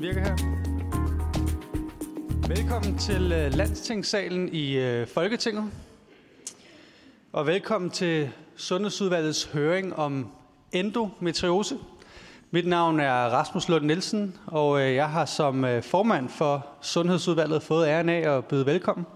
virker her. Velkommen til Landstingssalen i Folketinget. Og velkommen til Sundhedsudvalgets høring om endometriose. Mit navn er Rasmus Lund Nielsen, og jeg har som formand for Sundhedsudvalget fået æren af at byde velkommen.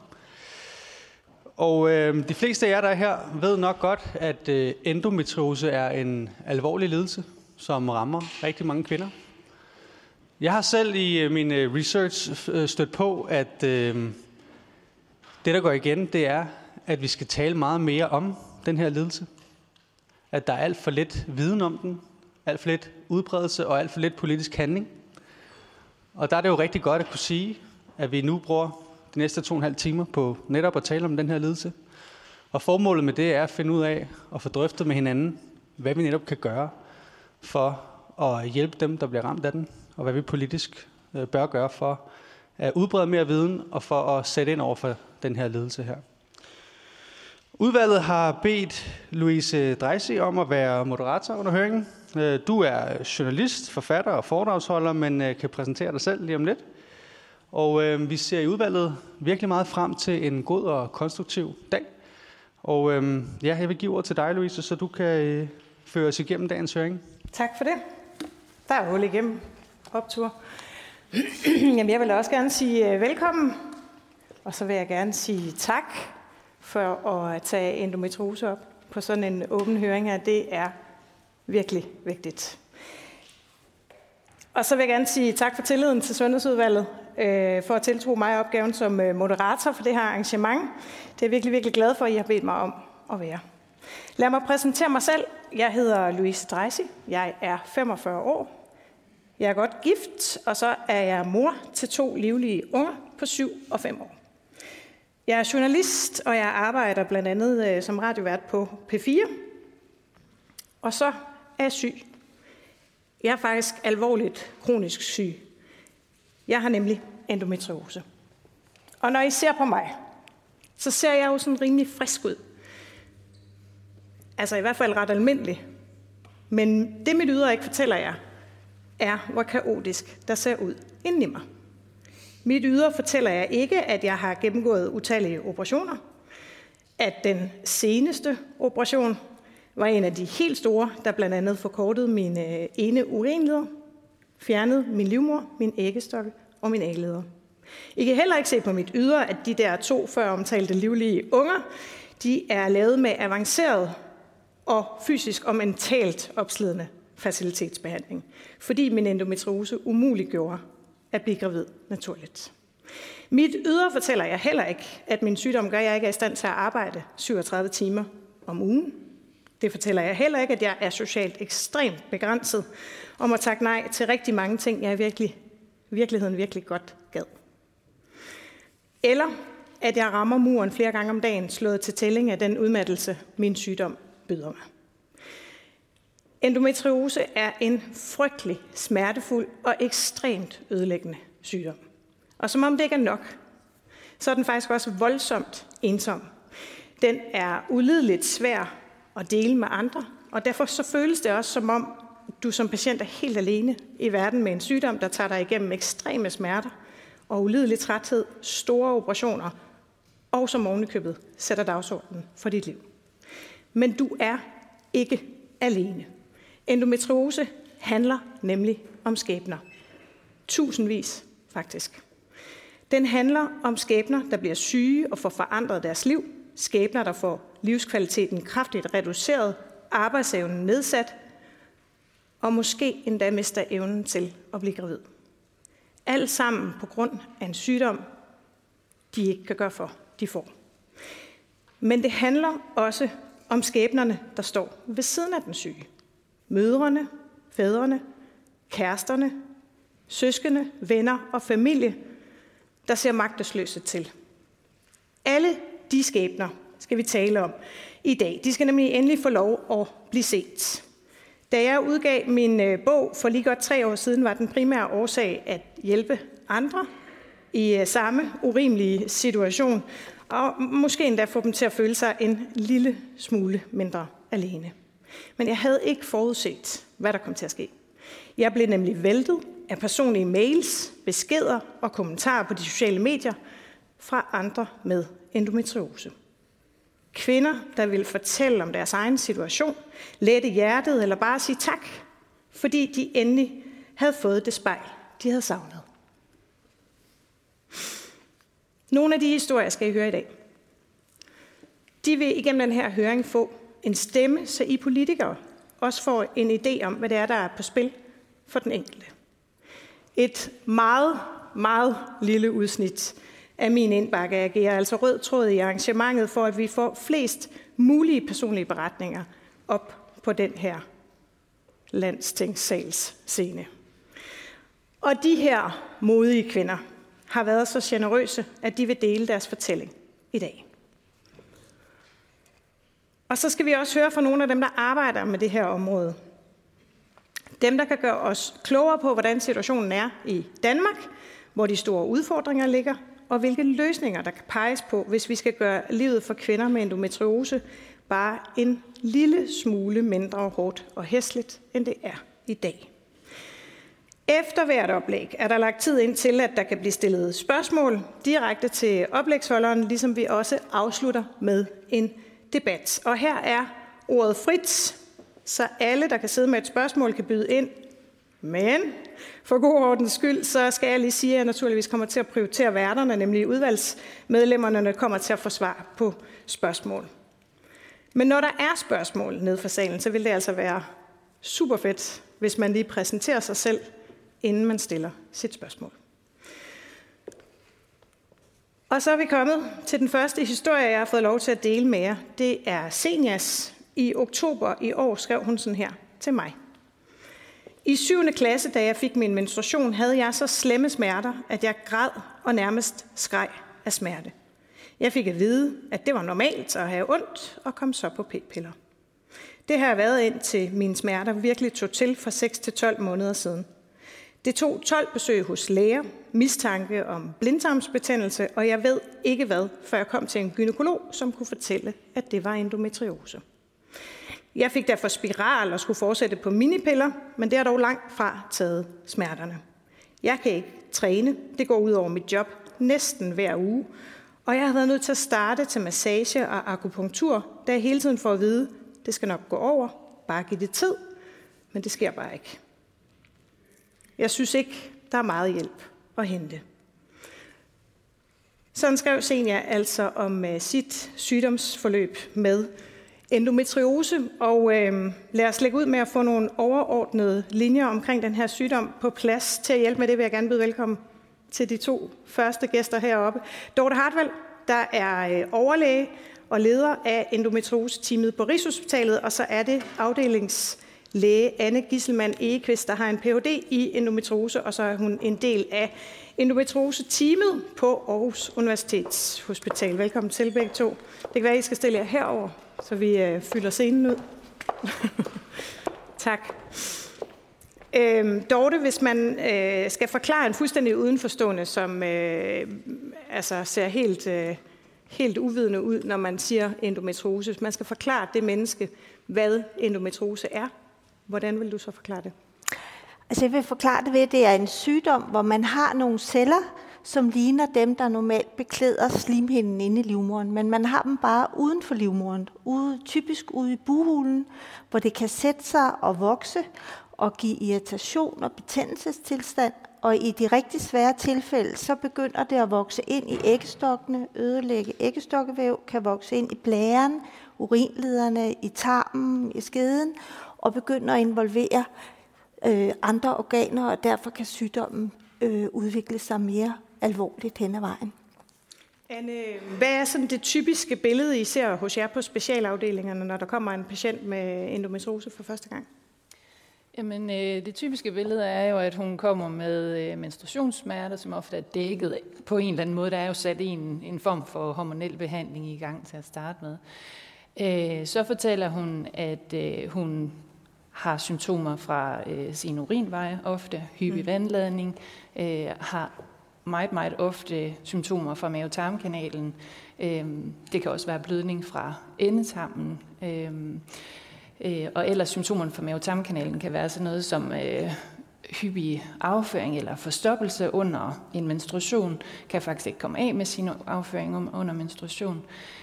Og de fleste af jer, der er her, ved nok godt, at endometriose er en alvorlig lidelse, som rammer rigtig mange kvinder. Jeg har selv i min research stødt på, at det, der går igen, det er, at vi skal tale meget mere om den her lidelse. At der er alt for lidt viden om den, alt for lidt udbredelse og alt for lidt politisk handling. Og der er det jo rigtig godt at kunne sige, at vi nu bruger de næste 2,5 timer på netop at tale om den her lidelse. Og formålet med det er at finde ud af og få drøftet med hinanden, hvad vi netop kan gøre for at hjælpe dem, der bliver ramt af den, og hvad vi politisk bør gøre for at udbrede mere viden og for at sætte ind over for den her lidelse her. Udvalget har bedt Louise Dreisig om at være moderator under høringen. Du er journalist, forfatter og foredragsholder, men kan præsentere dig selv lige om lidt. Og vi ser i udvalget virkelig meget frem til en god og konstruktiv dag. Og jeg vil give ordet til dig, Louise, så du kan føre os igennem dagens høring. Tak for det. Der er hul igennem. Optur. Jamen, jeg vil også gerne sige velkommen, og så vil jeg gerne sige tak for at tage endometriose op på sådan en åben høring her. Det er virkelig vigtigt. Og så vil jeg gerne sige tak for tilliden til Sundhedsudvalget, for at tiltro mig opgaven som moderator for det her arrangement. Det er jeg virkelig, virkelig glad for, at I har bedt mig om at være. Lad mig præsentere mig selv. Jeg hedder Louise Dreisig. Jeg er 45 år. Jeg er godt gift, og så er jeg mor til 2 livlige unger på 7 og 5 år. Jeg er journalist, og jeg arbejder blandt andet som radiovært på P4. Og så er jeg syg. Jeg er faktisk alvorligt kronisk syg. Jeg har nemlig endometriose. Og når I ser på mig, så ser jeg jo sådan rimelig frisk ud. Altså i hvert fald ret almindelig. Men det mit ydre ikke fortæller jer, er hvor kaotisk der ser ud inden i mig. Mit ydre fortæller jer ikke, at jeg har gennemgået utallige operationer. At den seneste operation var en af de helt store, der blandt andet forkortede mine ene urinleder, fjernede min livmor, min æggestokke og min ægleder. I kan heller ikke se på mit ydre, at de der 2 før omtalte livlige unger, de er lavet med avanceret og fysisk og mentalt opslidende facilitetsbehandling, fordi min endometriose umuliggjorde at blive gravid naturligt. Mit ydre fortæller jeg heller ikke, at min sygdom gør, at jeg ikke er i stand til at arbejde 37 timer om ugen. Det fortæller jeg heller ikke, at jeg er socialt ekstremt begrænset og må takke nej til rigtig mange ting, jeg i virkeligheden virkelig godt gad. Eller at jeg rammer muren flere gange om dagen, slået til tælling af den udmattelse, min sygdom byder mig. Endometriose er en frygtelig, smertefuld og ekstremt ødelæggende sygdom. Og som om det ikke er nok, så er den faktisk også voldsomt ensom. Den er ulideligt svær at dele med andre, og derfor så føles det også som om, du som patient er helt alene i verden med en sygdom, der tager dig igennem ekstreme smerter og ulidelig træthed, store operationer, og som ovenikøbet sætter dagsordenen for dit liv. Men du er ikke alene. Endometriose handler nemlig om skæbner. Tusindvis, faktisk. Den handler om skæbner, der bliver syge og får forandret deres liv. Skæbner, der får livskvaliteten kraftigt reduceret, arbejdsevnen nedsat, og måske endda mister evnen til at blive gravid. Alt sammen på grund af en sygdom, de ikke kan gøre for, de får. Men det handler også om skæbnerne, der står ved siden af den syge. Mødrene, fædrene, kæresterne, søskende, venner og familie, der ser magtesløse til. Alle de skæbner skal vi tale om i dag. De skal nemlig endelig få lov at blive set. Da jeg udgav min bog for lige godt 3 år siden, var den primære årsag at hjælpe andre i samme urimelige situation, og måske endda få dem til at føle sig en lille smule mindre alene. Men jeg havde ikke forudset, hvad der kom til at ske. Jeg blev nemlig væltet af personlige mails, beskeder og kommentarer på de sociale medier fra andre med endometriose. Kvinder, der vil fortælle om deres egen situation, lette hjertet eller bare sige tak, fordi de endelig havde fået det spejl, de havde savnet. Nogle af de historier skal I høre i dag. De vil igennem den her høring få en stemme, så I politikere også får en idé om, hvad det er, der er på spil for den enkelte. Et meget, meget lille udsnit af min indbakke agerer altså rød tråd i arrangementet for, at vi får flest mulige personlige beretninger op på den her landstingsscene. Og de her modige kvinder har været så generøse, at de vil dele deres fortælling i dag. Og så skal vi også høre fra nogle af dem, der arbejder med det her område. Dem, der kan gøre os klogere på, hvordan situationen er i Danmark, hvor de store udfordringer ligger, og hvilke løsninger, der kan peges på, hvis vi skal gøre livet for kvinder med endometriose bare en lille smule mindre hårdt og hæsligt, end det er i dag. Efter hvert oplæg er der lagt tid ind til, at der kan blive stillet spørgsmål direkte til oplægsholderen, ligesom vi også afslutter med en debat. Og her er ordet frit, så alle, der kan sidde med et spørgsmål, kan byde ind. Men for god ordens skyld, så skal jeg lige sige, at jeg naturligvis kommer til at prioritere værterne, nemlig udvalgsmedlemmerne, der kommer til at få svar på spørgsmål. Men når der er spørgsmål nede for salen, så vil det altså være super fedt, hvis man lige præsenterer sig selv, inden man stiller sit spørgsmål. Og så er vi kommet til den første historie, jeg har fået lov til at dele med jer. Det er Senjas. I oktober i år skrev hun sådan her til mig. I 7. klasse, da jeg fik min menstruation, havde jeg så slemme smerter, at jeg græd og nærmest skreg af smerte. Jeg fik at vide, at det var normalt at have ondt, og kom så på p-piller. Det har jeg været indtil mine smerter virkelig tog til for 6 til 12 måneder siden. Det tog 12 besøg hos læger, mistanke om blindtarmsbetændelse, og jeg ved ikke hvad, før jeg kom til en gynækolog, som kunne fortælle, at det var endometriose. Jeg fik derfor spiral og skulle fortsætte på minipiller, men det har dog langt fra taget smerterne. Jeg kan ikke træne, det går ud over mit job næsten hver uge, og jeg har været nødt til at starte til massage og akupunktur, da jeg hele tiden får at vide, det skal nok gå over, bare giv det tid, men det sker bare ikke. Jeg synes ikke, der er meget hjælp at hente. Sådan skrev Senja altså om sit sygdomsforløb med endometriose, og lad os lægge ud med at få nogle overordnede linjer omkring den her sygdom på plads. Til at hjælpe med det vil jeg gerne byde velkommen til de 2 første gæster heroppe. Dorte Hartwell, der er overlæge og leder af endometriose-teamet på Rigshospitalet, og så er det afdelingslæge Anne Gisselmann Egeqvist, der har en Ph.D. i endometriose, og så er hun en del af endometriose-teamet på Aarhus Universitetshospital. Velkommen til begge to. Det kan være, I skal stille jer herover, så vi fylder scenen ud. Tak. Dorte, hvis man skal forklare en fuldstændig udenforstående, som ser helt uvidende ud, når man siger endometriose. Hvis man skal forklare det menneske, hvad endometriose er, hvordan vil du så forklare det? Altså jeg vil forklare det ved, at det er en sygdom, hvor man har nogle celler, som ligner dem, der normalt beklæder slimhinden inde i livmoderen. Men man har dem bare uden for livmoderen, typisk ude i bughulen, hvor det kan sætte sig og vokse og give irritation og betændelsestilstand. Og i de rigtig svære tilfælde, så begynder det at vokse ind i æggestokkene, ødelægge æggestokkevæv, kan vokse ind i blæren, urinlederne, i tarmen, i skeden, og begynder at involvere andre organer, og derfor kan sygdommen udvikle sig mere alvorligt hen ad vejen. Anne, hvad er sådan det typiske billede, I ser hos jer på specialafdelingerne, når der kommer en patient med endometriose for første gang? Jamen, det typiske billede er jo, at hun kommer med menstruationssmerter, som ofte er dækket på en eller anden måde. Der er jo sat en form for hormonel behandling i gang til at starte med. Så fortæller hun, at hun har symptomer fra sine urinveje, ofte hyppig vandladning, har meget, meget ofte symptomer fra mavetarmkanalen. Det kan også være blødning fra endetarmen. Og ellers symptomerne fra mavetarmkanalen kan være sådan noget som hyppig afføring eller forstoppelse under en menstruation, kan faktisk ikke komme af med sin afføring under menstruation.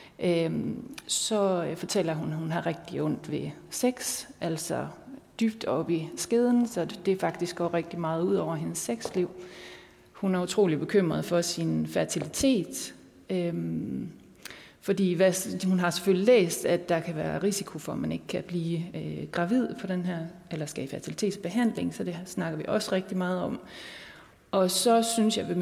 Så fortæller hun, at hun har rigtig ondt ved sex, altså dybt op i skeden, så det faktisk går rigtig meget ud over hendes sexliv. Hun er utrolig bekymret for sin fertilitet, fordi hun har selvfølgelig læst, at der kan være risiko for, at man ikke kan blive gravid på den her, eller skal i fertilitetsbehandling, så det snakker vi også rigtig meget om. Og så synes jeg,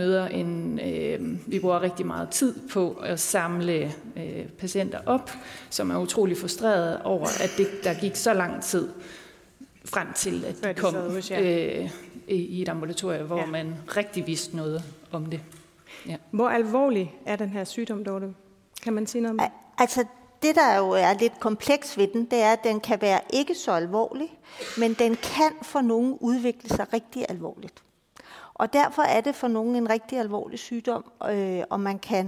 vi bruger rigtig meget tid på at samle patienter op, som er utrolig frustrerede over, at der gik så lang tid frem til, at de kom i et ambulatorium, hvor man rigtig vidste noget om det. Ja. Hvor alvorlig er den her sygdom, Dorte? Kan man sige noget om det? Altså, det der jo er lidt kompleks ved den, det er, at den kan være ikke så alvorlig, men den kan for nogen udvikle sig rigtig alvorligt. Og derfor er det for nogen en rigtig alvorlig sygdom, og man kan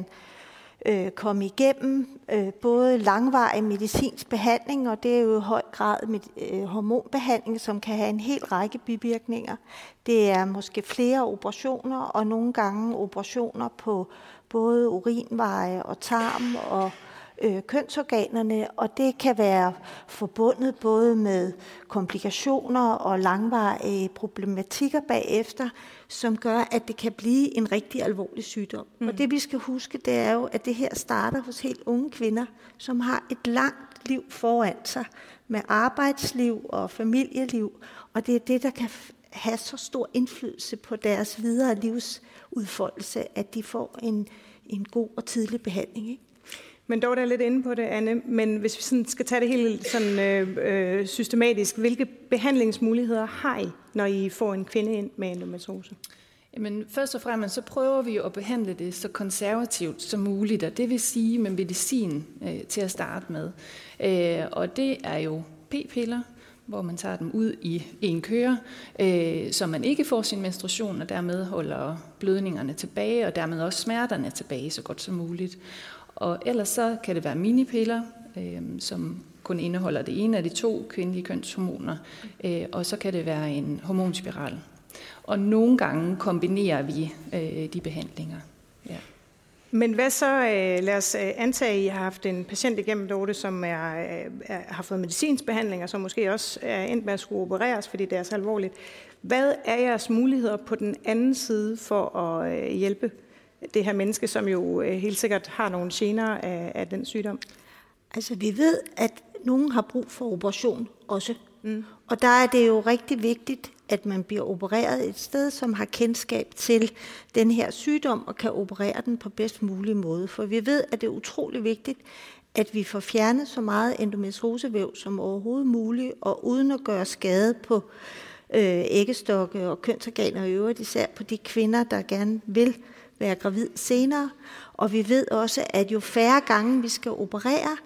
komme igennem både langvarig medicinsk behandling, og det er jo i høj grad hormonbehandling, som kan have en hel række bivirkninger. Det er måske flere operationer, og nogle gange operationer på både urinveje og tarm og kønsorganerne, og det kan være forbundet både med komplikationer og langvarige problematikker bagefter, som gør, at det kan blive en rigtig alvorlig sygdom. Og det vi skal huske, det er jo, at det her starter hos helt unge kvinder, som har et langt liv foran sig med arbejdsliv og familieliv, og det er det, der kan have så stor indflydelse på deres videre livsudfoldelse, at de får en god og tidlig behandling, ikke? Men dog er lidt inde på det, Anne, men hvis vi sådan skal tage det helt sådan, systematisk, hvilke behandlingsmuligheder har I, når I får en kvinde ind med endometriose? Jamen, først og fremmest så prøver vi jo at behandle det så konservativt som muligt, og det vil sige med medicin til at starte med. Og det er jo p-piller, hvor man tager dem ud i en køre, så man ikke får sin menstruation, og dermed holder blødningerne tilbage, og dermed også smerterne tilbage så godt som muligt. Og ellers så kan det være minipiller, som kun indeholder det ene af de 2 kvindelige kønshormoner, og så kan det være en hormonspiral. Og nogle gange kombinerer vi de behandlinger. Ja. Men hvad så, lad os antage, at I har haft en patient igennem, Dorte, som har fået medicinsk behandling, og som måske også er endt med at skulle opereres, fordi det er så alvorligt. Hvad er jeres muligheder på den anden side for at hjælpe det her menneske, som jo helt sikkert har nogle gener af den sygdom? Altså, vi ved, at nogen har brug for operation også. Og der er det jo rigtig vigtigt, at man bliver opereret et sted, som har kendskab til den her sygdom, og kan operere den på bedst mulig måde. For vi ved, at det er utrolig vigtigt, at vi får fjernet så meget endometriosevæv som overhovedet muligt, og uden at gøre skade på æggestokke og kønsorganer og øvrigt, især på de kvinder, der gerne vil være gravid senere. Og vi ved også, at jo færre gange vi skal operere,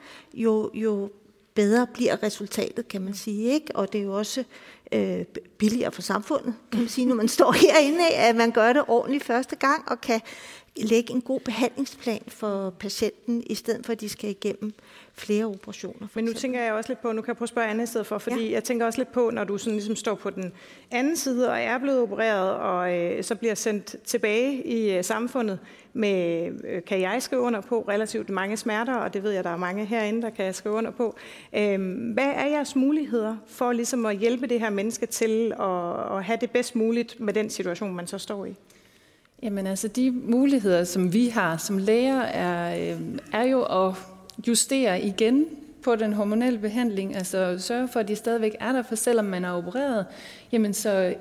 jo bedre bliver resultatet, kan man sige, ikke? Og det er jo også billigere for samfundet, kan man sige, når man står herinde, at man gør det ordentligt første gang, og kan lægge en god behandlingsplan for patienten, i stedet for at de skal igennem flere operationer. Men nu tænker jeg også lidt på, nu kan jeg prøve at spørge Anne i stedet for, fordi jeg tænker også lidt på, når du sådan ligesom står på den anden side, og er blevet opereret, og så bliver sendt tilbage i samfundet med, kan jeg skrive under på, relativt mange smerter, og det ved jeg, der er mange herinde, der kan skrive under på. Hvad er jeres muligheder for ligesom at hjælpe det her menneske til at have det bedst muligt med den situation, man så står i? Jamen altså, de muligheder, som vi har som læger, er jo at justere igen på den hormonelle behandling, altså sørge for, at de stadigvæk er der, for selvom man er opereret, jamen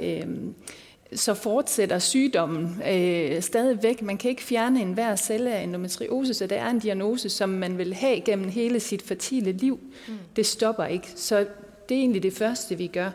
så fortsætter sygdommen stadigvæk. Man kan ikke fjerne enhver celle af endometriose, så det er en diagnose, som man vil have gennem hele sit fertile liv. Det stopper ikke, så det er egentlig det første, vi gør.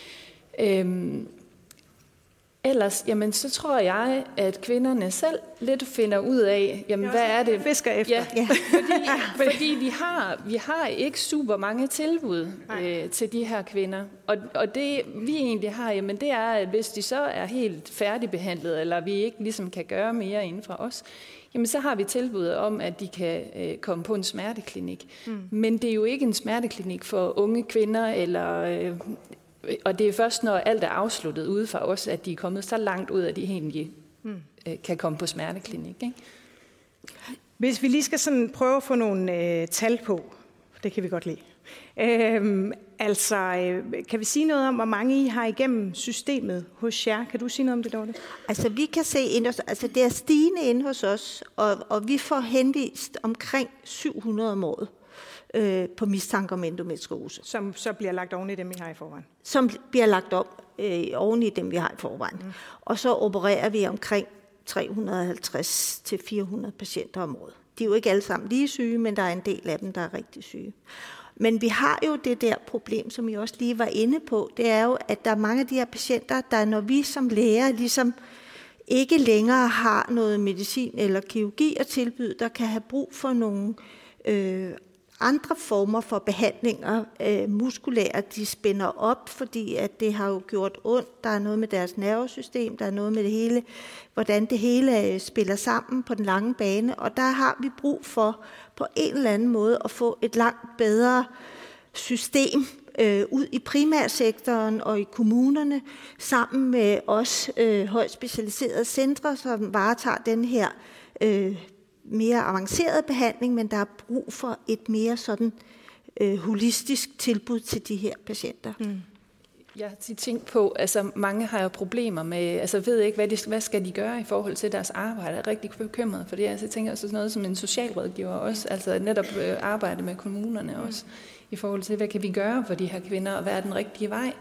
Ellers, jamen, så tror jeg, at kvinderne selv lidt finder ud af, jamen, hvad er det? Fisker efter. Ja, fordi vi har ikke super mange tilbud til de her kvinder. Og det, vi egentlig har, jamen, det er, at hvis de så er helt færdigbehandlet, eller vi ikke ligesom kan gøre mere inden for os, jamen, så har vi tilbud om, at de kan komme på en smerteklinik. Men det er jo ikke en smerteklinik for unge kvinder, eller Og det er først, når alt er afsluttet ude for os, at de er kommet så langt ud, at de egentlig kan komme på smerteklinik. Ikke? Hvis vi lige skal sådan prøve at få nogle tal på, det kan vi godt lide. Kan vi sige noget om, hvor mange I har igennem systemet hos jer? Kan du sige noget om det, Dorte? Altså vi kan se, det er stigende inde hos os, og vi får henvist omkring 700 om året på mistanke om endometriose. Som så bliver lagt oven i dem, I har i forvejen? Som bliver lagt op oven i dem, vi har i forvejen. Og så opererer vi omkring 350 til 400 patienter om året. De er jo ikke alle sammen lige syge, men der er en del af dem, der er rigtig syge. Men vi har jo det der problem, som I også lige var inde på, det er jo, at der er mange af de her patienter, der når vi som læger ligesom ikke længere har noget medicin eller kirurgi at tilbyde, der kan have brug for nogle andre former for behandlinger, muskulære, de spænder op, fordi at det har jo gjort ondt. Der er noget med deres nervesystem, der er noget med det hele, hvordan det hele spiller sammen på den lange bane, og der har vi brug for på en eller anden måde at få et langt bedre system ud i primærsektoren og i kommunerne, sammen med os højt specialiserede centre, som varetager den her mere avanceret behandling, men der er brug for et mere sådan holistisk tilbud til de her patienter. Jeg har tænkt på, altså mange har jo problemer med, altså ved ikke, hvad skal de gøre i forhold til deres arbejde. Jeg er rigtig bekymret for det. Altså, jeg tænker også sådan noget som en socialrådgiver også, altså netop arbejde med kommunerne også, i forhold til, hvad kan vi gøre for de her kvinder, og hvad er den rigtige vej.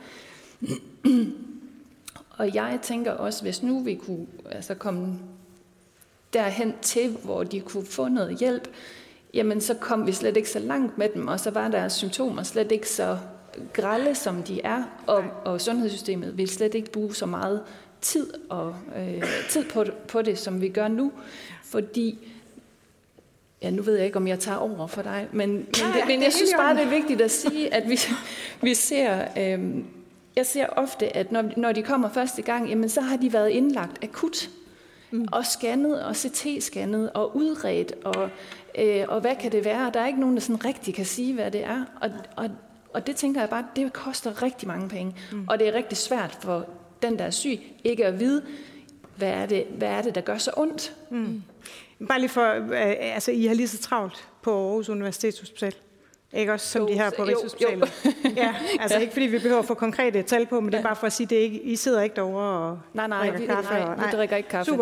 Og jeg tænker også, hvis nu vi kunne komme derhen til, hvor de kunne få noget hjælp, jamen så kom vi slet ikke så langt med dem, og så var deres symptomer slet ikke så grelle, som de er, og sundhedssystemet vil slet ikke bruge så meget tid på det, som vi gør nu, fordi nu ved jeg ikke, om jeg tager over for dig, men jeg synes bare, det er vigtigt at sige, at vi ser, jeg ser ofte, at når de kommer første gang, jamen så har de været indlagt akut, og scannet, og CT-scannet, og udredt, og hvad kan det være? Der er ikke nogen, der sådan rigtig kan sige, hvad det er, og det tænker jeg bare, det koster rigtig mange penge, og det er rigtig svært for den, der er syg, ikke at vide, hvad er det, der gør så ondt. Bare lige for, I har lige så travlt på Aarhus Universitetshospital, ikke også, som de her på Rigshospitalet? Ja, altså ikke fordi vi behøver at få konkrete tal på, men det er bare for at sige, det ikke, I sidder ikke derovre og drikker kaffe. Nej, vi drikker ikke kaffe. Super.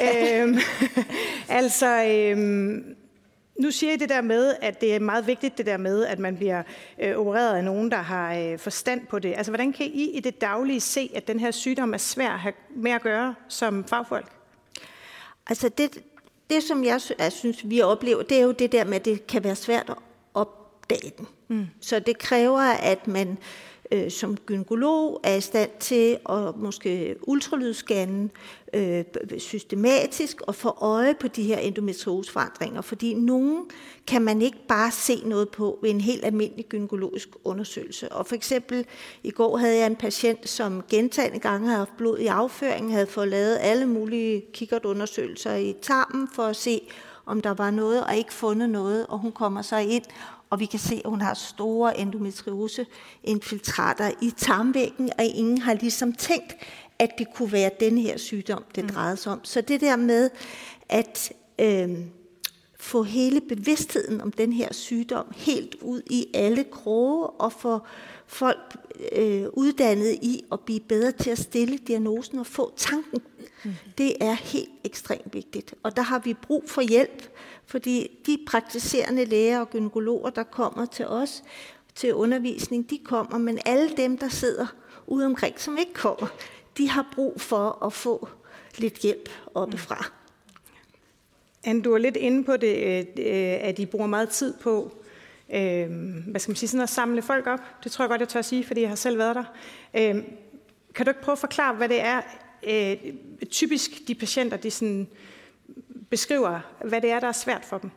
Nu siger I det der med, at det er meget vigtigt det der med, at man bliver opereret af nogen, der har forstand på det. Altså hvordan kan I det daglige se, at den her sygdom er svær at have med at gøre som fagfolk? Altså det som jeg synes, vi oplever, det er jo det der med, at det kan være svært at opdage den. Så det kræver, at man som gynækolog er i stand til at måske ultralydsscanne systematisk og få øje på de her endometrioseforandringer, fordi nogen kan man ikke bare se noget på ved en helt almindelig gynækologisk undersøgelse. Og for eksempel i går havde jeg en patient, som gentagne gange havde haft blod i afføringen, havde fået lavet alle mulige kikkertundersøgelser i tarmen for at se, om der var noget, og ikke fundet noget, og hun kommer så ind, og vi kan se, at hun har store endometrioseinfiltrater i tarmvæggen, og ingen har ligesom tænkt, at det kunne være den her sygdom, det drejede sig om. Så det der med at få hele bevidstheden om den her sygdom helt ud i alle kroge, og få folk uddannet i at blive bedre til at stille diagnosen og få tanken, det er helt ekstremt vigtigt. Og der har vi brug for hjælp, fordi de praktiserende læger og gynækologer, der kommer til os til undervisning, de kommer, men alle dem, der sidder ude omkring, som ikke kommer, de har brug for at få lidt hjælp oppefra. Anne, du er lidt inde på det, at I bruger meget tid på sådan at samle folk op. Det tror jeg godt, jeg tør at sige, fordi jeg har selv været der. Kan du ikke prøve at forklare, hvad det er, typisk de patienter, de sådan beskriver, hvad det er, der er svært for dem?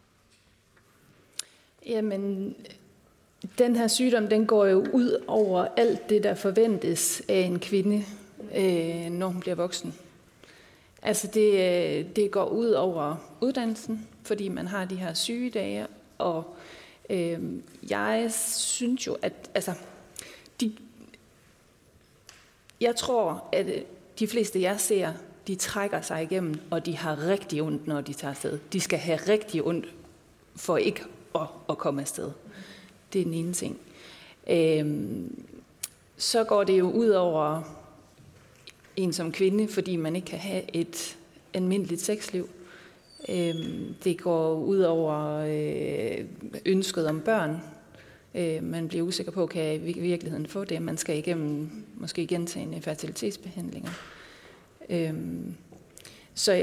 Jamen, den her sygdom, den går jo ud over alt det, der forventes af en kvinde, når hun bliver voksen. Altså det går ud over uddannelsen, fordi man har de her sygedage, og jeg synes jo, at Jeg tror, at de fleste, jeg ser, de trækker sig igennem, og de har rigtig ondt, når de tager afsted. De skal have rigtig ondt for ikke at komme afsted. Det er den ene ting. Så går det jo ud over en som kvinde, fordi man ikke kan have et almindeligt sexliv. Det går ud over ønsket om børn. Man bliver usikker på, kan jeg i virkeligheden få det? Man skal igennem måske gentagne fertilitetsbehandlinger. Så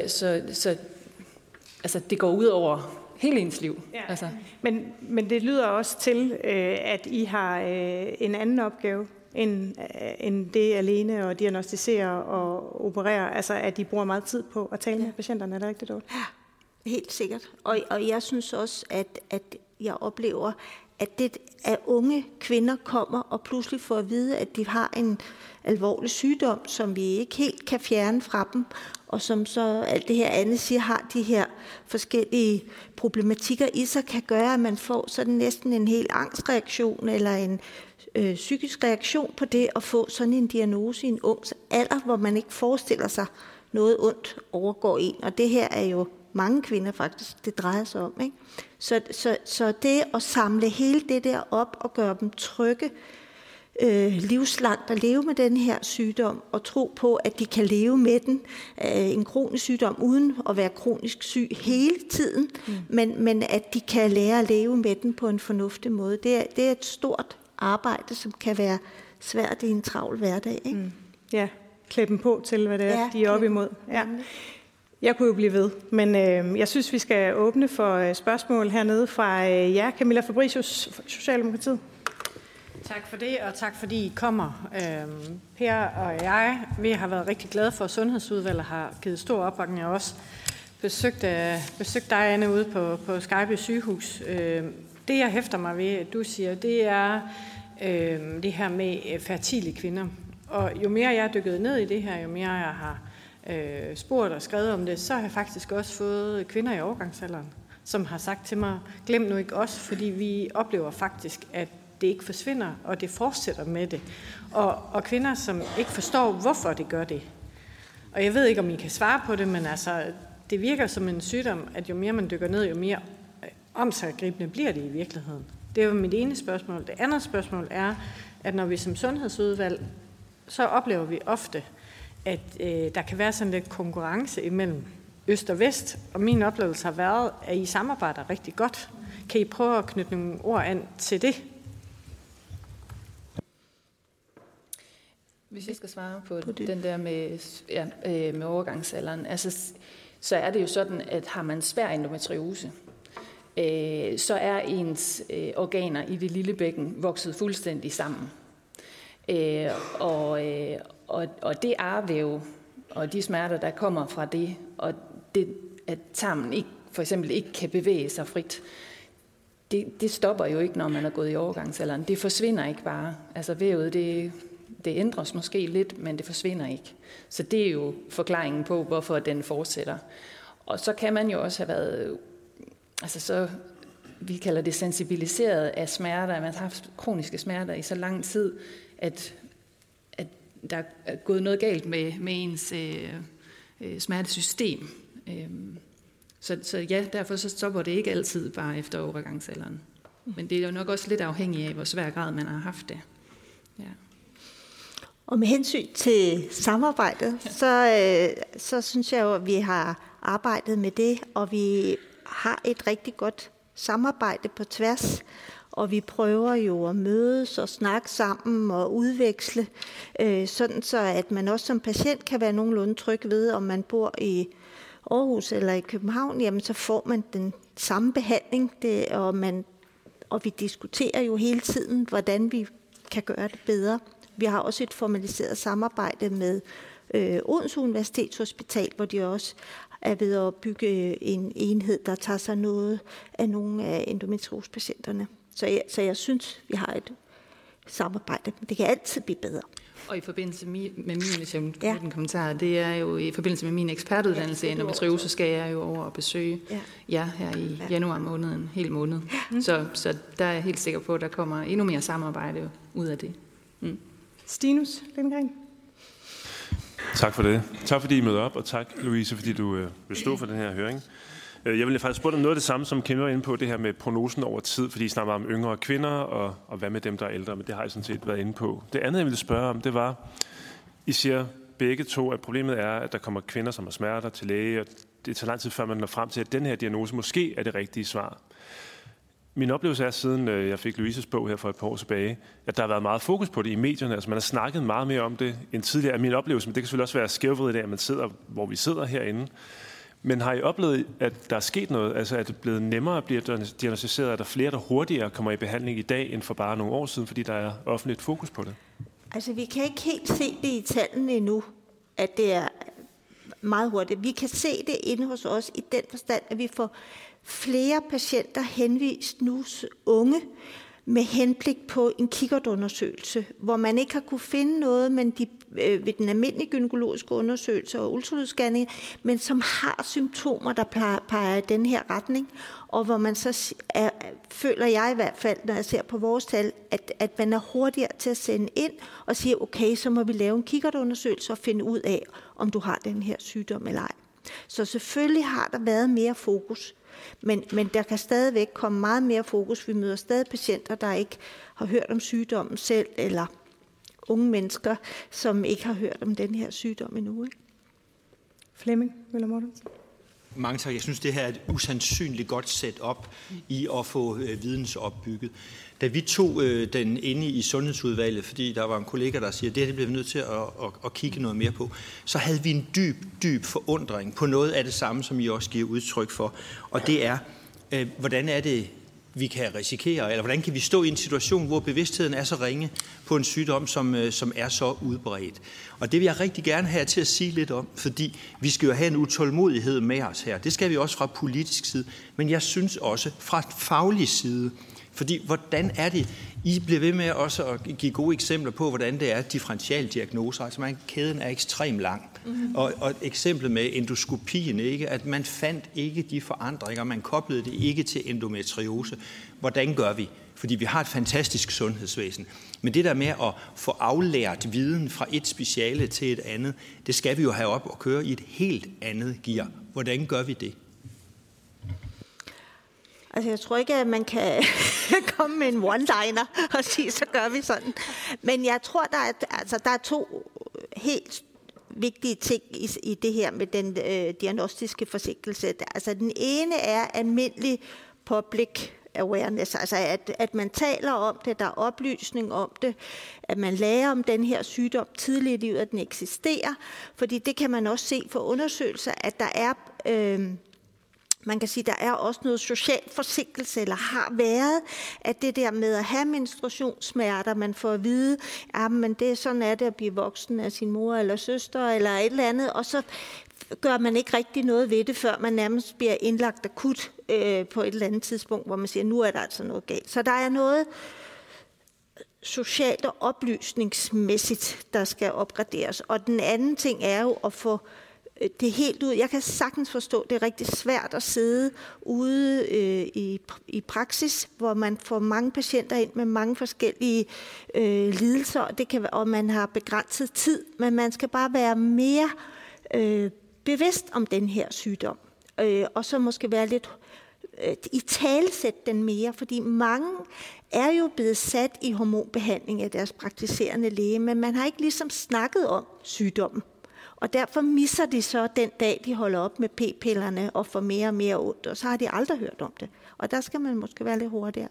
altså, det går ud over hele ens liv. Ja. Altså. Men det lyder også til, at I har en anden opgave end det alene at diagnostisere og operere. Altså, at I bruger meget tid på at tale med patienterne. Er det rigtigt? Ja, helt sikkert. Og jeg synes også, at jeg oplever, at unge kvinder kommer og pludselig får at vide, at de har en alvorlig sygdom, som vi ikke helt kan fjerne fra dem, og som så alt det her andet siger, har de her forskellige problematikker i sig, kan gøre, at man får sådan næsten en helt angstreaktion eller en psykisk reaktion på det at få sådan en diagnose i en ung alder, hvor man ikke forestiller sig noget ondt overgår en. Og det her er jo mange kvinder faktisk, det drejer sig om. Ikke? Så det at samle hele det der op og gøre dem trygge, livslangt at leve med den her sygdom og tro på, at de kan leve med den, en kronisk sygdom, uden at være kronisk syg hele tiden, men at de kan lære at leve med den på en fornuftig måde. Det er et stort arbejde, som kan være svært i en travl hverdag. Ikke? Ja, klæde dem på til, hvad det er, de er op imod. Ja. Jeg kunne jo blive ved, men jeg synes, vi skal åbne for spørgsmål hernede fra jer. Camilla Fabricius, Socialdemokratiet. Tak for det, og tak fordi I kommer. Per og jeg, vi har været rigtig glade for, at Sundhedsudvalget har givet stor opbakning. Jeg har også besøgt dig, Anne, ude på Skejby sygehus. Det, jeg hæfter mig ved, at du siger, det er det her med fertile kvinder. Og jo mere jeg er dykket ned i det her, jo mere jeg har spurgt og skrevet om det, så har jeg faktisk også fået kvinder i overgangsalderen, som har sagt til mig, glem nu ikke os, fordi vi oplever faktisk, at det ikke forsvinder, og det fortsætter med det. Og kvinder, som ikke forstår, hvorfor det gør det. Og jeg ved ikke, om I kan svare på det, men altså, det virker som en sygdom, at jo mere man dykker ned, jo mere omsiggribende bliver det i virkeligheden. Det er jo mit ene spørgsmål. Det andet spørgsmål er, at når vi som sundhedsudvalg, så oplever vi ofte, at der kan være sådan lidt konkurrence imellem øst og vest, og min oplevelse har været, at I samarbejder rigtig godt. Kan I prøve at knytte nogle ord an til det? Hvis jeg skal svare på den der med overgangsalderen, altså, så er det jo sådan, at har man svær endometriose, så er ens organer i det lille bækken vokset fuldstændig sammen. Og det arvæv og de smerter, der kommer fra det, og det, at tarmen ikke, for eksempel ikke kan bevæge sig frit, det stopper jo ikke, når man er gået i overgangsalderen. Det forsvinder ikke bare. Altså vævet, det ændres måske lidt, men det forsvinder ikke. Så det er jo forklaringen på, hvorfor den fortsætter. Og så kan man jo også have været, altså så, vi kalder det sensibiliseret af smerter, at man har haft kroniske smerter i så lang tid, at der er gået noget galt med ens smertesystem. Så ja, derfor så stopper det ikke altid bare efter overgangsalderen. Men det er jo nok også lidt afhængigt af, hvor svær grad man har haft det. Ja. Og med hensyn til samarbejdet, så synes jeg jo, at vi har arbejdet med det, og vi har et rigtig godt samarbejde på tværs. Og vi prøver jo at mødes og snakke sammen og udveksle, sådan så at man også som patient kan være nogenlunde tryg ved, om man bor i Aarhus eller i København, jamen så får man den samme behandling, og vi diskuterer jo hele tiden, hvordan vi kan gøre det bedre. Vi har også et formaliseret samarbejde med Odense Universitetshospital, hvor de også er ved at bygge en enhed, der tager sig noget af nogle af endometriosepatienterne. Så jeg synes, vi har et samarbejde. Det kan altid blive bedre. Og i forbindelse med min kommentar, det er jo i forbindelse med min ekspertuddannelse i endometriose, skal jeg jo over og besøge jer her i januar måned, en hel måned. Så der er jeg helt sikker på, at der kommer endnu mere samarbejde ud af det. Stinus Lindgren? Tak for det. Tak fordi I mødte op, og tak Louise, fordi du vil stå for den her høring. Jeg ville faktisk spørge dig noget af det samme, som Kim var inde på, det her med prognosen over tid, fordi I snakker om yngre kvinder, og hvad med dem, der er ældre, men det har I sådan set været inde på. Det andet, jeg ville spørge om, det var, I siger begge to, at problemet er, at der kommer kvinder, som har smerter til læge, og det tager lang tid, før man når frem til, at den her diagnose måske er det rigtige svar. Min oplevelse er, siden jeg fik Louises bog her for et par år tilbage, at der har været meget fokus på det i medierne. Altså man har snakket meget mere om det end tidligere. Min oplevelse, men det kan selvfølgelig også være skævvredet i dag, at man sidder, hvor vi sidder herinde. Men har I oplevet, at der er sket noget? Altså er det blevet nemmere at blive diagnosticeret? Er der flere, der hurtigere kommer i behandling i dag, end for bare nogle år siden, fordi der er offentligt fokus på det? Altså vi kan ikke helt se det i tallene endnu, at det er meget hurtigt. Vi kan se det inde hos os i den forstand, at vi får flere patienter henvist nu unge med henblik på en kikkertundersøgelse, hvor man ikke har kunne finde noget men ved den almindelige gynækologiske undersøgelse og ultralydsscanning, men som har symptomer, der peger i den her retning, og hvor man så føler jeg i hvert fald, når jeg ser på vores tal, at man er hurtigere til at sende ind og sige, okay, så må vi lave en kikkertundersøgelse og finde ud af, om du har den her sygdom eller ej. Så selvfølgelig har der været mere fokus. Men der kan stadigvæk komme meget mere fokus. Vi møder stadig patienter, der ikke har hørt om sygdommen selv, eller unge mennesker, som ikke har hørt om den her sygdom endnu. Ikke? Flemming Møller Mortensen. Mange tak. Jeg synes, det her er et usandsynligt godt setup i at få vidensopbygget. Da vi tog den inde i Sundhedsudvalget, fordi der var en kollega, der siger, at det bliver vi nødt til at kigge noget mere på, så havde vi en dyb forundring på noget af det samme, som I også giver udtryk for. Og det er, hvordan er det, vi kan risikere, eller hvordan kan vi stå i en situation, hvor bevidstheden er så ringe på en sygdom, som er så udbredt. Og det vil jeg rigtig gerne have til at sige lidt om, fordi vi skal jo have en utålmodighed med os her. Det skal vi også fra politisk side, men jeg synes også fra faglig side. Fordi hvordan er det, I bliver ved med også at give gode eksempler på, hvordan det er differentialdiagnoser. Altså kæden er ekstremt lang. Mm-hmm. Og eksemplet med endoskopien, ikke? At man fandt ikke de forandringer, man koblede det ikke til endometriose. Hvordan gør vi? Fordi vi har et fantastisk sundhedsvæsen. Men det der med at få aflært viden fra et speciale til et andet, det skal vi jo have op og køre i et helt andet gear. Hvordan gør vi det? Altså, jeg tror ikke, at man kan komme med en one-liner og sige, så gør vi sådan. Men jeg tror, der er to helt vigtige ting i det her med den diagnostiske forsinkelse. Altså, den ene er almindelig public awareness, altså at man taler om det, der er oplysning om det, at man lærer om den her sygdom tidligt i livet, at den eksisterer, fordi det kan man også se for undersøgelser, at der er... Man kan sige, der er også noget social forsinkelse, eller har været, at det der med at have menstruationssmerter, man får at vide, men det er sådan, at det at blive voksen af sin mor eller søster, eller et eller andet, og så gør man ikke rigtig noget ved det, før man nærmest bliver indlagt akut på et eller andet tidspunkt, hvor man siger, nu er der altså noget galt. Så der er noget socialt og oplysningsmæssigt, der skal opgraderes. Og den anden ting er jo at få det helt ud. Jeg kan sagtens forstå, det er rigtig svært at sidde ude i praksis, hvor man får mange patienter ind med mange forskellige lidelser, og man har begrænset tid, men man skal bare være mere bevidst om den her sygdom. Og så måske være lidt i talesæt den mere, fordi mange er jo blevet sat i hormonbehandling af deres praktiserende læge, men man har ikke ligesom snakket om sygdommen. Og derfor misser de så den dag, de holder op med p-pillerne og får mere og mere ondt, og så har de aldrig hørt om det. Og der skal man måske være lidt hurtigere.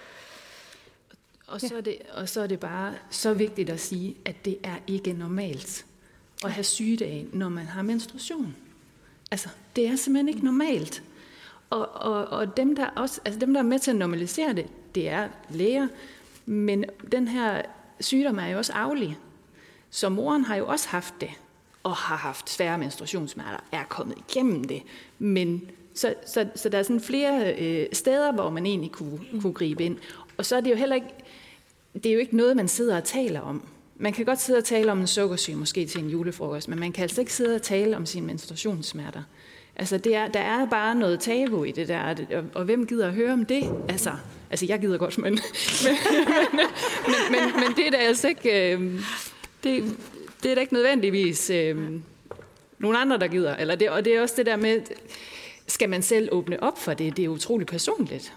Og så er det bare så vigtigt at sige, at det er ikke normalt at have sygedage, når man har menstruation. Altså, det er simpelthen ikke normalt. Og dem, der er med til at normalisere det, det er læger. Men den her sygdom er jo også arvelig. Så moren har jo også haft det, og har haft svære menstruationssmerter, er kommet igennem det. Men så der er sådan flere steder, hvor man egentlig kunne gribe ind. Og så er det jo heller ikke, det er jo ikke noget, man sidder og taler om. Man kan godt sidde og tale om en sukkersyge, måske til en julefrokost, men man kan altså ikke sidde og tale om sine menstruationssmerter. Altså, der er bare noget tabu i det der, og hvem gider at høre om det? Altså jeg gider godt, men det er da altså ikke... det er da ikke nødvendigvis nogle andre, der gider. Og det er også det der med, skal man selv åbne op for det? Det er utroligt personligt.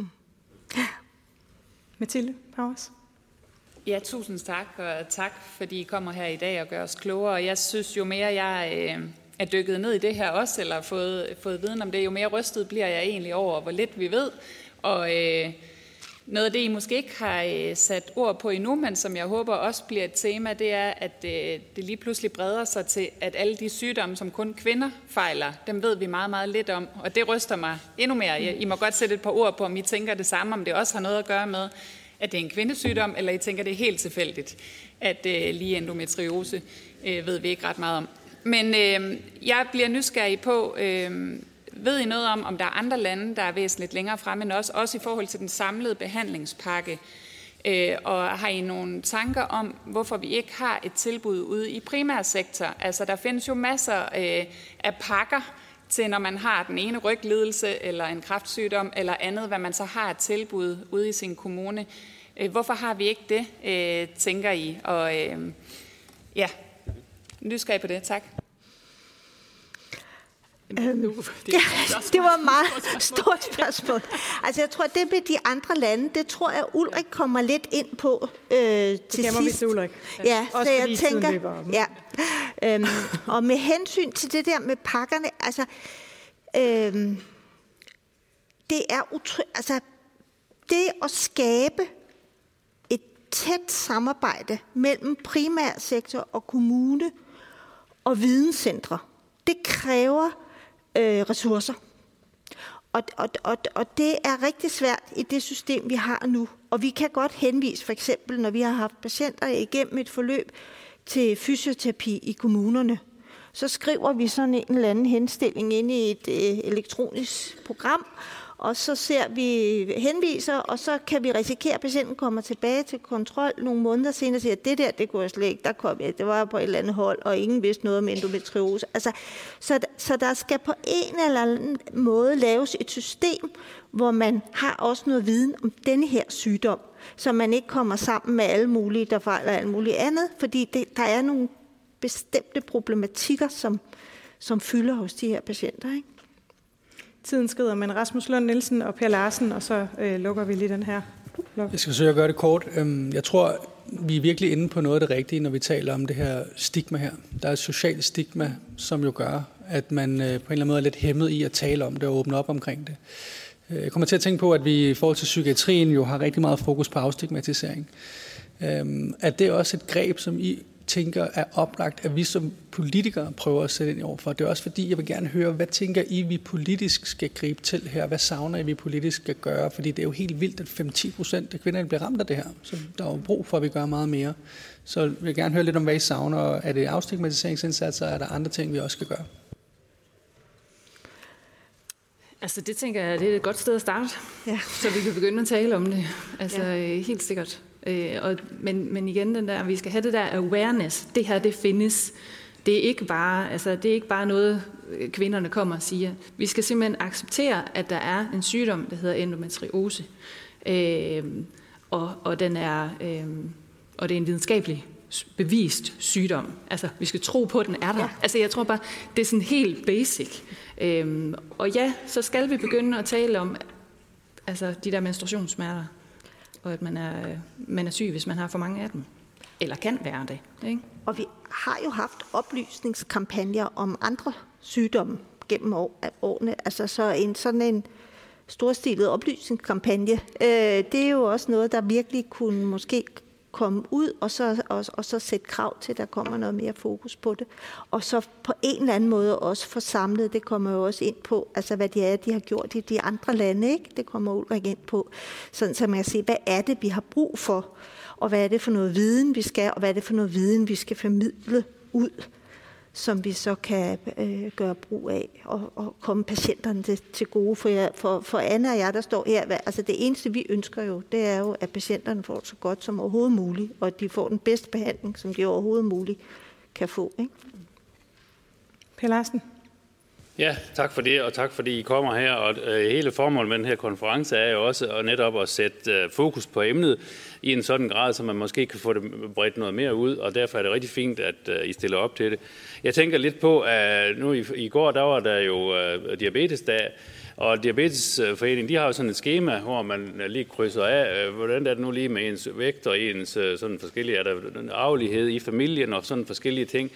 Mathilde Powers. Ja, tusind tak, og tak, fordi I kommer her i dag og gør os klogere. Jeg synes, jo mere jeg er dykket ned i det her også, eller fået viden om det, jo mere rystet bliver jeg egentlig over, hvor lidt vi ved. Og noget af det, I måske ikke har sat ord på endnu, men som jeg håber også bliver et tema, det er, at det lige pludselig breder sig til, at alle de sygdomme, som kun kvinder fejler, dem ved vi meget, meget lidt om. Og det ryster mig endnu mere. I må godt sætte et par ord på, om I tænker det samme, om det også har noget at gøre med, at det er en kvindesygdom, eller I tænker, det er helt tilfældigt, at lige endometriose ved vi ikke ret meget om. Men jeg bliver nysgerrig på, ved I noget om der er andre lande, der er væsentligt længere fremme end os, også i forhold til den samlede behandlingspakke? Og har I nogle tanker om, hvorfor vi ikke har et tilbud ude i primærsektor? Altså, der findes jo masser af pakker til, når man har den ene ryglidelse eller en kræftsygdom eller andet, hvad man så har et tilbud ude i sin kommune. Hvorfor har vi ikke det, tænker I? Og ja, nysgerrig på det. Tak. Det var et meget stort spørgsmål. Altså, jeg tror, det med de andre lande, det tror jeg, Ulrik kommer lidt ind på til sidst. Vi til Ulrik. Ja, så jeg tænker, ja. Og med hensyn til det der med pakkerne, altså, det er altså, det at skabe et tæt samarbejde mellem primærsektor og kommune og videnscentre, det kræver ressourcer. Og det er rigtig svært i det system, vi har nu. Og vi kan godt henvise, for eksempel, når vi har haft patienter igennem et forløb til fysioterapi i kommunerne, så skriver vi sådan en eller anden henstilling ind i et elektronisk program, og så ser vi henviser, og så kan vi risikere, at patienten kommer tilbage til kontrol nogle måneder senere og siger, at det kunne jeg slet ikke, der kom jeg, det var på et eller andet hold, og ingen vidste noget om endometriose. Altså, så der skal på en eller anden måde laves et system, hvor man har også noget viden om denne her sygdom, så man ikke kommer sammen med alle mulige, der fejler alt muligt andet, fordi der er nogle bestemte problematikker, som fylder hos de her patienter, ikke? Tiden skrider, men Rasmus Lund Nielsen og Per Larsen, og så lukker vi lige den her blok. Jeg skal forsøge at gøre det kort. Jeg tror, vi er virkelig inde på noget af det rigtige, når vi taler om det her stigma her. Der er et socialt stigma, som jo gør, at man på en eller anden måde er lidt hæmmet i at tale om det og åbne op omkring det. Jeg kommer til at tænke på, at vi i forhold til psykiatrien jo har rigtig meget fokus på afstigmatisering. At det er også et greb, som I tænker er oplagt, at vi som politikere prøver at sætte ind overfor. Det er også fordi, jeg vil gerne høre, hvad tænker I, vi politisk skal gribe til her? Hvad savner I, vi politisk skal gøre? Fordi det er jo helt vildt, at 5-10% af kvinderne bliver ramt af det her. Så der er jo brug for, at vi gør meget mere. Så jeg vil gerne høre lidt om, hvad I savner. Er det afstigmatiseringsindsatser, er der andre ting, vi også skal gøre? Altså det tænker jeg, det er et godt sted at starte, så vi kan begynde at tale om det. Altså helt sikkert. Men igen, den der, vi skal have det der awareness. Det her, det findes. Det er ikke bare noget, kvinderne kommer og siger. Vi skal simpelthen acceptere, at der er en sygdom, der hedder endometriose. Og det er en videnskabelig bevist sygdom. Altså, vi skal tro på, at den er der. Ja. Altså, jeg tror bare, det er sådan helt basic. Og ja, så skal vi begynde at tale om altså, de der menstruationssmerter, og at man er syg, hvis man har for mange af dem. Eller kan være det. Ikke? Og vi har jo haft oplysningskampagner om andre sygdomme gennem årene. Altså så sådan en storstilet oplysningskampagne, det er jo også noget, der virkelig kunne måske komme ud, og så sætte krav til, at der kommer noget mere fokus på det. Og så på en eller anden måde også få samlet, det kommer jo også ind på, altså hvad de har gjort i de andre lande, ikke? Det kommer Ulrik ind på, sådan så man kan se, hvad er det, vi har brug for, og hvad er det for noget viden, vi skal, og hvad er det for noget viden, vi skal formidle ud, som vi så kan gøre brug af og komme patienterne til gode. For Anne og jeg, der står her, altså det eneste, vi ønsker jo, det er jo, at patienterne får så godt som overhovedet muligt, og at de får den bedste behandling, som de overhovedet muligt kan få. Ikke? Per Larsen? Ja, tak for det, og tak fordi I kommer her. Og hele formålet med den her konference er jo også at netop at sætte fokus på emnet i en sådan grad, så man måske kan få det bredt noget mere ud, og derfor er det rigtig fint, at I stiller op til det. Jeg tænker lidt på, at nu i går, der var der jo diabetesdag, og Diabetesforeningen, de har jo sådan et skema, hvor man lige krydser af, hvordan er det nu lige med ens vægt og ens sådan forskellige, er der arvelighed i familien og sådan forskellige ting.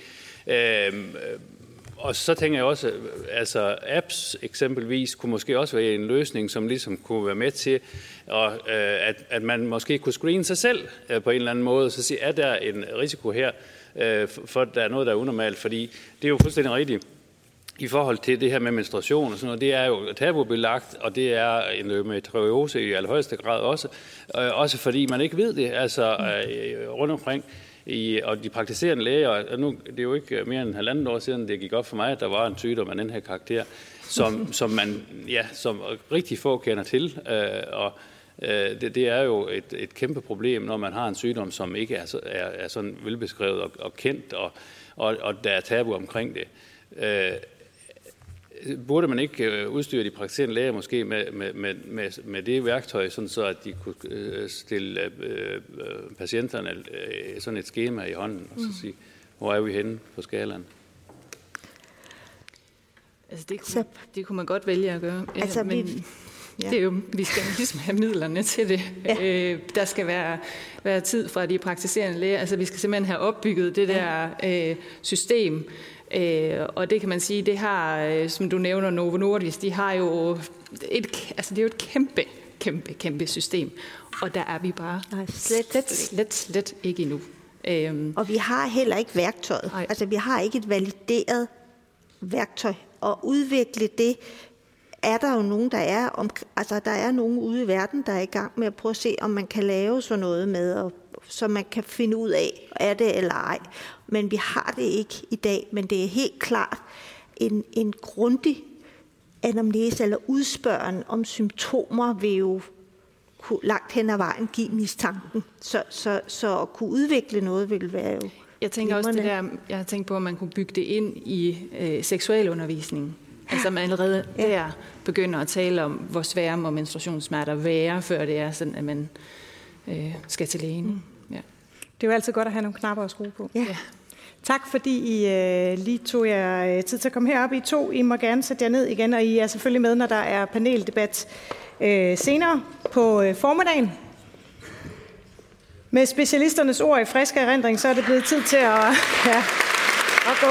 Og så tænker jeg også, altså apps eksempelvis kunne måske også være en løsning, som ligesom kunne være med til, at man måske kunne screene sig selv på en eller anden måde, så sige, er der en risiko her, for at der er noget, der er unormalt, fordi det er jo fuldstændig rigtigt. I forhold til det her med menstruation og sådan noget, det er jo tabubelagt, og det er en endometriose i allerhøjeste grad også. Også fordi man ikke ved det, altså rundt omkring. Og de praktiserende læger, og nu, det er jo ikke mere end 1,5 år siden, det gik op for mig, at der var en sygdom af den her karakter, som rigtig få kender til. Det er jo et kæmpe problem, når man har en sygdom, som ikke er sådan velbeskrevet og kendt, og der er tabu omkring det. Burde man ikke udstyre de praktiserende læger måske med det værktøj, sådan så at de kunne stille patienterne sådan et skema i hånden og så sige, hvor er vi henne på skalaen? Altså det kunne man godt vælge at gøre. Ja, altså, men det er jo, vi skal ligesom have midlerne til det. Ja. Der skal være tid fra de praktiserende læger. Altså vi skal simpelthen have opbygget det der system. Og det kan man sige, det har, som du nævner, Novo Nordisk, de har jo det er jo et kæmpe system. Og der er vi bare slet ikke endnu. Og vi har heller ikke værktøjet. Nej. Altså vi har ikke et valideret værktøj. Og udvikle det, er der jo nogen, der er nogen ude i verden, der er i gang med at prøve at se, om man kan lave sådan noget med, så man kan finde ud af, er det eller ej. Men vi har det ikke i dag, men det er helt klart en grundig anamnese eller udspørgen om symptomer vil jo langt hen ad vejen give mistanken. Så at kunne udvikle noget vil være jo... Jeg tænker også jeg har tænkt på, at man kunne bygge det ind i seksualundervisningen. Altså man allerede der begynder at tale om, hvor svære må menstruationssmerter være, før det er sådan, at man skal til lægen. Ja. Det er jo altid godt at have nogle knapper at skrue på. Ja. Tak fordi I lige tog jer tid til at komme herop. I to. I må gerne sætte jer ned igen, og I er selvfølgelig med, når der er paneldebat senere på formiddagen. Med specialisternes ord i frisk erindring, så er det blevet tid til at gå.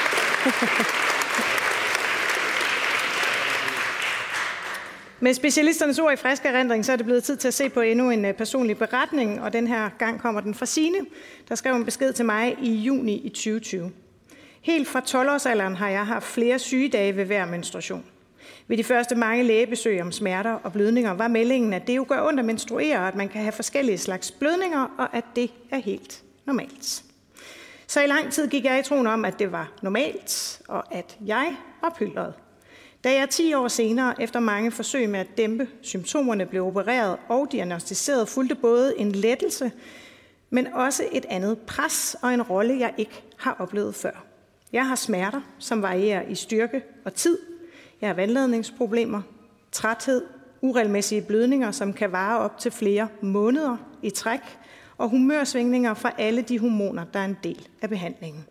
Med specialisternes ord i frisk erindring, så er det blevet tid til at se på endnu en personlig beretning, og den her gang kommer den fra Signe, der skrev en besked til mig i juni i 2020. Helt fra 12-årsalderen har jeg haft flere sygedage ved hver menstruation. Ved de første mange lægebesøg om smerter og blødninger var meldingen, at det jo gør ondt at menstruere, og at man kan have forskellige slags blødninger, og at det er helt normalt. Så i lang tid gik jeg i troen om, at det var normalt, og at jeg var pyldret. Da jeg 10 år senere, efter mange forsøg med at dæmpe symptomerne, blev opereret og diagnosticeret, fulgte både en lettelse, men også et andet pres og en rolle, jeg ikke har oplevet før. Jeg har smerter, som varierer i styrke og tid. Jeg har vandladningsproblemer, træthed, uregelmæssige blødninger, som kan vare op til flere måneder i træk, og humørsvingninger fra alle de hormoner, der er en del af behandlingen.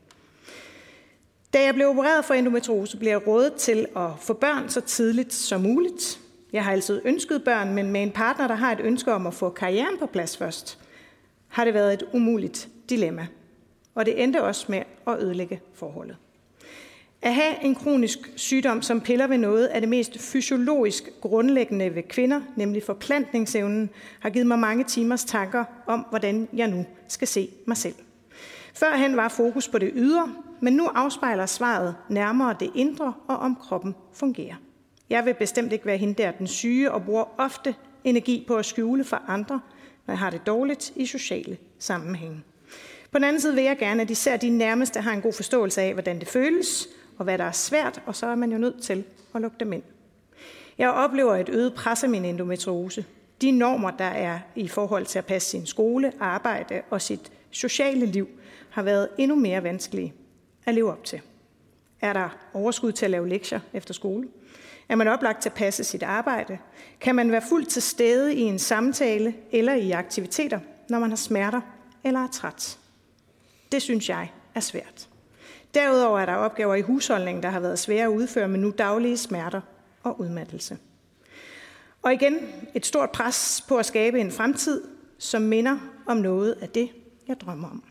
Da jeg blev opereret for endometriose, blev jeg rådet til at få børn så tidligt som muligt. Jeg har altid ønsket børn, men med en partner, der har et ønske om at få karrieren på plads først, har det været et umuligt dilemma. Og det endte også med at ødelægge forholdet. At have en kronisk sygdom, som piller ved noget af det mest fysiologisk grundlæggende ved kvinder, nemlig forplantningsevnen, har givet mig mange timers tanker om, hvordan jeg nu skal se mig selv. Førhen var fokus på det ydre, men nu afspejler svaret nærmere det indre og om kroppen fungerer. Jeg vil bestemt ikke være hende der den syge og bruger ofte energi på at skjule for andre, når jeg har det dårligt i sociale sammenhænge. På den anden side vil jeg gerne, at især de nærmeste har en god forståelse af, hvordan det føles og hvad der er svært, og så er man jo nødt til at lukke dem ind. Jeg oplever et øget pres af min endometriose. De normer, der er i forhold til at passe sin skole, arbejde og sit sociale liv, har været endnu mere vanskelige at leve op til. Er der overskud til at lave lektier efter skole? Er man oplagt til at passe sit arbejde? Kan man være fuldt til stede i en samtale eller i aktiviteter, når man har smerter eller er træt? Det synes jeg er svært. Derudover er der opgaver i husholdningen, der har været svære at udføre, men nu daglige smerter og udmattelse. Og igen et stort pres på at skabe en fremtid, som minder om noget af det, jeg drømmer om.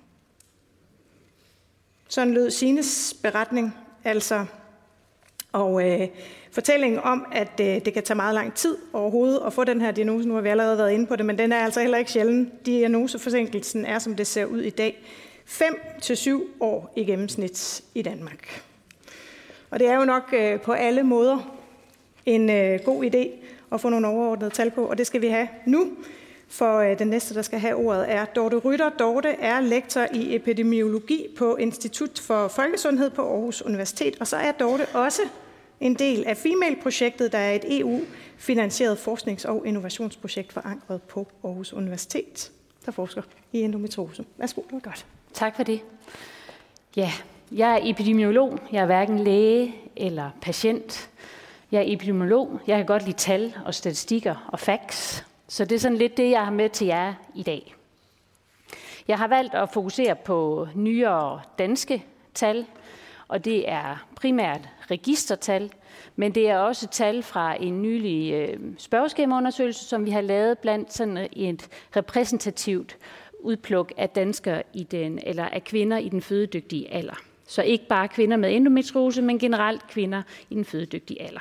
Sådan lød Signes beretning, altså, og fortællingen om, at det kan tage meget lang tid overhovedet at få den her diagnose. Nu har vi allerede været inde på det, men den er altså heller ikke sjælden. Diagnoseforsinkelsen er, som det ser ud i dag, 5-7 år i gennemsnit i Danmark. Og det er jo nok på alle måder en god idé at få nogle overordnede tal på, og det skal vi have nu. For den næste, der skal have ordet, er Dorte Rytter. Dorte er lektor i epidemiologi på Institut for Folkesundhed på Aarhus Universitet, og så er Dorte også en del af Female-projektet, der er et EU-finansieret forsknings- og innovationsprojekt forankret på Aarhus Universitet, der forsker i endometriose. Værsgo, det var godt. Tak for det. Ja, jeg er epidemiolog. Jeg er hverken læge eller patient. Jeg er epidemiolog. Jeg kan godt lide tal og statistikker og facts. Så det er sådan lidt det, jeg har med til jer i dag. Jeg har valgt at fokusere på nyere danske tal, og det er primært registertal, men det er også tal fra en nylig spørgeskemaundersøgelse, som vi har lavet blandt sådan et repræsentativt udpluk af danskere eller af kvinder i den fødedygtige alder. Så ikke bare kvinder med endometriose, men generelt kvinder i den fødedygtige alder.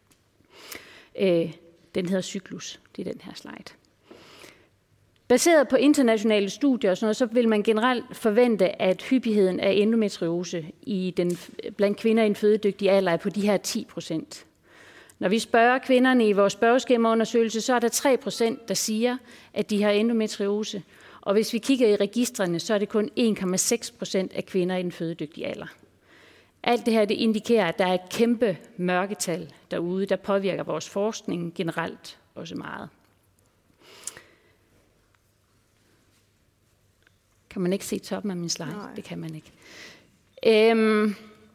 Den hedder cyklus. Det er den her slide. Baseret på internationale studier og sådan noget, så vil man generelt forvente, at hyppigheden af endometriose blandt kvinder i en fødedygtig alder er på de her 10%. Når vi spørger kvinderne i vores spørgeskemaundersøgelse, så er der 3%, der siger, at de har endometriose. Og hvis vi kigger i registrene, så er det kun 1,6% af kvinder i den fødedygtige alder. Alt det her det indikerer, at der er et kæmpe mørketal derude, der påvirker vores forskning generelt også meget. Kan man ikke se toppen af min slide? Nej. Det kan man ikke.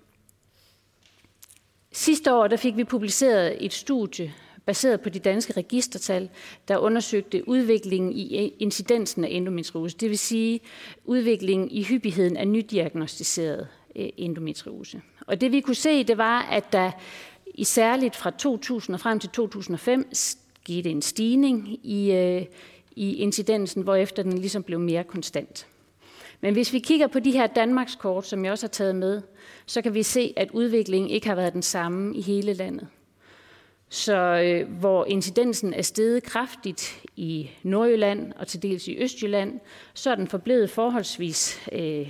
Sidste år der fik vi publiceret et studie, baseret på de danske registertal, der undersøgte udviklingen i incidensen af endometriose, det vil sige udviklingen i hyppigheden af nydiagnostiseret endometriose. Og det vi kunne se, det var, at der særligt fra 2000 og frem til 2005 skete en stigning i incidensen, hvorefter den ligesom blev mere konstant. Men hvis vi kigger på de her Danmarkskort, som jeg også har taget med, så kan vi se, at udviklingen ikke har været den samme i hele landet. Så hvor incidensen er steget kraftigt i Nordjylland og til dels i Østjylland, så er den forblevet forholdsvis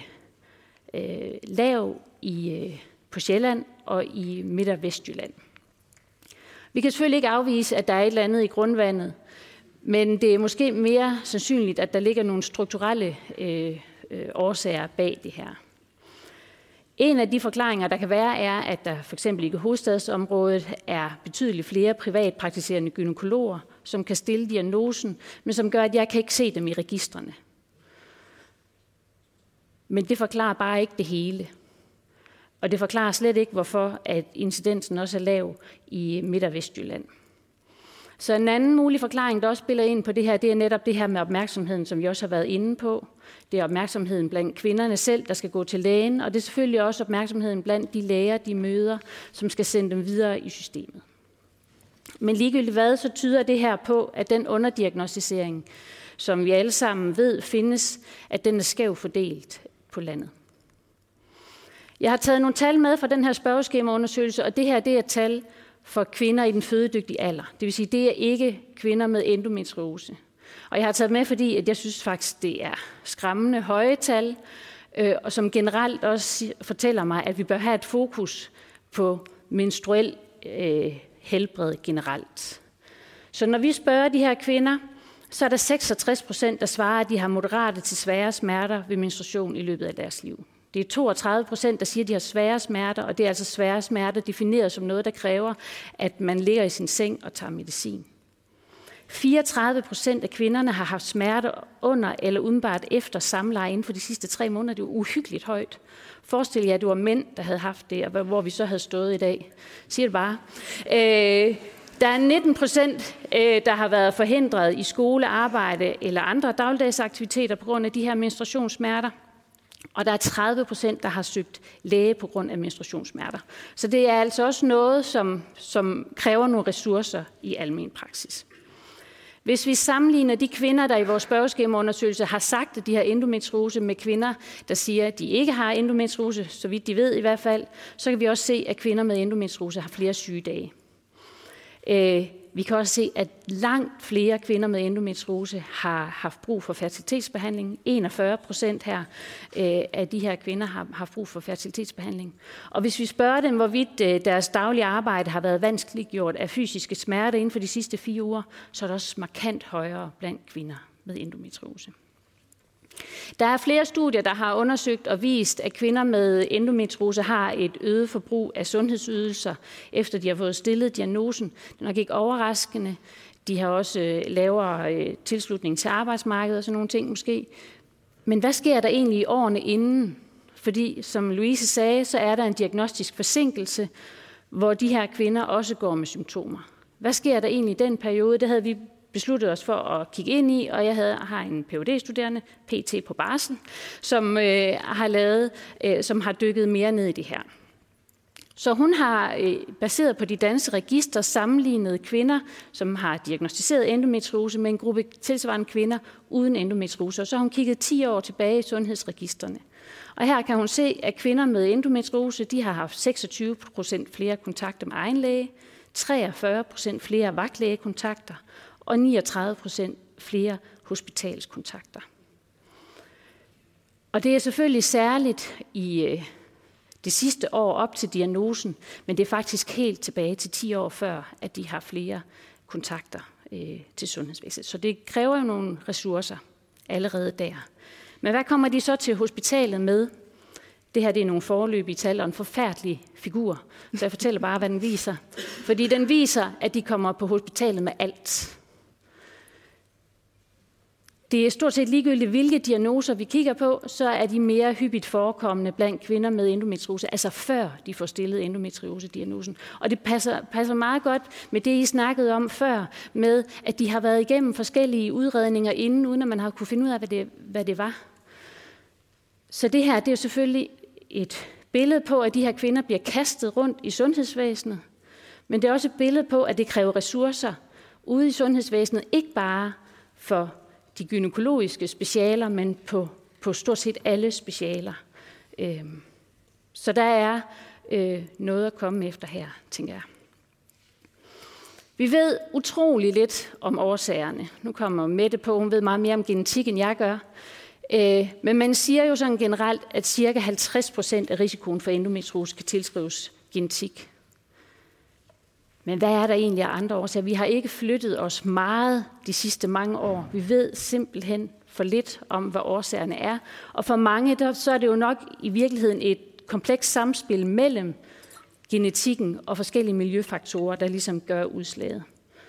lav på Sjælland og i Midt- og Vestjylland. Vi kan selvfølgelig ikke afvise, at der er et eller andet i grundvandet, men det er måske mere sandsynligt, at der ligger nogle strukturelle årsager bag det her. En af de forklaringer, der kan være, er, at der for eksempel i hovedstadsområdet er betydeligt flere privatpraktiserende gynækologer, som kan stille diagnosen, men som gør, at jeg kan ikke se dem i registrene. Men det forklarer bare ikke det hele. Og det forklarer slet ikke, hvorfor at incidensen også er lav i Midt- og Vestjylland. Så en anden mulig forklaring, der også spiller ind på det her, det er netop det her med opmærksomheden, som vi også har været inde på. Det er opmærksomheden blandt kvinderne selv, der skal gå til lægen, og det er selvfølgelig også opmærksomheden blandt de læger, de møder, som skal sende dem videre i systemet. Men ligegyldigt hvad, så tyder det her på, at den underdiagnostisering, som vi alle sammen ved findes, at den er skævt fordelt på landet. Jeg har taget nogle tal med fra den her spørgeskemaundersøgelse, og det her det er tal for kvinder i den fødedygtige alder. Det vil sige, det er ikke kvinder med endometriose. Og jeg har taget med, fordi at jeg synes faktisk, det er skræmmende høje tal, og som generelt også fortæller mig, at vi bør have et fokus på menstruel helbred generelt. Så når vi spørger de her kvinder, så er der 66%, der svarer, at de har moderate til svære smerter ved menstruation i løbet af deres liv. Det er 32%, der siger, at de har svære smerter, og det er altså svære smerter defineret som noget, der kræver, at man ligger i sin seng og tager medicin. 34% af kvinderne har haft smerte under eller umiddelbart efter samleje inden for de sidste 3 måneder. Det er jo uhyggeligt højt. Forestil jer, at det var mænd, der havde haft det, og hvor vi så havde stået i dag. Siger det bare. Der er 19%, der har været forhindret i skole, arbejde eller andre dagligdagsaktiviteter på grund af de her menstruationssmerter. Og der er 30%, der har søgt læge på grund af menstruationssmerter. Så det er altså også noget, som kræver nogle ressourcer i almen praksis. Hvis vi sammenligner de kvinder, der i vores spørgeskemaundersøgelse har sagt, at de har endometriose, med kvinder, der siger, at de ikke har endometriose, så vidt de ved i hvert fald, så kan vi også se, at kvinder med endometriose har flere sygedage. Vi kan også se, at langt flere kvinder med endometriose har haft brug for fertilitetsbehandling. 41% her af de her kvinder har haft brug for fertilitetsbehandling. Og hvis vi spørger dem, hvorvidt deres daglige arbejde har været vanskeliggjort af fysiske smerter inden for de sidste 4 uger, så er det også markant højere blandt kvinder med endometriose. Der er flere studier, der har undersøgt og vist, at kvinder med endometriose har et øget forbrug af sundhedsydelser, efter de har fået stillet diagnosen. Det er nok ikke overraskende. De har også lavere tilslutning til arbejdsmarkedet og sådan nogle ting måske. Men hvad sker der egentlig i årene inden? Fordi, som Louise sagde, så er der en diagnostisk forsinkelse, hvor de her kvinder også går med symptomer. Hvad sker der egentlig i den periode? Det havde vi besluttet os for at kigge ind i, og jeg har en Ph.D.-studerende, PT på barsel, som har dykket mere ned i det her. Så hun har baseret på de danske register sammenlignet kvinder, som har diagnostiseret endometriose, med en gruppe tilsvarende kvinder uden endometriose. Og så har hun kigget 10 år tilbage i sundhedsregisterne. Og her kan hun se, at kvinder med endometriose, de har haft 26% flere kontakter med egen læge, 43% flere vagtlægekontakter, og 39% flere hospitalskontakter. Og det er selvfølgelig særligt i det sidste år op til diagnosen, men det er faktisk helt tilbage til 10 år før, at de har flere kontakter til sundhedsvæsenet. Så det kræver jo nogle ressourcer allerede der. Men hvad kommer de så til hospitalet med? Det her det er nogle foreløbige tal og en forfærdelig figur, så jeg fortæller bare, hvad den viser. Fordi den viser, at de kommer på hospitalet med alt. Det er stort set ligegyldigt, hvilke diagnoser vi kigger på, så er de mere hyppigt forekommende blandt kvinder med endometriose, altså før de får stillet endometriose-diagnosen. Og det passer meget godt med det, I snakkede om før, med at de har været igennem forskellige udredninger inden, uden at man har kunne finde ud af, hvad det var. Så det her, det er selvfølgelig et billede på, at de her kvinder bliver kastet rundt i sundhedsvæsenet, men det er også et billede på, at det kræver ressourcer ude i sundhedsvæsenet, ikke bare for de gynækologiske specialer, men på stort set alle specialer. Så der er noget at komme efter her, tænker jeg. Vi ved utrolig lidt om årsagerne. Nu kommer Mette på, hun ved meget mere om genetik, end jeg gør. Men man siger jo sådan generelt, at ca. 50% af risikoen for endometriose kan tilskrives genetik. Men hvad er der egentlig af andre årsager? Vi har ikke flyttet os meget de sidste mange år. Vi ved simpelthen for lidt om, hvad årsagerne er. Og for mange, så er det jo nok i virkeligheden et komplekst samspil mellem genetikken og forskellige miljøfaktorer, der ligesom gør udslaget.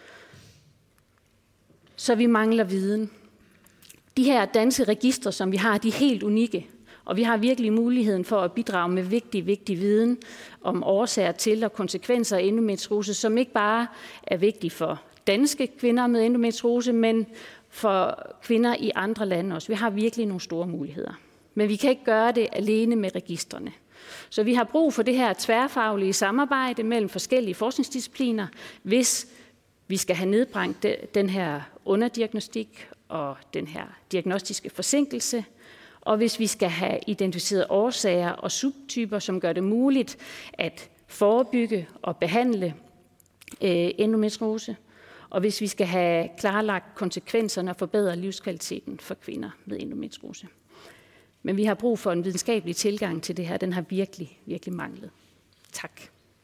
Så vi mangler viden. De her danske registre, som vi har, de er helt unikke. Og vi har virkelig muligheden for at bidrage med vigtig viden om årsager til og konsekvenser af endometriose, som ikke bare er vigtige for danske kvinder med endometriose, men for kvinder i andre lande også. Vi har virkelig nogle store muligheder. Men vi kan ikke gøre det alene med registrene. Så vi har brug for det her tværfaglige samarbejde mellem forskellige forskningsdiscipliner, hvis vi skal have nedbragt den her underdiagnostik og den her diagnostiske forsinkelse, og hvis vi skal have identificeret årsager og subtyper, som gør det muligt at forebygge og behandle endometriose, og hvis vi skal have klarlagt konsekvenserne og forbedre livskvaliteten for kvinder med endometriose. Men vi har brug for en videnskabelig tilgang til det her. Den har virkelig manglet. Tak.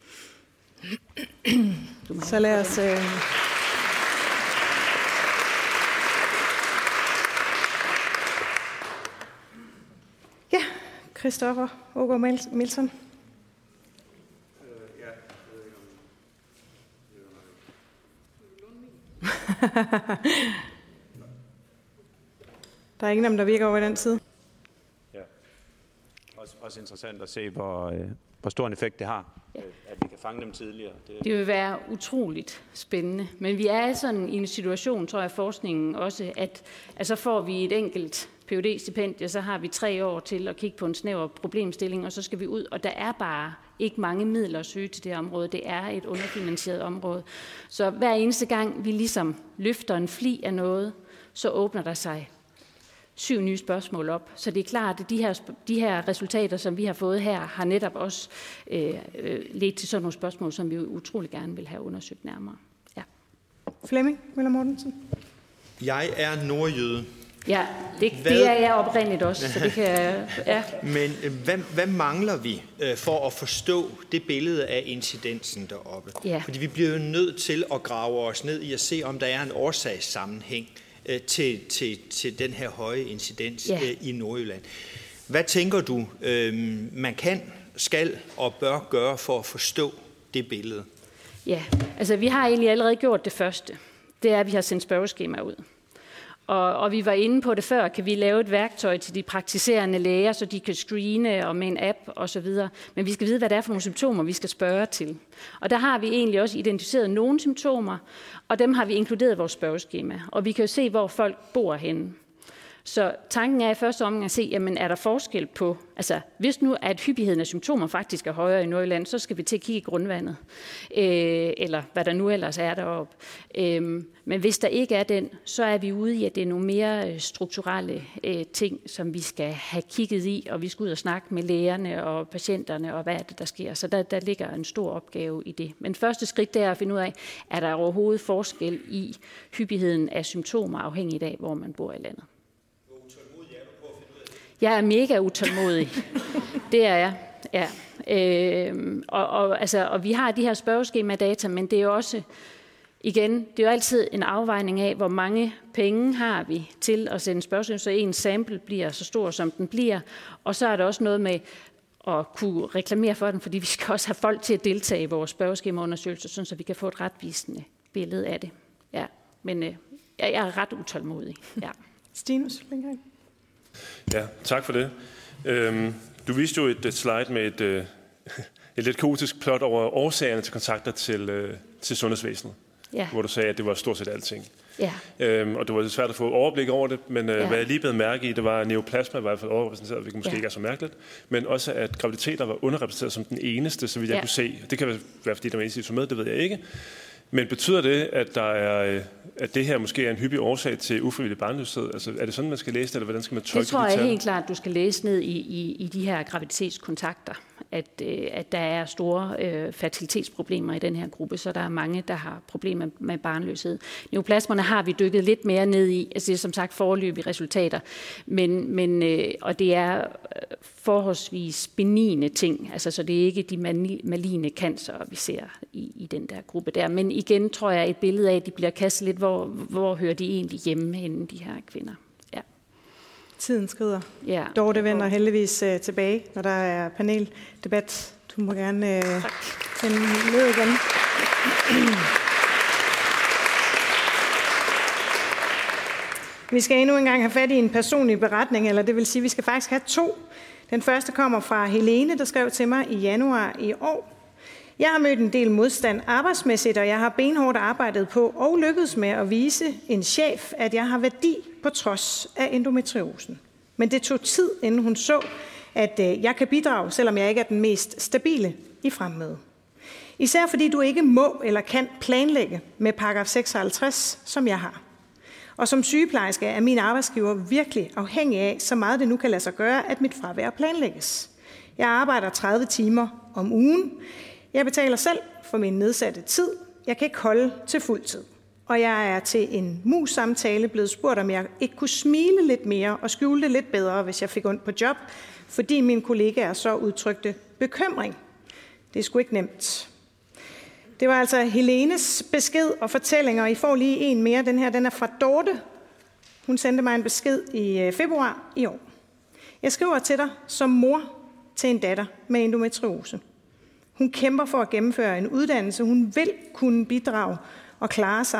Så lad os... Ja, Christoffer Aagaard Melson. er ingen af dem, der virker over i den side. Ja. Også interessant at se, hvor stor en effekt det har, at vi kan fange dem tidligere. Det vil være utroligt spændende. Men vi er sådan i en situation, tror jeg, forskningen også, at så får vi et enkelt PhD-stipendie, så har vi 3 år til at kigge på en snæver problemstilling, og så skal vi ud. Og der er bare ikke mange midler at søge til det område. Det er et underfinansieret område. Så hver eneste gang vi ligesom løfter en fli af noget, så åbner der sig 7 nye spørgsmål op. Så det er klart, at de her resultater, som vi har fået her, har netop også ledt til sådan nogle spørgsmål, som vi utrolig gerne vil have undersøgt nærmere. Ja. Flemming Møller Mortensen. Jeg er nordjyde. Ja, det er jeg oprindeligt også, så det kan ja. Men hvad mangler vi for at forstå det billede af incidensen deroppe? Ja. Fordi vi bliver jo nødt til at grave os ned i at se, om der er en årsagssammenhæng til den her høje incidens i Nordjylland. Hvad tænker du, man kan, skal og bør gøre for at forstå det billede? Ja, altså vi har egentlig allerede gjort det første. Det er, at vi har sendt spørgeskemaer ud. Og vi var inde på det før, kan vi lave et værktøj til de praktiserende læger, så de kan screene og med en app osv. Men vi skal vide, hvad det er for nogle symptomer, vi skal spørge til. Og der har vi egentlig også identificeret nogle symptomer, og dem har vi inkluderet i vores spørgeskema. Og vi kan jo se, hvor folk bor henne. Så tanken er i første omgang at se, jamen er der forskel på, altså hvis nu at hyppigheden af symptomer faktisk er højere i Nordjylland, så skal vi til at kigge i grundvandet, eller hvad der nu ellers er deroppe. Men hvis der ikke er den, så er vi ude i, at det er nogle mere strukturelle ting, som vi skal have kigget i, og vi skal ud og snakke med lægerne og patienterne, og hvad er det, der sker. Så der ligger en stor opgave i det. Men første skridt, det er at finde ud af, er der overhovedet forskel i hyppigheden af symptomer, afhængigt af, hvor man bor i landet. Jeg er mega utålmodig. Det er jeg. Ja. Og vi har de her spørgeskema-data, men det er jo også, igen, det er jo altid en afvejning af, hvor mange penge har vi til at sende spørgeskema, så en sample bliver så stor, som den bliver. Og så er der også noget med at kunne reklamere for den, fordi vi skal også have folk til at deltage i vores spørgeskemaundersøgelser, så vi kan få et retvisende billede af det. Ja. Men jeg er ret utålmodig. Ja. Stinus Lindgren. Ja, tak for det. Du viste jo et slide med et lidt kaotisk plot over årsagerne til kontakter til sundhedsvæsenet, hvor du sagde, at det var stort set alting. Ja. Og det var lidt svært at få overblik over det, men hvad jeg lige blev mærke i, det var, at neoplasma var i hvert fald overrepræsenteret, hvilket måske ikke er så mærkeligt, men også at graviditeter var underrepræsenteret som den eneste, så vidt jeg kunne se. Det kan være, fordi der var eneste, som med, det ved jeg ikke. Men betyder det, at det her måske er en hyppig årsag til ufrivillig barnløshed? Altså, er det sådan, man skal læse det, eller hvordan skal man tolke det? Det tror jeg helt klart, du skal læse ned i de her graviditetskontakter, at der er store fertilitetsproblemer i den her gruppe, så der er mange, der har problemer med barnløshed. Neoplasmerne har vi dykket lidt mere ned i, altså det er som sagt foreløbige resultater, og det er forholdsvis benigne ting, altså så det er ikke de maligne cancer, vi ser i den der gruppe der. Men igen tror jeg et billede af, at de bliver kastet lidt, hvor hører de egentlig hjemme henne, de her kvinder. Ja. Tiden skrider. Ja. Dorte vender heldigvis tilbage, når der er paneldebat. Du må gerne sende ned igen. Vi skal endnu engang have fat i en personlig beretning, eller det vil sige, at vi skal faktisk have 2. Den første kommer fra Helene, der skrev til mig i januar i år. Jeg har mødt en del modstand arbejdsmæssigt, og jeg har benhårdt arbejdet på og lykkedes med at vise en chef, at jeg har værdi på trods af endometriosen. Men det tog tid, inden hun så, at jeg kan bidrage, selvom jeg ikke er den mest stabile i fremmøde. Især fordi du ikke må eller kan planlægge med paragraf 56, som jeg har. Og som sygeplejerske er min arbejdsgiver virkelig afhængig af, så meget det nu kan lade sig gøre, at mit fravær planlægges. Jeg arbejder 30 timer om ugen. Jeg betaler selv for min nedsatte tid. Jeg kan ikke holde til fuld tid. Og jeg er til en mus-samtale blevet spurgt, om jeg ikke kunne smile lidt mere og skjule det lidt bedre, hvis jeg fik ondt på job, fordi mine kollegaer så udtrykte bekymring. Det er sgu ikke nemt. Det var altså Helenes besked og fortællinger. I får lige en mere. Den her, den er fra Dorte. Hun sendte mig en besked i februar i år. Jeg skriver til dig som mor til en datter med endometriose. Hun kæmper for at gennemføre en uddannelse. Hun vil kunne bidrage og klare sig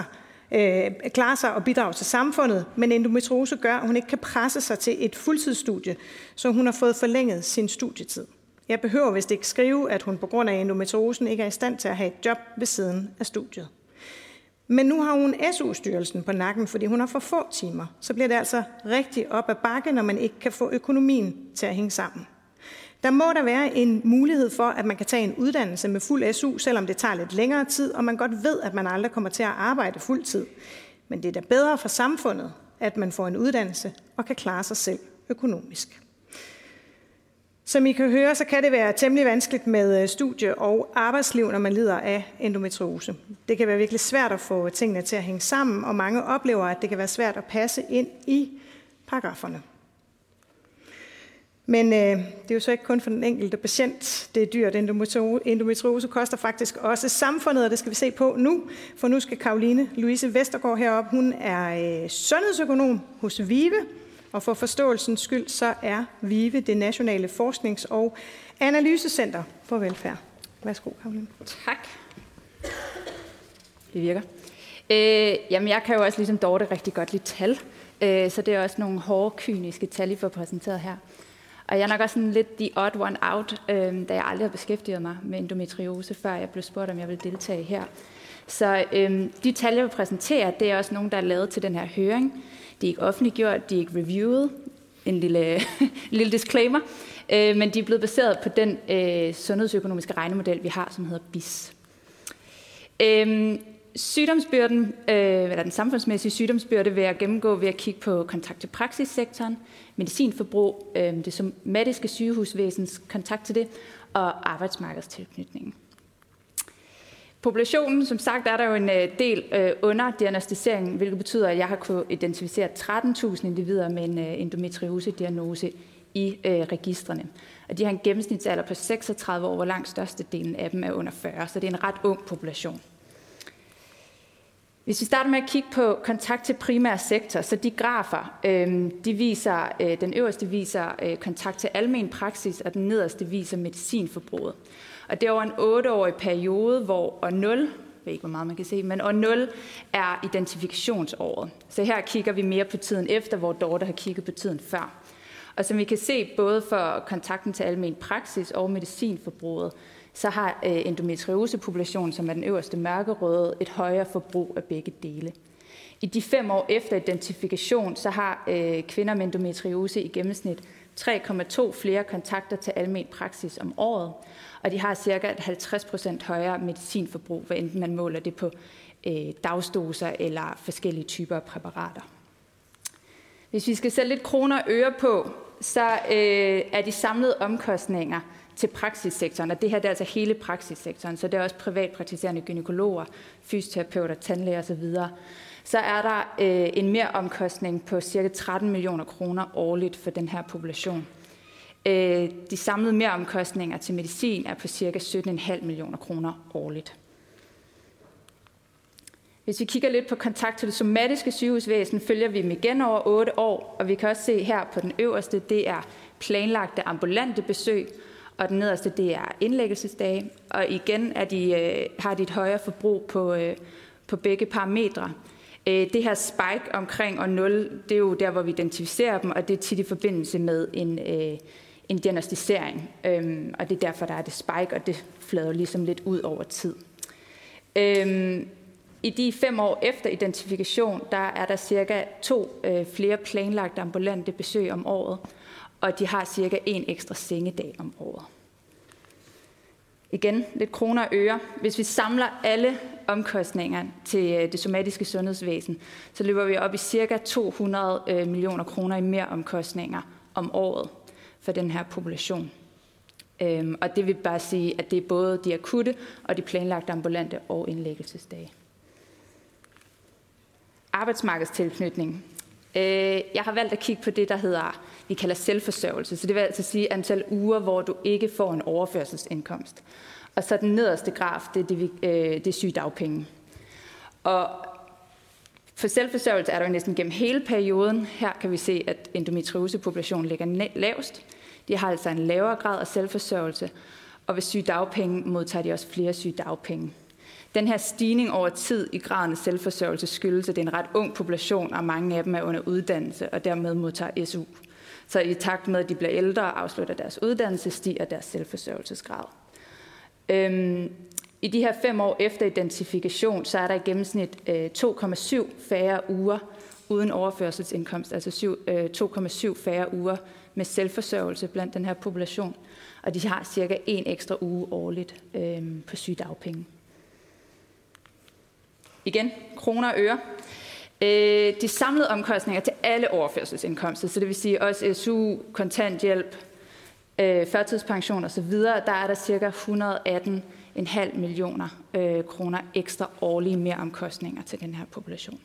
klare sig og bidrage til samfundet, men endometriose gør, at hun ikke kan presse sig til et fuldtidsstudie, så hun har fået forlænget sin studietid. Jeg behøver vist ikke skrive, at hun på grund af endometriosen ikke er i stand til at have et job ved siden af studiet. Men nu har hun SU-styrelsen på nakken, fordi hun har for få timer. Så bliver det altså rigtig op ad bakke, når man ikke kan få økonomien til at hænge sammen. Der må der være en mulighed for, at man kan tage en uddannelse med fuld SU, selvom det tager lidt længere tid, og man godt ved, at man aldrig kommer til at arbejde fuld tid. Men det er da bedre for samfundet, at man får en uddannelse og kan klare sig selv økonomisk. Som I kan høre, så kan det være temmelig vanskeligt med studie og arbejdsliv, når man lider af endometriose. Det kan være virkelig svært at få tingene til at hænge sammen, og mange oplever, at det kan være svært at passe ind i paragraferne. Men det er jo så ikke kun for den enkelte patient, det er dyrt. Endometriose koster faktisk også samfundet, og det skal vi se på nu. For nu skal Caroline Louise Vestergaard herop. Hun er sundhedsøkonom hos VIVE, og for forståelsens skyld, så er VIVE det nationale forsknings- og analysecenter for velfærd. Værsgo, Caroline. Tak. Det virker. Jamen, jeg kan jo også ligesom Dorte rigtig godt lide tal, så det er også nogle hårde, kyniske tal, I får præsenteret her. Og jeg er nok også sådan lidt the odd one out, da jeg aldrig har beskæftiget mig med endometriose, før jeg blev spurgt, om jeg ville deltage her. Så de tal, jeg vil præsentere, det er også nogle, der er lavet til den her høring. De er ikke offentliggjort, de er ikke reviewet. En lille disclaimer. Men de er blevet baseret på den sundhedsøkonomiske regnemodel, vi har, som hedder BIS. Sygdomsbyrden, eller den samfundsmæssige sygdomsbyrde, vil jeg gennemgå ved at kigge på kontakt til praksissektoren, medicinforbrug, det somatiske sygehusvæsens kontakt til det, og arbejdsmarkedstilknytningen. Populationen, som sagt, er der jo en del underdiagnostisering, hvilket betyder, at jeg har kunnet identificere 13.000 individer med en endometriose-diagnose i registrene. Og de har en gennemsnitsalder på 36 år, hvor langt størstedelen af dem er under 40, så det er en ret ung population. Hvis vi starter med at kigge på kontakt til primær sektor, så de grafer, de viser, den øverste viser kontakt til almen praksis, og den nederste viser medicinforbruget. Og det er over en 8-årig periode, hvor år 0, jeg ved ikke, hvor meget man kan se, men år 0 er identifikationsåret. Så her kigger vi mere på tiden efter, hvor Dorte har kigget på tiden før. Og som vi kan se, både for kontakten til almen praksis og medicinforbruget, så har endometriosepopulationen, som er den øverste mørkerøde, et højere forbrug af begge dele. I de 5 år efter identifikation, så har kvinder med endometriose i gennemsnit 3,2 flere kontakter til almen praksis om året, og de har ca. 50% højere medicinforbrug, hvad enten man måler det på dagsdoser eller forskellige typer af præparater. Hvis vi skal sætte lidt kroner og øre på, så er de samlede omkostninger til praksissektoren, og det her det er altså hele praksissektoren, så det er også privatpraktiserende gynækologer, fysioterapeuter, tandlæger osv., så er der en meromkostning på ca. 13 millioner kroner årligt for den her population. De samlede meromkostninger til medicin er på ca. 17,5 millioner kroner årligt. Hvis vi kigger lidt på kontakt til det somatiske sygehusvæsen, følger vi dem igen over 8 år, og vi kan også se her på den øverste, det er planlagte ambulante besøg, og den nederste, det er indlæggelsesdage, og igen har de et højere forbrug på begge parametre. Det her spike omkring år 0, det er jo der, hvor vi identificerer dem, og det er tit i forbindelse med en diagnostisering, og det er derfor, der er det spike, og det flader ligesom lidt ud over tid. I de 5 år efter identifikation, der er der cirka 2 flere planlagte ambulante besøg om året, og de har cirka 1 ekstra sengedag om året. Igen, lidt kroner og øre. Hvis vi samler alle omkostninger til det somatiske sundhedsvæsen, så løber vi op i cirka 200 millioner kroner i mere omkostninger om året for den her population. Og det vil bare sige, at det er både de akutte og de planlagte ambulante og indlæggelsesdage. Arbejdsmarkedstilknytning. Jeg har valgt at kigge på det, der hedder, vi kalder selvforsørgelse. Så det vil altså sige antal uger, hvor du ikke får en overførselsindkomst. Og så den nederste graf, det er sygedagpenge. Og for selvforsørgelse er der jo næsten gennem hele perioden. Her kan vi se, at endometriosepopulationen ligger lavest. De har altså en lavere grad af selvforsørgelse, og ved sygedagpenge modtager de også flere sygedagpenge. Den her stigning over tid i graden af selvforsørgelse skyldes, at det er en ret ung population, og mange af dem er under uddannelse og dermed modtager SU. Så i takt med, at de bliver ældre og afslutter deres uddannelse, stiger deres selvforsørgelsesgrad. I de her 5 år efter identifikation, så er der i gennemsnit 2,7 færre uger uden overførselsindkomst, altså 2,7 færre uger med selvforsørgelse blandt den her population. Og de har cirka 1 ekstra uge årligt på sygedagpenge. Igen, kroner og øre. De samlede omkostninger til alle overførselsindkomster, så det vil sige også SU, kontanthjælp, førtidspension osv., der er der ca. 118,5 millioner kroner ekstra årlige meromkostninger til den her population.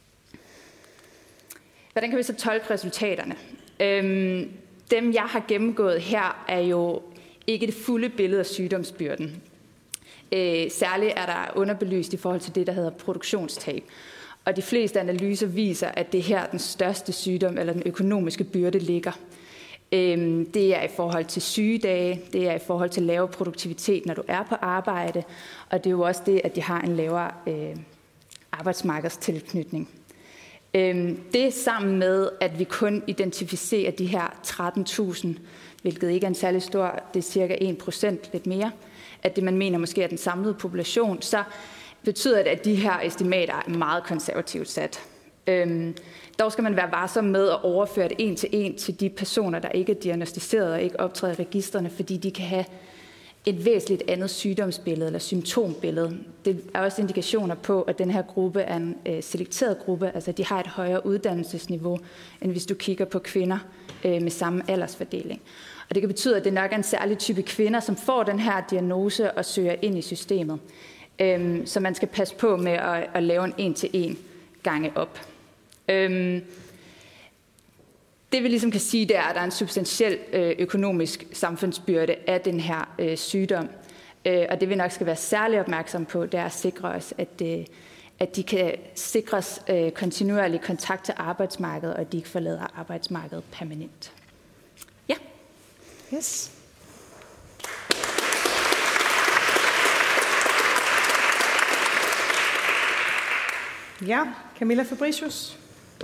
Hvordan kan vi så tolke resultaterne? Dem, jeg har gennemgået her, er jo ikke det fulde billede af sygdomsbyrden. Særligt er der underbelyst i forhold til det, der hedder produktionstab. Og de fleste analyser viser, at det her den største sygdom eller den økonomiske byrde ligger. Det er i forhold til sygedage, det er i forhold til lavere produktivitet, når du er på arbejde, og det er jo også det, at de har en lavere arbejdsmarkedstilknytning. Det sammen med, at vi kun identificerer de her 13.000, hvilket ikke er en særlig stor, det er cirka 1%, lidt mere, at det man mener måske er den samlede population, så betyder det, at de her estimater er meget konservativt sat. Dog skal man være varsom med at overføre det 1 til 1 til de personer, der ikke er diagnosticeret og ikke optræder i registrene, fordi de kan have et væsentligt andet sygdomsbillede eller symptombillede. Det er også indikationer på, at den her gruppe er en selekteret gruppe, altså de har et højere uddannelsesniveau, end hvis du kigger på kvinder med samme aldersfordeling. Og det kan betyde, at det nok er en særlig type kvinder, som får den her diagnose og søger ind i systemet. Så man skal passe på med at lave en 1-til-1 gange op. Det vi ligesom kan sige, det er, at der er en substantiel økonomisk samfundsbyrde af den her sygdom. Og det vi nok skal være særlig opmærksom på, det er at sikre os, at de kan sikres kontinuerlig kontakt til arbejdsmarkedet, og at de ikke forlader arbejdsmarkedet permanent. Ja. Yes. Ja, Camilla Fabricius.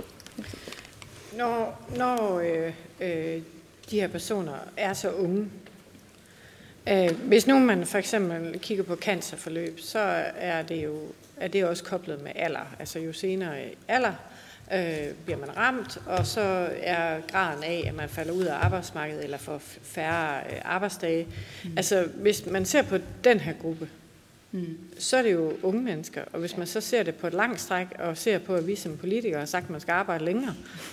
Når de her personer er så unge, hvis nu man for eksempel kigger på cancerforløb, så er det også koblet med alder. Altså jo senere alder bliver man ramt, og så er graden af, at man falder ud af arbejdsmarkedet eller får færre arbejdsdage. Altså hvis man ser på den her gruppe, så er det jo unge mennesker. Og hvis man så ser det på et langt stræk, og ser på, at vi som politikere har sagt, at man skal arbejde længere,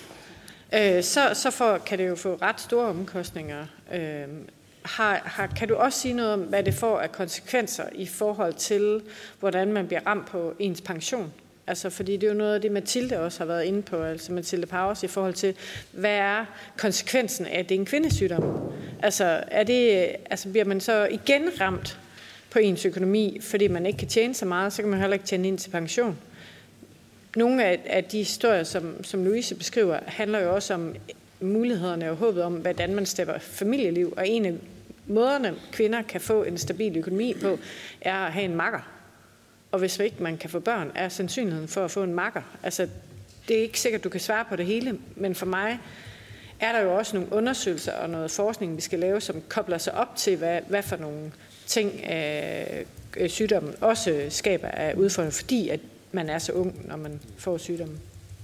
kan det jo få ret store omkostninger. Kan du også sige noget om, hvad det får af konsekvenser i forhold til, hvordan man bliver ramt på ens pension? Altså, fordi det er jo noget af det, Mathilde også har været inde på, altså Mathilde Powers, i forhold til, hvad er konsekvensen af, at det er en kvindesygdom? Altså, bliver man så igen ramt på ens økonomi, fordi man ikke kan tjene så meget, så kan man heller ikke tjene ind til pension. Nogle af de historier, som Louise beskriver, handler jo også om mulighederne og håbet om, hvordan man stepper familieliv. Og en af måderne, kvinder kan få en stabil økonomi på, er at have en makker. Og hvis ikke man kan få børn, er sandsynligheden for at få en makker. Altså, det er ikke sikkert, du kan svare på det hele, men for mig er der jo også nogle undersøgelser og noget forskning, vi skal lave, som kobler sig op til, hvad for nogle ting sygdommen også skaber af udfordringer, fordi at man er så ung, når man får sygdommen.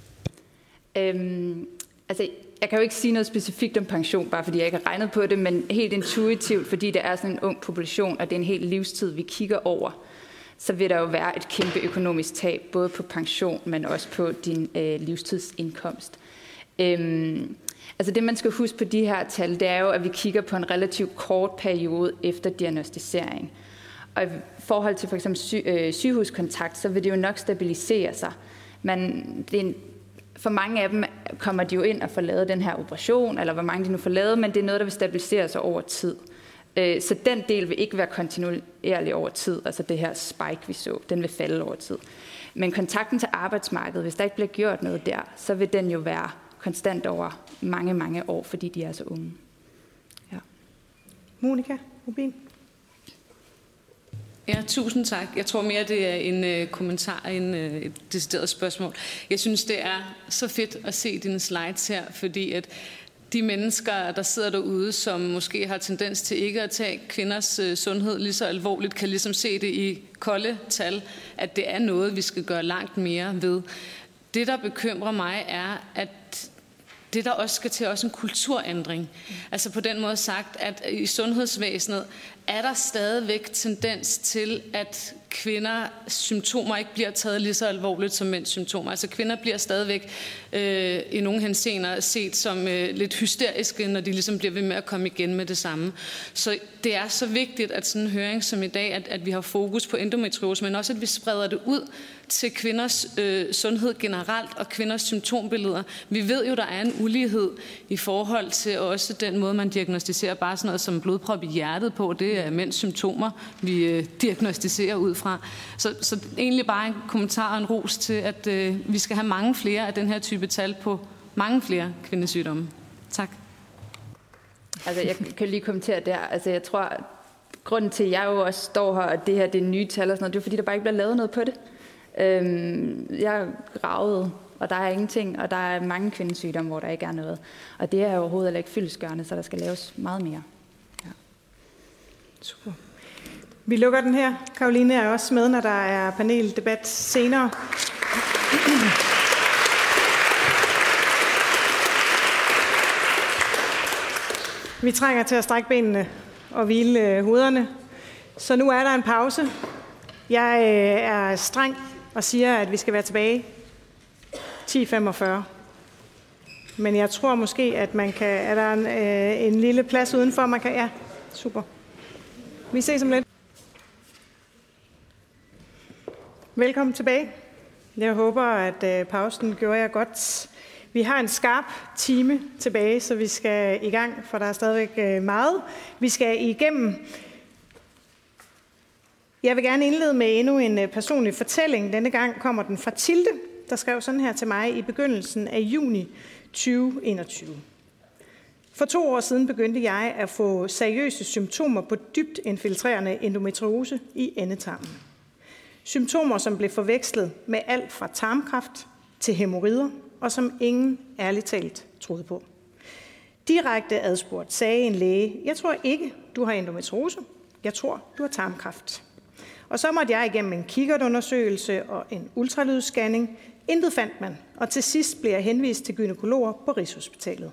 Jeg kan jo ikke sige noget specifikt om pension, bare fordi jeg ikke har regnet på det, men helt intuitivt, fordi det er sådan en ung population, og det er en hel livstid, vi kigger over, så vil der jo være et kæmpe økonomisk tab, både på pension, men også på din livstidsindkomst. Det, man skal huske på de her tal, det er jo, at vi kigger på en relativt kort periode efter diagnostisering. Og i forhold til for eksempel sygehuskontakt, så vil det jo nok stabilisere sig. Men for mange af dem kommer de jo ind og får lavet den her operation, eller hvor mange de nu får lavet, men det er noget, der vil stabilisere sig over tid. Så den del vil ikke være kontinuerlig over tid, altså det her spike, vi så, den vil falde over tid. Men kontakten til arbejdsmarkedet, hvis der ikke bliver gjort noget der, så vil den jo være konstant over mange, mange år, fordi de er så unge. Ja. Monika Rubin. Ja, tusind tak. Jeg tror mere, det er en kommentar end et decideret spørgsmål. Jeg synes, det er så fedt at se dine slides her, fordi at de mennesker, der sidder derude, som måske har tendens til ikke at tage kvinders sundhed lige så alvorligt, kan ligesom se det i kolde tal, at det er noget, vi skal gøre langt mere ved. Det, der bekymrer mig, er, at det, der også skal til, også en kulturændring. Altså på den måde sagt, at i sundhedsvæsenet er der stadigvæk tendens til, at kvinders symptomer ikke bliver taget lige så alvorligt som mænds symptomer. Altså kvinder bliver stadigvæk i nogle henseender set som lidt hysteriske, når de ligesom bliver ved med at komme igen med det samme. Så det er så vigtigt, at sådan en høring som i dag, at vi har fokus på endometriose, men også at vi spreder det ud til kvinders sundhed generelt og kvinders symptombilleder. Vi ved jo, der er en ulighed i forhold til også den måde, man diagnostiserer bare sådan noget som blodprop i hjertet på. Det er mænds symptomer, vi diagnostiserer ud fra. Så egentlig bare en kommentar og en ros til, at vi skal have mange flere af den her type tal på mange flere kvindesygdomme. Tak. Altså, jeg kan lige kommentere der. Altså, jeg tror, grunden til, at jeg jo også står her, og det her det er nye tal og sådan noget, det er fordi, der bare ikke bliver lavet noget på det. Jeg gravede, og der er ingenting, og der er mange kvindesygdomme, hvor der ikke er noget. Og det er overhovedet heller ikke fyldestgørende, så der skal laves meget mere. Ja. Super. Vi lukker den her. Karoline er også med, når der er paneldebat senere. Vi trænger til at strække benene og hvile hovederne. Så nu er der en pause. Jeg er streng og siger, at vi skal være tilbage 10:45. Men jeg tror måske, at man kan... Er der en lille plads udenfor, man kan... Ja, super. Vi ses om lidt. Velkommen tilbage. Jeg håber, at pausen gjorde jer godt. Vi har en skarp time tilbage, så vi skal i gang, for der er stadigvæk meget. Vi skal igennem. Jeg vil gerne indlede med endnu en personlig fortælling. Denne gang kommer den fra Tilde, der skrev sådan her til mig i begyndelsen af juni 2021. For 2 år siden begyndte jeg at få seriøse symptomer på dybt infiltrerende endometriose i endetarmen. Symptomer, som blev forvekslet med alt fra tarmkræft til hæmorider, og som ingen ærligt talt troede på. Direkte adspurgt sagde en læge, jeg tror ikke, du har endometriose. Jeg tror, du har tarmkræft. Og så måtte jeg igennem en kikkertundersøgelse og en ultralydsscanning. Intet fandt man, og til sidst blev jeg henvist til gynækologer på Rigshospitalet.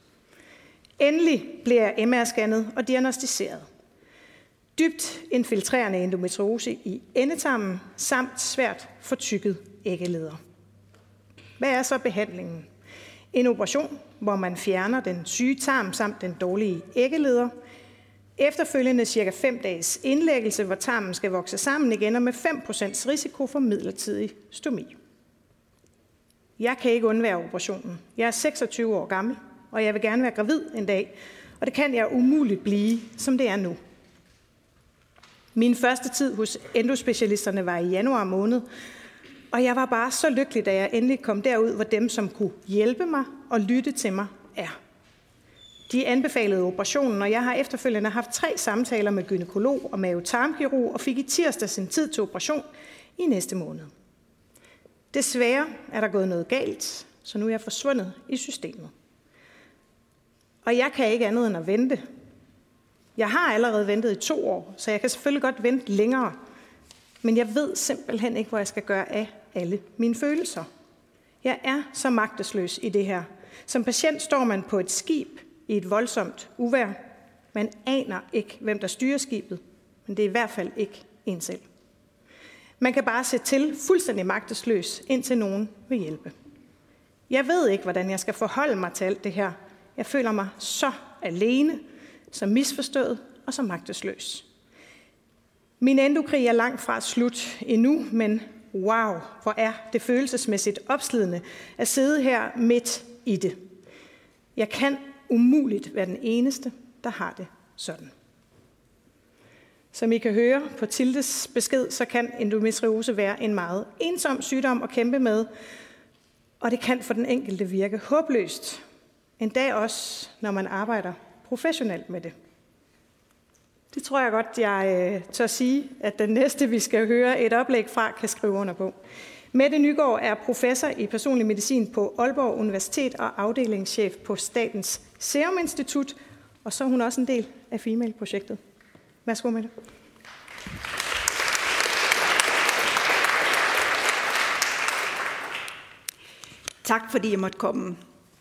Endelig blev jeg MR-scannet og diagnostiseret. Dybt infiltrerende endometriose i endetarmen samt svært fortykket æggeleder. Hvad er så behandlingen? En operation, hvor man fjerner den syge tarm samt den dårlige æggeleder. Efterfølgende cirka 5 dages indlæggelse, hvor tarmen skal vokse sammen igen, og med 5% risiko for midlertidig stomi. Jeg kan ikke undvære operationen. Jeg er 26 år gammel, og jeg vil gerne være gravid en dag, og det kan jeg umuligt blive, som det er nu. Min første tid hos endospecialisterne var i januar måned, og jeg var bare så lykkelig, da jeg endelig kom derud, hvor dem, som kunne hjælpe mig og lytte til mig, er. De anbefalede operationen, og jeg har efterfølgende haft 3 samtaler med gynækolog og mave-tarmkirurg, og fik i tirsdags en tid til operation i næste måned. Desværre er der gået noget galt, så nu er jeg forsvundet i systemet. Og jeg kan ikke andet end at vente. Jeg har allerede ventet i 2 år, så jeg kan selvfølgelig godt vente længere. Men jeg ved simpelthen ikke, hvor jeg skal gøre af alle mine følelser. Jeg er så magtesløs i det her. Som patient står man på et skib i et voldsomt uvejr. Man aner ikke, hvem der styrer skibet, men det er i hvert fald ikke en selv. Man kan bare se til fuldstændig magtesløs, indtil nogen vil hjælpe. Jeg ved ikke, hvordan jeg skal forholde mig til alt det her. Jeg føler mig så alene, så misforstået og så magtesløs. Min endokrig er langt fra slut endnu, men wow, hvor er det følelsesmæssigt opslidende at sidde her midt i det. Jeg kan umuligt være den eneste, der har det sådan. Som I kan høre på Tildes besked, så kan endometriose være en meget ensom sygdom at kæmpe med, og det kan for den enkelte virke håbløst. Endda også, når man arbejder professionelt med det. Det tror jeg godt, jeg tør sige, at den næste, vi skal høre et oplæg fra, kan skrive under på. Mette Nygaard er professor i personlig medicin på Aalborg Universitet og afdelingschef på Statens Serum Institut, og så er hun også en del af Female-projektet. Værsgo, Mette. Tak fordi jeg måtte komme.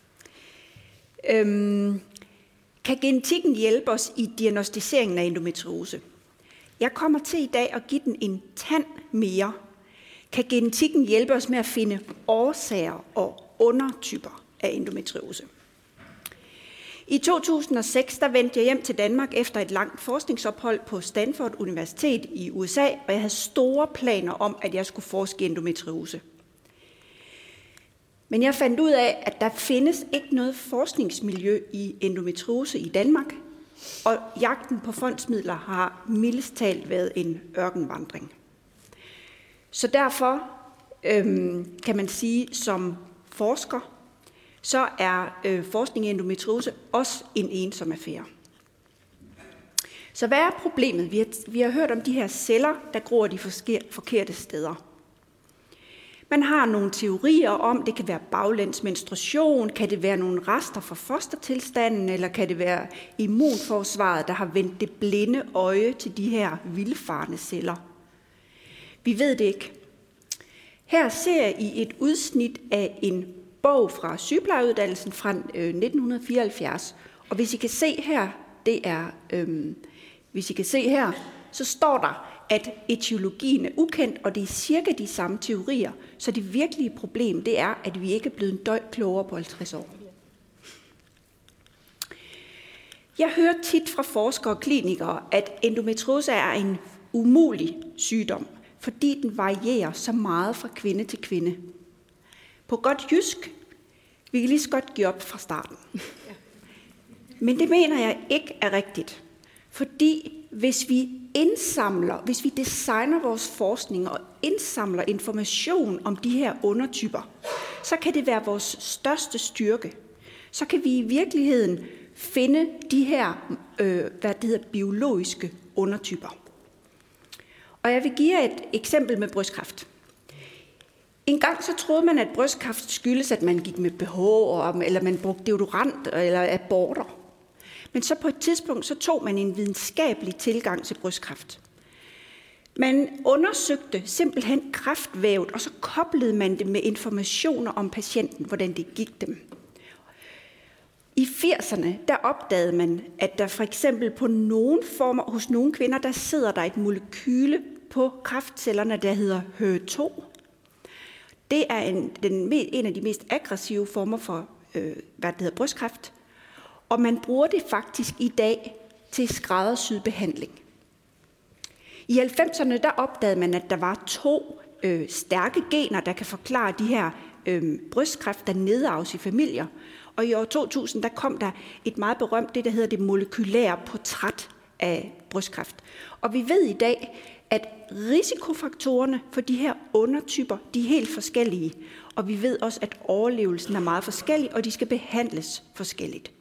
Kan genetikken hjælpe os i diagnostiseringen af endometriose? Jeg kommer til i dag at give den en tand mere. Kan genetikken hjælpe os med at finde årsager og undertyper af endometriose? I 2006 der vendte jeg hjem til Danmark efter et langt forskningsophold på Stanford Universitet i USA, og jeg havde store planer om, at jeg skulle forske i endometriose. Men jeg fandt ud af, at der findes ikke noget forskningsmiljø i endometriose i Danmark, og jagten på fondsmidler har mildest talt været en ørkenvandring. Så derfor kan man sige, som forsker, så er forskning i endometriose også en ensom affære. Så hvad er problemet? Vi har hørt om de her celler, der gror de forkerte steder. Man har nogle teorier om, det kan være baglæns menstruation, kan det være nogle rester fra fostertilstanden, eller kan det være immunforsvaret, der har vendt det blinde øje til de her vildfarne celler. Vi ved det ikke. Her ser I et udsnit af en bog fra sygeplejeuddannelsen fra 1974, og hvis I kan se her, så står der, at etiologien er ukendt, og det er cirka de samme teorier. Så det virkelige problem, det er, at vi ikke er blevet en døj klogere på 50 år. Jeg hører tit fra forskere og klinikere, at endometriose er en umulig sygdom, fordi den varierer så meget fra kvinde til kvinde. På godt jysk, vi kan lige så godt give op fra starten. Men det mener jeg ikke er rigtigt, fordi hvis vi designer vores forskning og indsamler information om de her undertyper, så kan det være vores største styrke. Så kan vi i virkeligheden finde de her biologiske undertyper. Og jeg vil give jer et eksempel med brystkræft. En gang så troede man, at brystkræft skyldes, at man gik med BH, eller man brugte deodorant eller aborter. Men så på et tidspunkt, så tog man en videnskabelig tilgang til brystkræft. Man undersøgte simpelthen kræftvævet, og så koblede man det med informationer om patienten, hvordan det gik dem. I 80'erne, der opdagede man, at der for eksempel på nogle former, hos nogle kvinder, der sidder der et molekyle på kræftcellerne, der hedder HER2. Det er en af de mest aggressive former for brystkræft. Og man bruger det faktisk i dag til skræddersyet behandling. I 90'erne der opdagede man, at der var 2 stærke gener, der kan forklare de her brystkræft, der nedarves i familier. Og i år 2000 der kom der et meget berømt, det der hedder det molekylære portræt af brystkræft. Og vi ved i dag, at risikofaktorerne for de her undertyper, de er helt forskellige. Og vi ved også, at overlevelsen er meget forskellig, og de skal behandles forskelligt.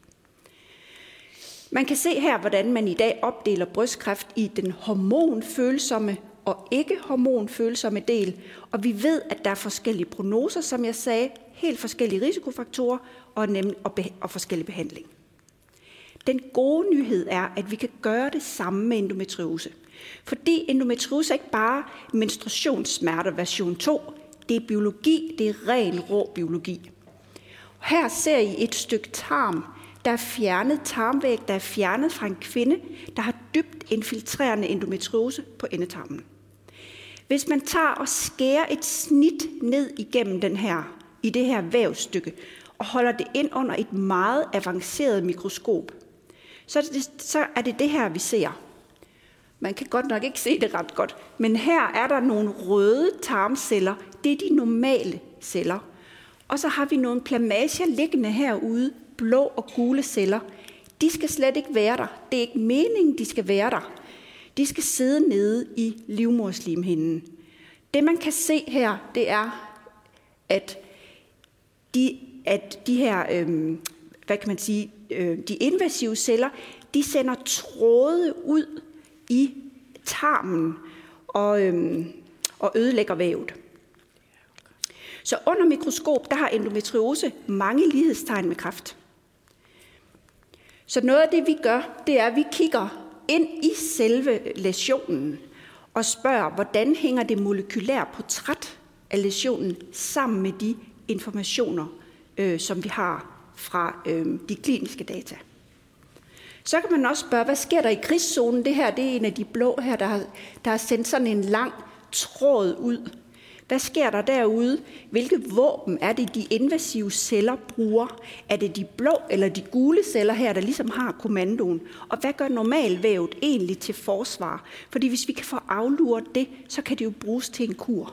Man kan se her, hvordan man i dag opdeler brystkræft i den hormonfølsomme og ikke hormonfølsomme del. Og vi ved, at der er forskellige prognoser, som jeg sagde, helt forskellige risikofaktorer og forskellig behandling. Den gode nyhed er, at vi kan gøre det samme med endometriose. Fordi endometriose er ikke bare menstruationssmerter version 2, det er biologi, det er ren rå biologi. Her ser I et stykke tarm, der er fjernet tarmvæg, der er fjernet fra en kvinde, der har dybt infiltrerende endometriose på endetarmen. Hvis man tager og skærer et snit ned igennem i det her vævstykke, og holder det ind under et meget avanceret mikroskop, så er det her, vi ser. Man kan godt nok ikke se det ret godt, men her er der nogle røde tarmceller. Det er de normale celler. Og så har vi nogle plamager liggende herude, blå og gule celler. De skal slet ikke være der. Det er ikke meningen, de skal være der. De skal sidde nede i livmoderslimhinden. Det man kan se her, det er, at de her, de invasive celler, de sender tråde ud i tarmen og ødelægger vævet. Så under mikroskop, der har endometriose mange lighedstegn med kræft. Så noget af det, vi gør, det er, at vi kigger ind i selve læsionen og spørger, hvordan hænger det molekylære portræt af læsionen sammen med de informationer, som vi har fra de kliniske data. Så kan man også spørge, hvad sker der i krigszonen? Det her, det er en af de blå her, der har sendt sådan en lang tråd ud. Hvad sker der derude? Hvilke våben er det, de invasive celler bruger? Er det de blå eller de gule celler her, der ligesom har kommandoen? Og hvad gør normalvævet egentlig til forsvar? Fordi hvis vi kan få afluret det, så kan det jo bruges til en kur.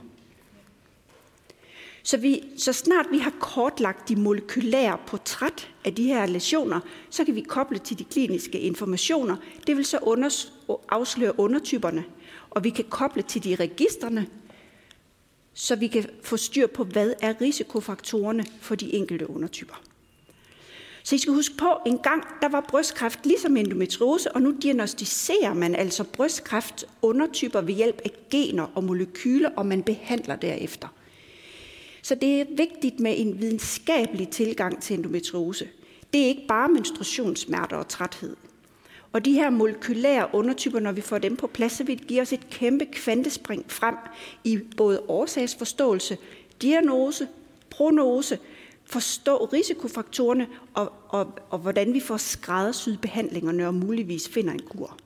Så snart vi har kortlagt de molekylære portræt af de her læsioner, så kan vi koble til de kliniske informationer. Det vil så afsløre undertyperne, og vi kan koble til de registrene, så vi kan få styr på, hvad er risikofaktorerne for de enkelte undertyper. Så I skal huske på, en gang der var brystkræft ligesom endometriose, og nu diagnostiserer man altså brystkræft undertyper ved hjælp af gener og molekyler, og man behandler derefter. Så det er vigtigt med en videnskabelig tilgang til endometriose. Det er ikke bare menstruationssmerter og træthed. Og de her molekylære undertyper, når vi får dem på plads, så vil det give os et kæmpe kvantespring frem i både årsagsforståelse, diagnose, prognose, forstå risikofaktorerne og hvordan vi får skræddersyet behandlingerne og muligvis finder en kur.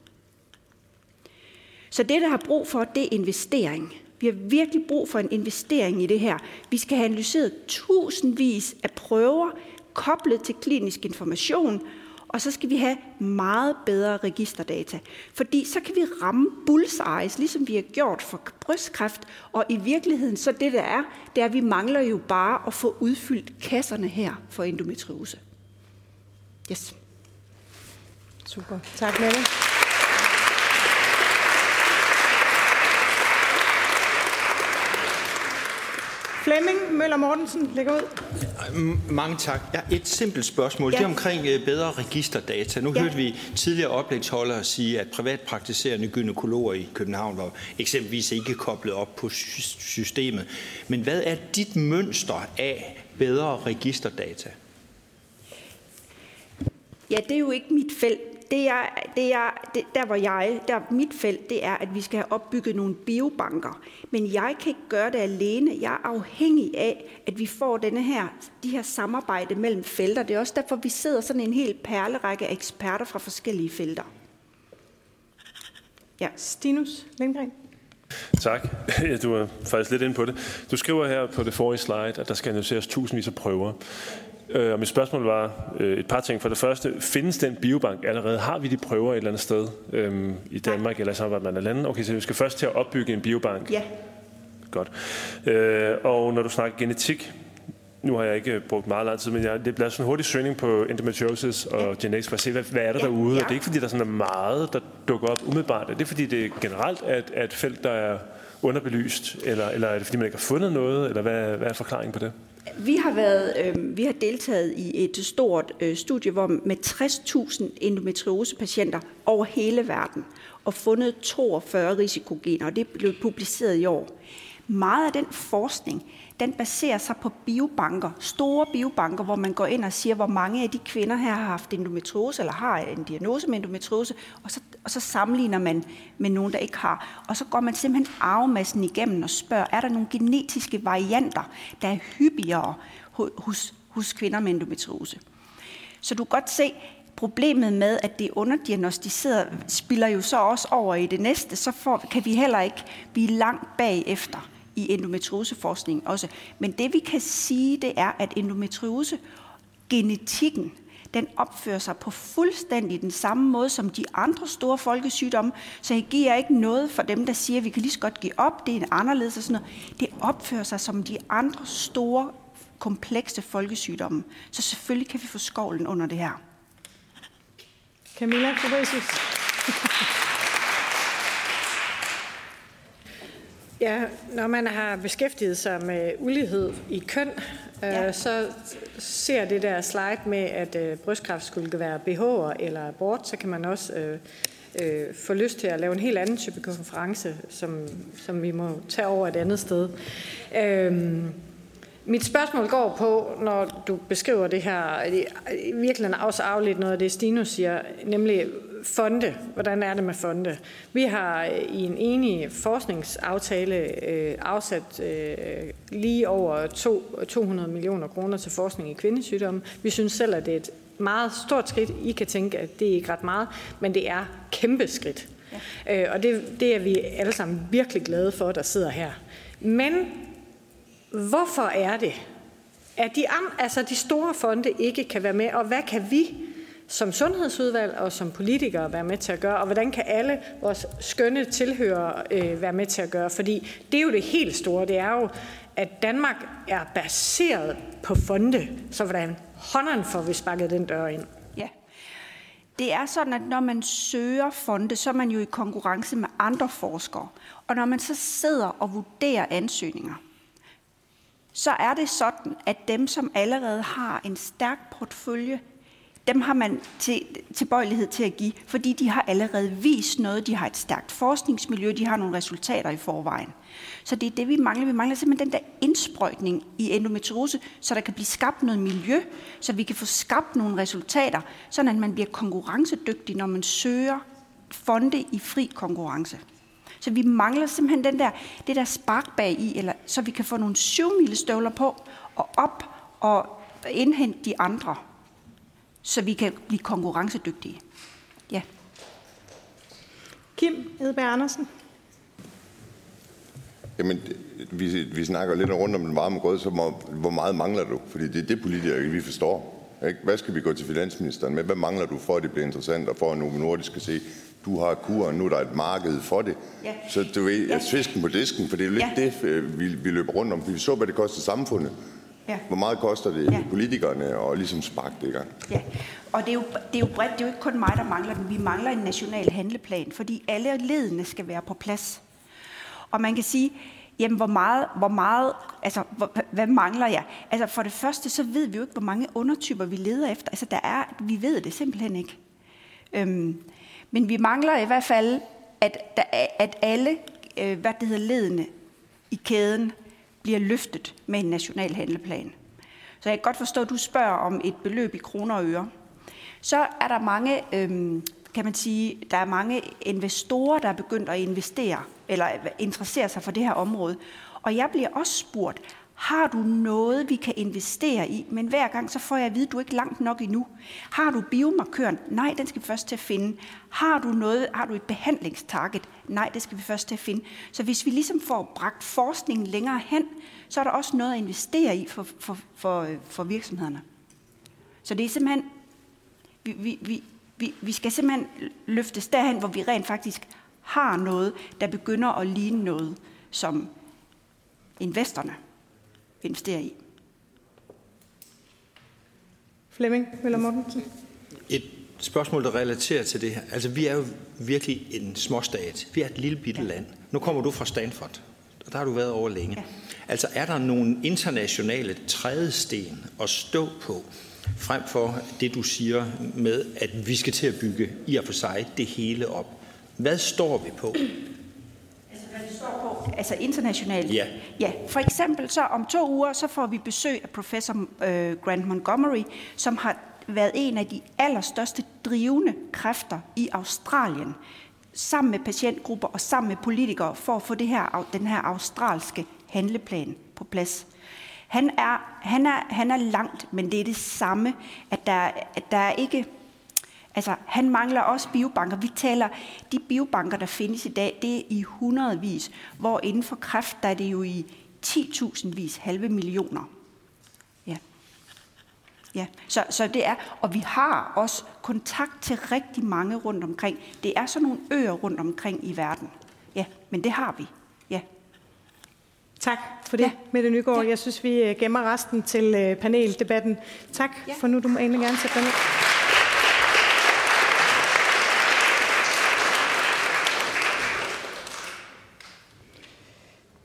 Så det, der har brug for, det er investering. Vi har virkelig brug for en investering i det her. Vi skal have analyseret tusindvis af prøver koblet til klinisk information, og så skal vi have meget bedre registerdata. Fordi så kan vi ramme bullseyes, ligesom vi har gjort for brystkræft, og i virkeligheden så det er, at vi mangler jo bare at få udfyldt kasserne her for endometriose. Yes. Super. Tak, Mette. Flemming Møller Mortensen lægger ud. Mange tak. Jeg har et simpelt spørgsmål. Ja. Det er omkring bedre registerdata. Nu hørte vi tidligere oplægsholdere sige, at privatpraktiserende gynækologer i København var eksempelvis ikke koblet op på systemet. Men hvad er dit mønster af bedre registerdata? Ja, det er jo ikke mit felt. Mit felt, det er, at vi skal have opbygget nogle biobanker. Men jeg kan ikke gøre det alene. Jeg er afhængig af, at vi får de her samarbejde mellem felter. Det er også derfor, vi sidder sådan en hel perlerække af eksperter fra forskellige felter. Ja, Stinus Lindgren. Tak. Du er faktisk lidt inde på det. Du skriver her på det forrige slide, at der skal analyseres tusindvis af prøver. Og mit spørgsmål var et par ting. For det første, findes den biobank allerede? Har vi de prøver et eller andet sted i Danmark eller i samarbejde med andre lande? Okay, så vi skal først til at opbygge en biobank. Ja. Godt. Og når du snakker genetik, nu har jeg ikke brugt meget lang tid, men det bliver sådan en hurtig søgning på endometriosis og genetics for at se, hvad er der derude? Og det er ikke fordi, der sådan er meget, der dukker op umiddelbart. Er det fordi, det er generelt er et felt, der er underbelyst? Eller er det fordi, man ikke har fundet noget? Eller hvad er forklaringen på det? Vi har deltaget i et stort studie med 60.000 endometriosepatienter over hele verden og fundet 42 risikogener, og det er blevet publiceret i år. Meget af den forskning, den baserer sig på biobanker, store biobanker, hvor man går ind og siger, hvor mange af de kvinder her har haft endometriose eller har en diagnose med endometriose, og så sammenligner man med nogen, der ikke har. Og så går man simpelthen arvemassen igennem og spørger, er der nogle genetiske varianter, der er hyppigere hos kvinder med endometriose. Så du kan godt se, problemet med, at det er underdiagnostiseret, spiller jo så også over i det næste, så kan vi heller ikke blive langt bagefter i endometrioseforskningen også. Men det vi kan sige, det er, at endometriose-genetikken, den opfører sig på fuldstændig den samme måde som de andre store folkesygdomme, så jeg giver ikke noget for dem, der siger, at vi kan lige så godt give op, det er anderledes og sådan noget. Det opfører sig som de andre store, komplekse folkesygdomme. Så selvfølgelig kan vi få skovlen under det her. Camilla Fabricius. Ja, når man har beskæftiget sig med ulighed i køn, så ser det der slide med, at brystkræft skulle være BH'er eller abort, så kan man også få lyst til at lave en helt anden type konference, som vi må tage over et andet sted. Mit spørgsmål går på, når du beskriver det her, virkelig også afledt noget af det, Stino siger, nemlig fonde. Hvordan er det med fonde? Vi har i en enig forskningsaftale afsat lige over 200 millioner kroner til forskning i kvindesygdomme. Vi synes selv, at det er et meget stort skridt. I kan tænke, at det er ikke ret meget, men det er kæmpe skridt. Ja. Og det er vi alle sammen virkelig glade for, der sidder her. Men hvorfor er det, at de store fonde ikke kan være med, og hvad kan vi som sundhedsudvalg og som politikere være med til at gøre, og hvordan kan alle vores skønne tilhørere være med til at gøre? Fordi det er jo det helt store, det er jo, at Danmark er baseret på fonde, så hvordan hånden får vi sparket den dør ind? Ja, det er sådan, at når man søger fonde, så er man jo i konkurrence med andre forskere, og når man så sidder og vurderer ansøgninger, så er det sådan, at dem, som allerede har en stærk portefølje, dem har man tilbøjelighed til at give, fordi de har allerede vist noget, de har et stærkt forskningsmiljø, de har nogle resultater i forvejen. Så det er det, vi mangler. Vi mangler simpelthen den der indsprøjtning i endometriose, så der kan blive skabt noget miljø, så vi kan få skabt nogle resultater, sådan at man bliver konkurrencedygtig, når man søger fonde i fri konkurrence. Så vi mangler simpelthen det der spark bag i, eller så vi kan få nogle 7-milestøvler på og op og indhente de andre, så vi kan blive konkurrencedygtige. Ja. Kim Edberg Andersen. Jamen, vi snakker lidt rundt om den varme grød, så hvor meget mangler du? Fordi det er det politikere, vi forstår. Ikke? Hvad skal vi gå til finansministeren med? Hvad mangler du for, at det bliver interessant, og for at Novo Nordisk skal se, du har kuren, nu er der et marked for det. Ja. Så du ved, svisken på disken, for det er jo lidt det, vi løber rundt om. Vi så, hvad det koster samfundet. Ja. Hvor meget koster det politikerne og ligesom sparke det i gang? Ja, og det er jo bredt. Det er jo ikke kun mig, der mangler den. Vi mangler en national handleplan, fordi alle ledene skal være på plads. Og man kan sige, jamen hvad mangler jeg? Altså for det første, så ved vi jo ikke, hvor mange undertyper vi leder efter. Altså vi ved det simpelthen ikke. Men vi mangler i hvert fald, at alle, ledene i kæden bliver løftet med en national handleplan. Så jeg kan godt forstå, at du spørger om et beløb i kroner og øre. Så er der mange, kan man sige, der er mange investorer, der er begyndt at investere eller interessere sig for det her område. Og jeg bliver også spurgt, har du noget, vi kan investere i? Men hver gang så får jeg at vide, at du er ikke langt nok endnu. Har du biomarkøren? Nej, den skal vi først til at finde. Har du et behandlingstarget? Nej, det skal vi først til at finde. Så hvis vi ligesom får bragt forskningen længere hen, så er der også noget at investere i for virksomhederne. Så det er simpelthen, vi skal simpelthen løftes derhen, hvor vi rent faktisk har noget, der begynder at ligne noget, som investorerne investere i. Flemming Møller Mortensen. Et spørgsmål, der relaterer til det her. Altså, vi er jo virkelig en småstat. Vi er et lille bitte land. Nu kommer du fra Stanford, og der har du været over længe. Ja. Altså, er der nogle internationale trædesten at stå på, frem for det, du siger med, at vi skal til at bygge i og for sig det hele op? Hvad står vi på? Altså internationalt? Ja. Ja. For eksempel så om 2 uger, så får vi besøg af professor Grant Montgomery, som har været en af de allerstørste drivende kræfter i Australien, sammen med patientgrupper og sammen med politikere, for at få den her australske handleplan på plads. Han er langt, men det er det samme, at der er ikke. Altså, han mangler også biobanker. Vi taler, de biobanker, der findes i dag, det er i hundredvis, hvor inden for kræft, der er det jo i 10.000-vis, halve millioner. Ja. Ja. Så det er, og vi har også kontakt til rigtig mange rundt omkring. Det er sådan nogle øer rundt omkring i verden. Ja, men det har vi. Ja. Tak for det, Mette Nygaard. Jeg synes, vi gemmer resten til paneldebatten. Tak, for nu du må egentlig gerne sætte dig ned.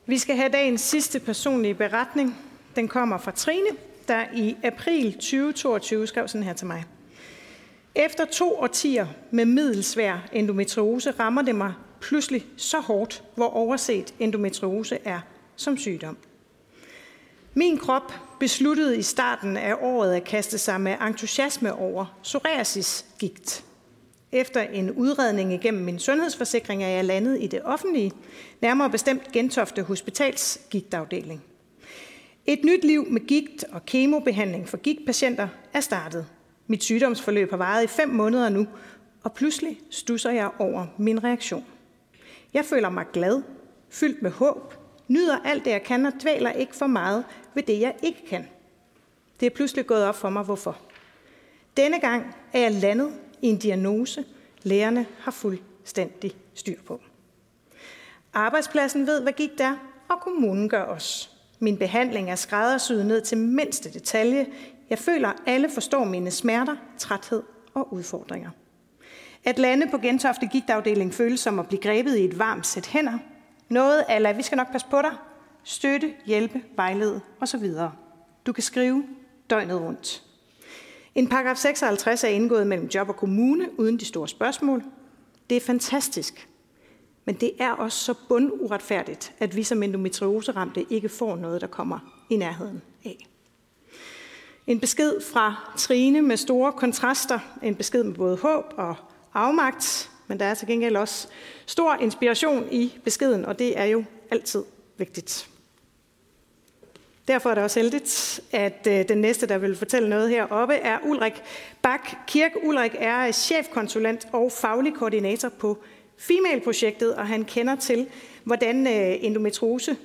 Vi skal have dagens sidste personlige beretning. Den kommer fra Trine, der i april 2022 skrev sådan her til mig. Efter 2 årtier med middelsvær endometriose rammer det mig pludselig så hårdt, hvor overset endometriose er som sygdom. Min krop besluttede i starten af året at kaste sig med entusiasme over psoriasisgigt. Efter en udredning igennem min sundhedsforsikring er jeg landet i det offentlige, nærmere bestemt Gentofte Hospitals gigtafdeling. Et nyt liv med gigt og kemobehandling for gigtpatienter er startet. Mit sygdomsforløb har varet i 5 måneder nu, og pludselig stusser jeg over min reaktion. Jeg føler mig glad, fyldt med håb, nyder alt det, jeg kan, og dvæler ikke for meget ved det, jeg ikke kan. Det er pludselig gået op for mig, hvorfor. Denne gang er jeg landet i en diagnose, lægerne har fuldstændig styr på. Arbejdspladsen ved, hvad gigt er, og kommunen gør også. Min behandling er skræddersyet ned til mindste detalje. Jeg føler, at alle forstår mine smerter, træthed og udfordringer. At lande på Gentofte gigtafdeling føles som at blive grebet i et varmt sæt hænder. Noget ala, vi skal nok passe på dig. Støtte, hjælpe, vejlede osv. Du kan skrive døgnet rundt. En paragraf 56 er indgået mellem job og kommune uden de store spørgsmål. Det er fantastisk. Men det er også så bunduretfærdigt, at vi som endometrioseramte ikke får noget, der kommer i nærheden af. En besked fra Trine med store kontraster. En besked med både håb og afmagt. Men der er til gengæld også stor inspiration i beskeden, og det er jo altid vigtigt. Derfor er det også heldigt, at den næste, der vil fortælle noget heroppe, er Ulrik Bak Kirk. Ulrik er chefkonsulent og faglig koordinator på Female-projektet, og han kender til, hvordan endometriose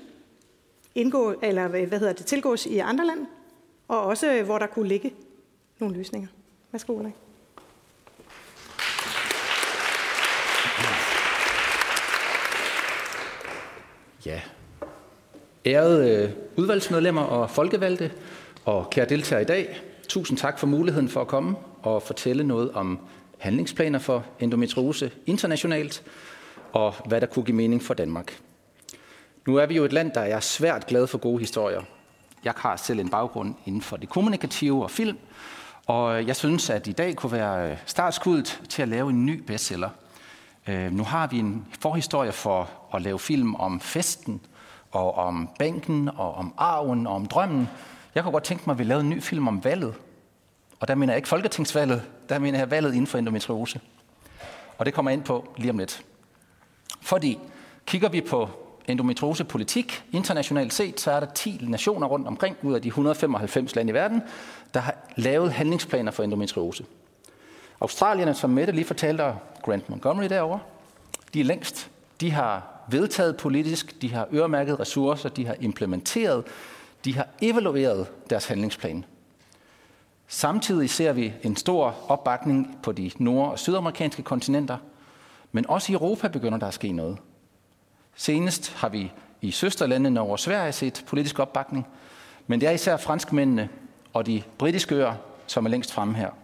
tilgås i andre lande, og også hvor der kunne ligge nogle løsninger. Værsgo, Ulrik. Ja. Ærede udvalgsmedlemmer og folkevalgte og kære deltagere i dag, tusind tak for muligheden for at komme og fortælle noget om handlingsplaner for endometriose internationalt og hvad der kunne give mening for Danmark. Nu er vi jo et land, der er svært glad for gode historier. Jeg har selv en baggrund inden for det kommunikative og film, og jeg synes, at i dag kunne være startskuddet til at lave en ny bestseller. Nu har vi en forhistorie for at lave film om festen, og om bænken, og om arven, og om drømmen. Jeg kunne godt tænke mig, at vi lavede en ny film om valget. Og der mener jeg ikke folketingsvalget, der mener jeg valget inden for endometriose. Og det kommer jeg ind på lige om lidt. Fordi kigger vi på endometriosepolitik internationalt set, så er der 10 nationer rundt omkring, ud af de 195 lande i verden, der har lavet handlingsplaner for endometriose. Australierne, som Mette lige fortalte, og Grant Montgomery derovre, de er længst. De har vedtaget politisk, de har øremærket ressourcer, de har implementeret, de har evalueret deres handlingsplan. Samtidig ser vi en stor opbakning på de nord- og sydamerikanske kontinenter, men også i Europa begynder der at ske noget. Senest har vi i søsterlandene Norge og Sverige set politisk opbakning, men det er især franskmændene og de britiske øer, som er længst fremme her.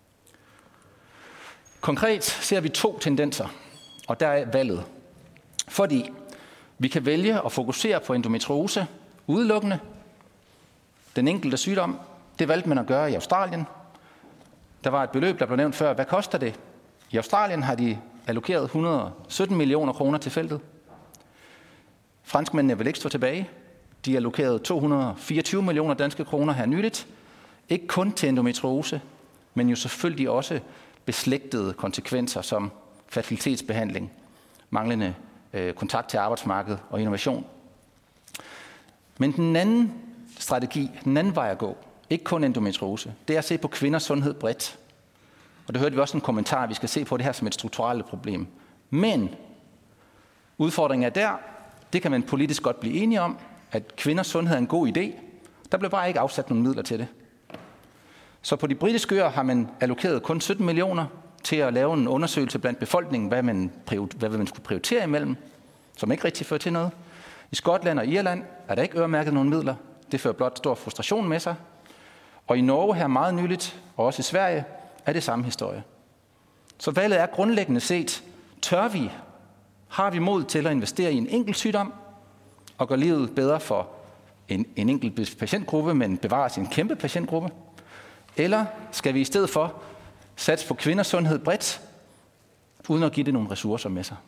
Konkret ser vi 2 tendenser, og der er valget. Fordi vi kan vælge at fokusere på endometriose udelukkende, den enkelte sygdom. Det valgte man at gøre i Australien. Der var et beløb, der blev nævnt før. Hvad koster det? I Australien har de allokeret 117 millioner kroner til feltet. Franskmændene vil ikke stå tilbage. De allokerede 224 millioner danske kroner her nyligt. Ikke kun til endometriose, men jo selvfølgelig også beslægtede konsekvenser som fertilitetsbehandling, manglende kontakt til arbejdsmarkedet og innovation. Men den anden strategi, den anden vej at gå, ikke kun endometriose, det er at se på kvinders sundhed bredt. Og det hørte vi også en kommentar, at vi skal se på det her som et strukturelt problem. Men udfordringen er der, det kan man politisk godt blive enige om, at kvinders sundhed er en god idé. Der blev bare ikke afsat nogle midler til det. Så på de britiske øer har man allokeret kun 17 millioner til at lave en undersøgelse blandt befolkningen, hvad man skulle prioritere imellem, som ikke rigtig fører til noget. I Skotland og Irland er der ikke øremærket nogen midler. Det fører blot stor frustration med sig. Og i Norge her meget nyligt, og også i Sverige, er det samme historie. Så valget er grundlæggende set, har vi mod til at investere i en enkelt sygdom, og gøre livet bedre for en enkelt patientgruppe, men bevare sin kæmpe patientgruppe? Eller skal vi i stedet for satse på kvinders sundhed bredt, uden at give det nogle ressourcer med sig?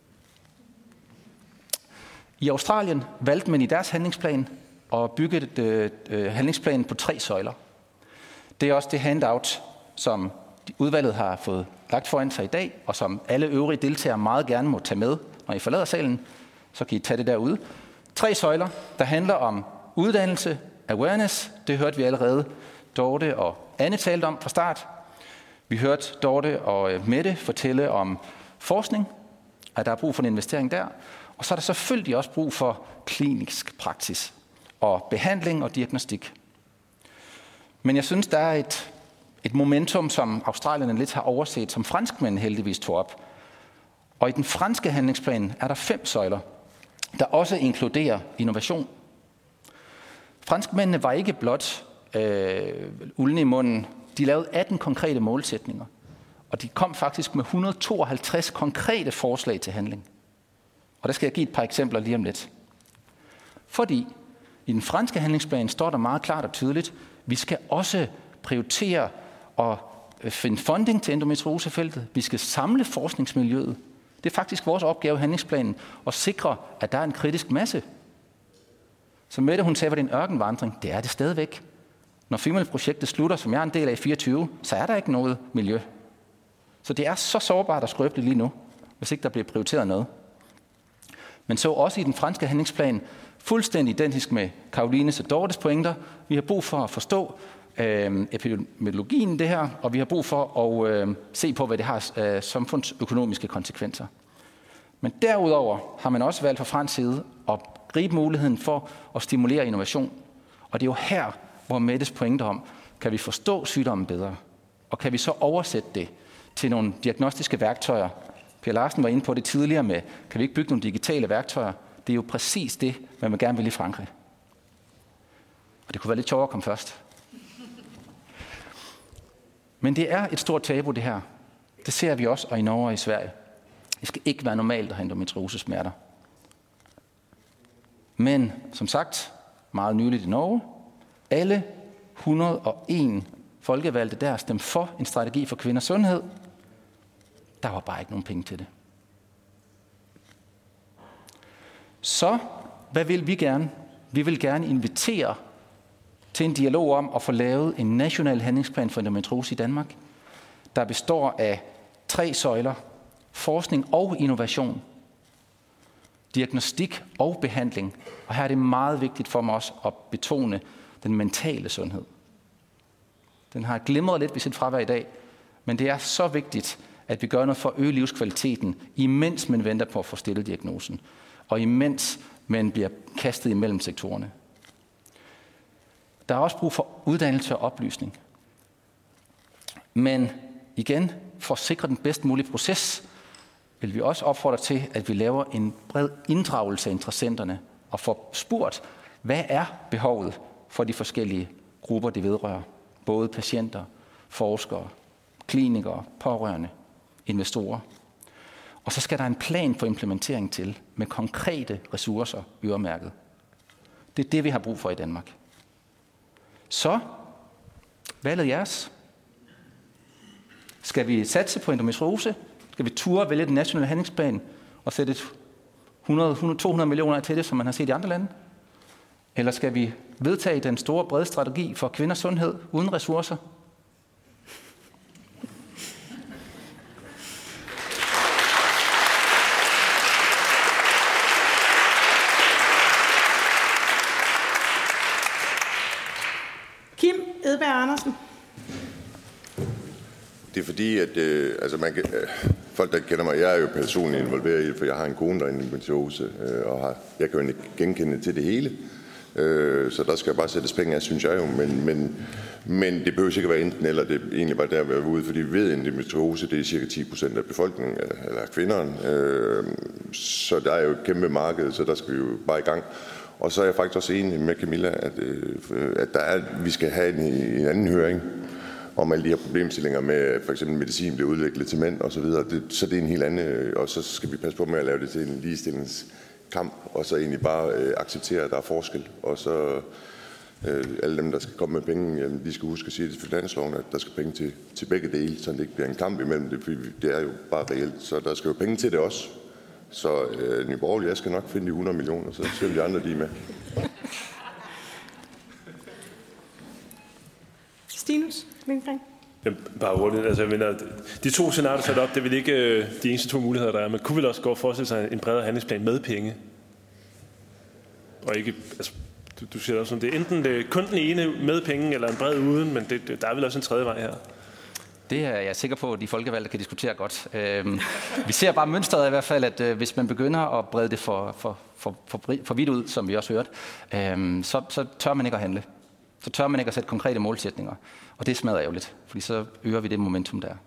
I Australien valgte man i deres handlingsplan at bygge handlingsplanen på 3 søjler. Det er også det handout, som udvalget har fået lagt foran sig i dag, og som alle øvrige deltagere meget gerne må tage med, når I forlader salen. Så kan I tage det derude. 3 søjler, der handler om uddannelse, awareness. Det hørte vi allerede Dorte og Anne talte om fra start. Vi hørte Dorte og Mette fortælle om forskning, at der er brug for en investering der. Og så er der selvfølgelig også brug for klinisk praksis og behandling og diagnostik. Men jeg synes, der er et momentum, som australierne lidt har overset, som franskmændene heldigvis tog op. Og i den franske handlingsplan er der 5 søjler, der også inkluderer innovation. Franskmændene var ikke blot ulden i munden. De lavede 18 konkrete målsætninger, og de kom faktisk med 152 konkrete forslag til handling. Og der skal jeg give et par eksempler lige om lidt. Fordi i den franske handlingsplan står der meget klart og tydeligt, vi skal også prioritere og finde funding til endometriosefeltet. Vi skal samle forskningsmiljøet. Det er faktisk vores opgave i handlingsplanen at sikre, at der er en kritisk masse. Som Mette, hun sagde, var det en ørkenvandring. Det er det stadigvæk. Når Female-projektet slutter, som jeg er en del af i 24, så er der ikke noget miljø. Så det er så sårbart og skrøbeligt lige nu, hvis ikke der bliver prioriteret noget. Men så også i den franske handlingsplan, fuldstændig identisk med Karolines og Dortes pointer. Vi har brug for at forstå epidemiologien i det her, og vi har brug for at se på, hvad det har samfundsøkonomiske konsekvenser. Men derudover har man også valgt fra fransk side at gribe muligheden for at stimulere innovation. Og det er jo her, hvor Mettes pointer om, kan vi forstå sygdommen bedre, og kan vi så oversætte det til nogle diagnostiske værktøjer. Per Larsen var inde på det tidligere med, kan vi ikke bygge nogle digitale værktøjer? Det er jo præcis det, man gerne vil i Frankrig. Og det kunne være lidt sjovere at komme først. Men det er et stort tabu, det her. Det ser vi også, og i Norge og i Sverige. Det skal ikke være normalt at have endometriosesmerter. Men, som sagt, meget nyligt i Norge, alle 101 folkevalgte der stemte for en strategi for kvinders sundhed. Der var bare ikke nogen penge til det. Så, hvad vil vi gerne? Vi vil gerne invitere til en dialog om at få lavet en national handlingsplan for endometriose i Danmark, der består af 3 søjler: forskning og innovation, diagnostik og behandling. Og her er det meget vigtigt for mig også at betone den mentale sundhed. Den har glimret lidt ved sit fravær i dag, men det er så vigtigt, at vi gør noget for at øge livskvaliteten, imens man venter på at få stillet diagnosen, og imens man bliver kastet imellem sektorerne. Der er også brug for uddannelse og oplysning. Men igen, for at sikre den bedst mulige proces, vil vi også opfordre til, at vi laver en bred inddragelse af interessenterne og får spurgt, hvad er behovet for de forskellige grupper, det vedrører. Både patienter, forskere, klinikere, pårørende, investorer. Og så skal der en plan for implementering til, med konkrete ressourcer øremærket. Det er det, vi har brug for i Danmark. Så, valget jeres. Skal vi satse på endometriose? Skal vi ture vælge den nationale handlingsplan og sætte 100-200 millioner til det, som man har set i andre lande? Eller skal vi vedtage den store, brede strategi for kvinders sundhed uden ressourcer? Kim Edberg Andersen. Det er fordi, at folk, der kender mig, jeg er jo personligt involveret i det, for jeg har en kone, der er endometriose, og jeg kan jo genkende til det hele. Så der skal bare sættes penge af, synes jeg jo. Men det behøver ikke være enten eller, det er egentlig bare der, vi er ude, fordi vi ved, at endometriose, det er cirka 10% af befolkningen, eller kvinderne. Så der er jo et kæmpe marked, så der skal vi jo bare i gang. Og så er jeg faktisk også enig med Camilla, at vi skal have en anden høring om alle de her problemstillinger med, for eksempel medicin bliver udviklet til mænd og så videre. Så det er en helt anden, og så skal vi passe på med at lave det til en kamp, og så egentlig bare acceptere, at der er forskel. Og så alle dem, der skal komme med penge, jamen, de skal huske at sige det til finansloven, at der skal penge til begge dele, så det ikke bliver en kamp imellem det, for det er jo bare reelt. Så der skal jo penge til det også. Så Nye Borgerlige, jeg skal nok finde de 100 millioner, så ser de andre, de er med. Stinus Lindgren. Bare hurtigt. Altså, jeg mener, de 2 scenarier sat op, det er vel ikke de eneste 2 muligheder, der er. Man kunne vel også gå og forestille sig en bredere handlingsplan med penge. Og ikke, altså, du siger også, det er enten det er kun den ene med penge, eller en bred uden, men der er vel også en tredje vej her. Det er jeg sikker på, at de folkevalgte kan diskutere godt. Vi ser bare mønstret i hvert fald, at hvis man begynder at brede det for vidt ud, som vi også hørte, så tør man ikke at handle. Så tør man ikke at sætte konkrete målsætninger. Og det smadrer ærgerligt, fordi så øger vi det momentum, der er.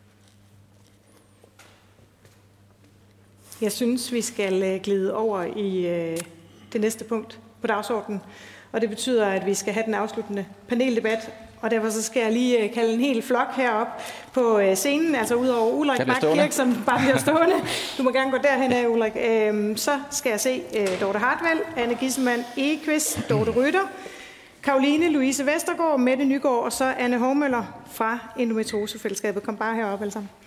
Jeg synes, vi skal glide over i det næste punkt på dagsordenen. Og det betyder, at vi skal have den afsluttende paneldebat. Og derfor så skal jeg lige kalde en hel flok herop på scenen, altså udover Ulrik Bak-Kirk, som bare bliver stående. Du må gerne gå derhen af, Ulrik. Så skal jeg se Dorte Hartwall, Anne Gisselmann Egeqvist, Dorte Rytter, Karoline Louise Vestergaard, Mette Nygaard og så Anne Hovmøller fra Endometriosefællesskabet. Kom bare herop alle sammen.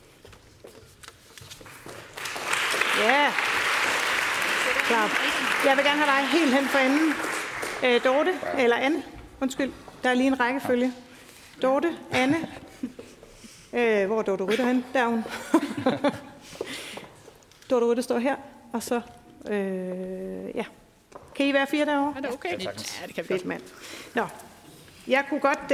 Ja. Klar. Jeg vil gerne have dig helt hen for enden. Dorte, eller Anne. Undskyld, der er lige en rækkefølge. Dorte, Anne. Hvor er Dorte Rytter hen? Der er hun. Dorte Rytter står her, og så... ja. Kan I være 4 derovre? Er det okay? Ja, det kan vi godt. Mand. Nå, jeg kunne godt...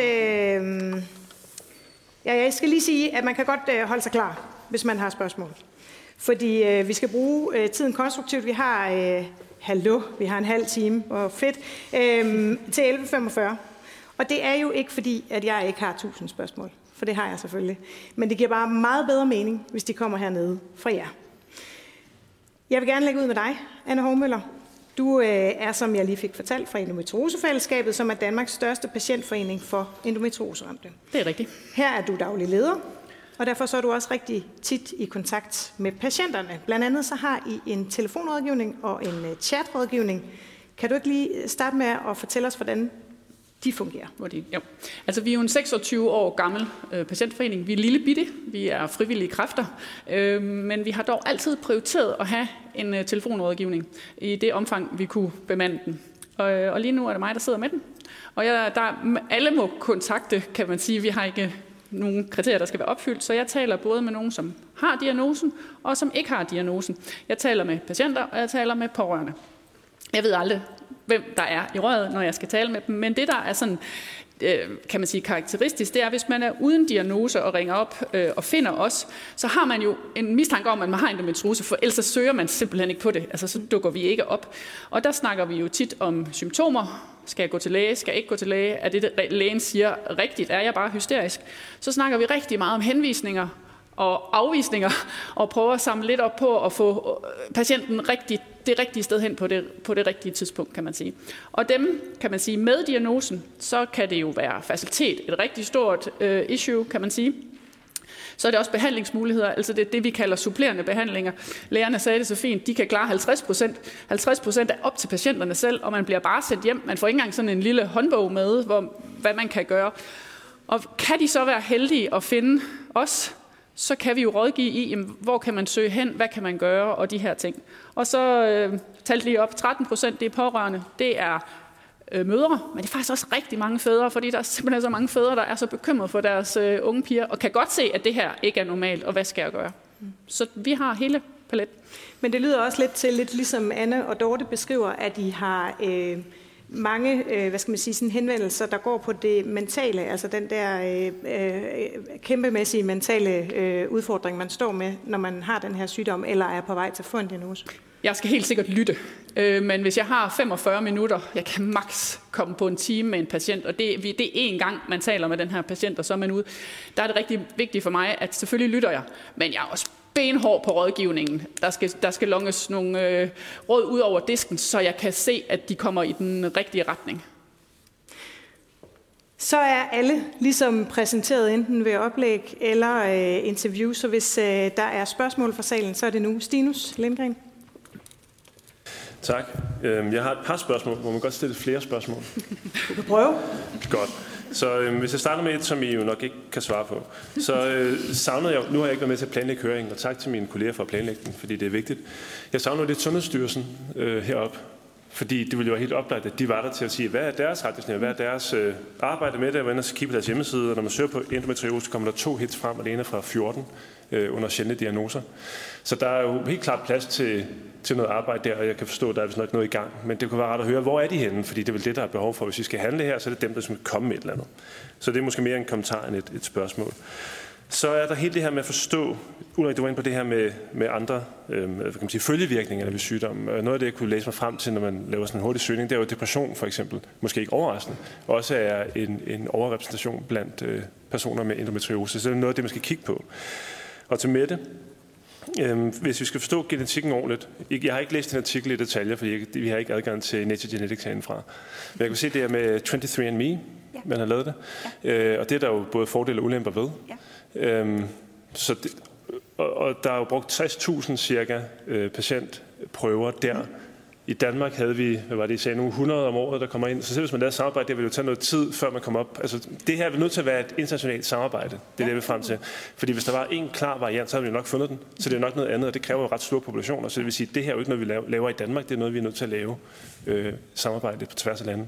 jeg skal lige sige, at man kan godt holde sig klar, hvis man har spørgsmål. Fordi vi skal bruge tiden konstruktivt. Vi har... vi har en halv time, og fedt, til 11.45. Og det er jo ikke fordi, at jeg ikke har 1000 spørgsmål, for det har jeg selvfølgelig. Men det giver bare meget bedre mening, hvis de kommer hernede fra jer. Jeg vil gerne lægge ud med dig, Anne Hovmøller. Du er, som jeg lige fik fortalt, fra Endometriosefællesskabet, som er Danmarks største patientforening for endometrioseramte. Det er rigtigt. Her er du daglig leder, og derfor så er du også rigtig tit i kontakt med patienterne. Blandt andet så har I en telefonrådgivning og en chatrådgivning. Kan du ikke lige starte med at fortælle os, hvordan de fungerer? Jo. Altså, vi er jo en 26 år gammel patientforening. Vi er lille bitte. Vi er frivillige kræfter. Men vi har dog altid prioriteret at have en telefonrådgivning i det omfang, vi kunne bemande den. Og lige nu er det mig, der sidder med den. Og alle må kontakte, kan man sige. Vi har ikke nogle kriterier, der skal være opfyldt, så jeg taler både med nogen, som har diagnosen, og som ikke har diagnosen. Jeg taler med patienter, og jeg taler med pårørende. Jeg ved aldrig, hvem der er i røret, når jeg skal tale med dem, men det, der er sådan, kan man sige, karakteristisk, det er, hvis man er uden diagnose og ringer op og finder os, så har man jo en mistanke om, at man har endometriose, for ellers søger man simpelthen ikke på det. Altså, så dukker vi ikke op. Og der snakker vi jo tit om symptomer. Skal jeg gå til læge? Skal jeg ikke gå til læge? Er det, lægen siger rigtigt? Er jeg bare hysterisk? Så snakker vi rigtig meget om henvisninger og afvisninger, og prøver at samle lidt op på at få patienten det rigtige sted hen på det rigtige tidspunkt, kan man sige. Og dem, kan man sige, med diagnosen, så kan det jo være facilitet, et rigtig stort issue, kan man sige. Så er det også behandlingsmuligheder, altså det vi kalder supplerende behandlinger. Lægerne sagde det så fint, de kan klare 50%. 50% er op til patienterne selv, og man bliver bare sendt hjem. Man får ikke engang sådan en lille håndbog med, hvad man kan gøre. Og kan de så være heldige at finde os, så kan vi jo rådgive i, hvor kan man søge hen, hvad kan man gøre, og de her ting. Og så talte lige op, 13% det er pårørende, det er mødre, men det er faktisk også rigtig mange fædre, fordi der er simpelthen så mange fædre, der er så bekymrede for deres unge piger, og kan godt se, at det her ikke er normalt, og hvad skal jeg gøre? Så vi har hele paletten. Men det lyder også lidt ligesom Anne og Dorte beskriver, at I har mange, sådan henvendelser, der går på det mentale, altså den der kæmpemæssige mentale udfordring, man står med, når man har den her sygdom, eller er på vej til at få en diagnose. Jeg skal helt sikkert lytte, men hvis jeg har 45 minutter, jeg kan maks komme på en time med en patient, og det er én gang, man taler med den her patient, og så er man ude. Der er det rigtig vigtigt for mig, at selvfølgelig lytter jeg, men jeg er også benhård på rådgivningen. Der skal longes nogle råd ud over disken, så jeg kan se, at de kommer i den rigtige retning. Så er alle ligesom præsenteret enten ved oplæg eller interview, så hvis der er spørgsmål fra salen, så er det nu. Stinus Lindgren. Tak. Jeg har et par spørgsmål. Må man godt stille flere spørgsmål? Du kan prøve. Godt. Så hvis jeg starter med et, som I jo nok ikke kan svare på, så savnede jeg, nu har jeg ikke været med til at planlægge høringen, og tak til mine kolleger for at planlægge den, fordi det er vigtigt. Jeg savner lidt Sundhedsstyrelsen heroppe, fordi det ville jo være helt oplagt, at de var der til at sige, hvad er deres retningslinjer, hvad er deres arbejde med det, og hvordan kigge på deres hjemmeside, og når man søger på endometriose, kommer der 2 hits frem, og det ene er fra 14 under sjældne diagnoser. Så der er jo helt klart plads til noget arbejde der, og jeg kan forstå, at der er vist nok noget i gang. Men det kunne være rart at høre, hvor er de henne? Fordi det er vel det, der er behov for. Hvis vi skal handle her, så er det dem, der skal komme med et eller andet. Så det er måske mere en kommentar end et spørgsmål. Så er der helt det her med at forstå, Ulrik, du var inde på det her med andre følgevirkninger ved sygdommen. Noget af det, jeg kunne læse mig frem til, når man laver sådan en hurtig søgning, det er jo depression for eksempel. Måske ikke overraskende. Også er en overrepræsentation blandt personer med endometriose. Så det er noget af det, man skal kigge på. Og til Mette, hvis vi skal forstå genetikken ordentligt. Jeg har ikke læst den artikel i detaljer, fordi vi har ikke adgang til Nature Genetics herindefra. Men jeg kan se, det er med 23andMe, man har lavet det. Ja. Og det er der jo både fordele og ulemper ved. Ja. Og der er jo brugt 60.000 cirka patientprøver der. I Danmark havde vi, hvad var det, I sagde nu, 100 om året, der kommer ind. Så selv hvis man laver samarbejde, det vil jo tage noget tid, før man kommer op. Altså, det her er nødt til at være et internationalt samarbejde. Det er det, vi frem til. Fordi hvis der var en klar variant, så havde vi nok fundet den. Så det er nok noget andet, og det kræver jo ret store populationer. Så det vil sige, at det her er jo ikke noget, vi laver i Danmark. Det er noget, vi er nødt til at lave samarbejde på tværs af lande.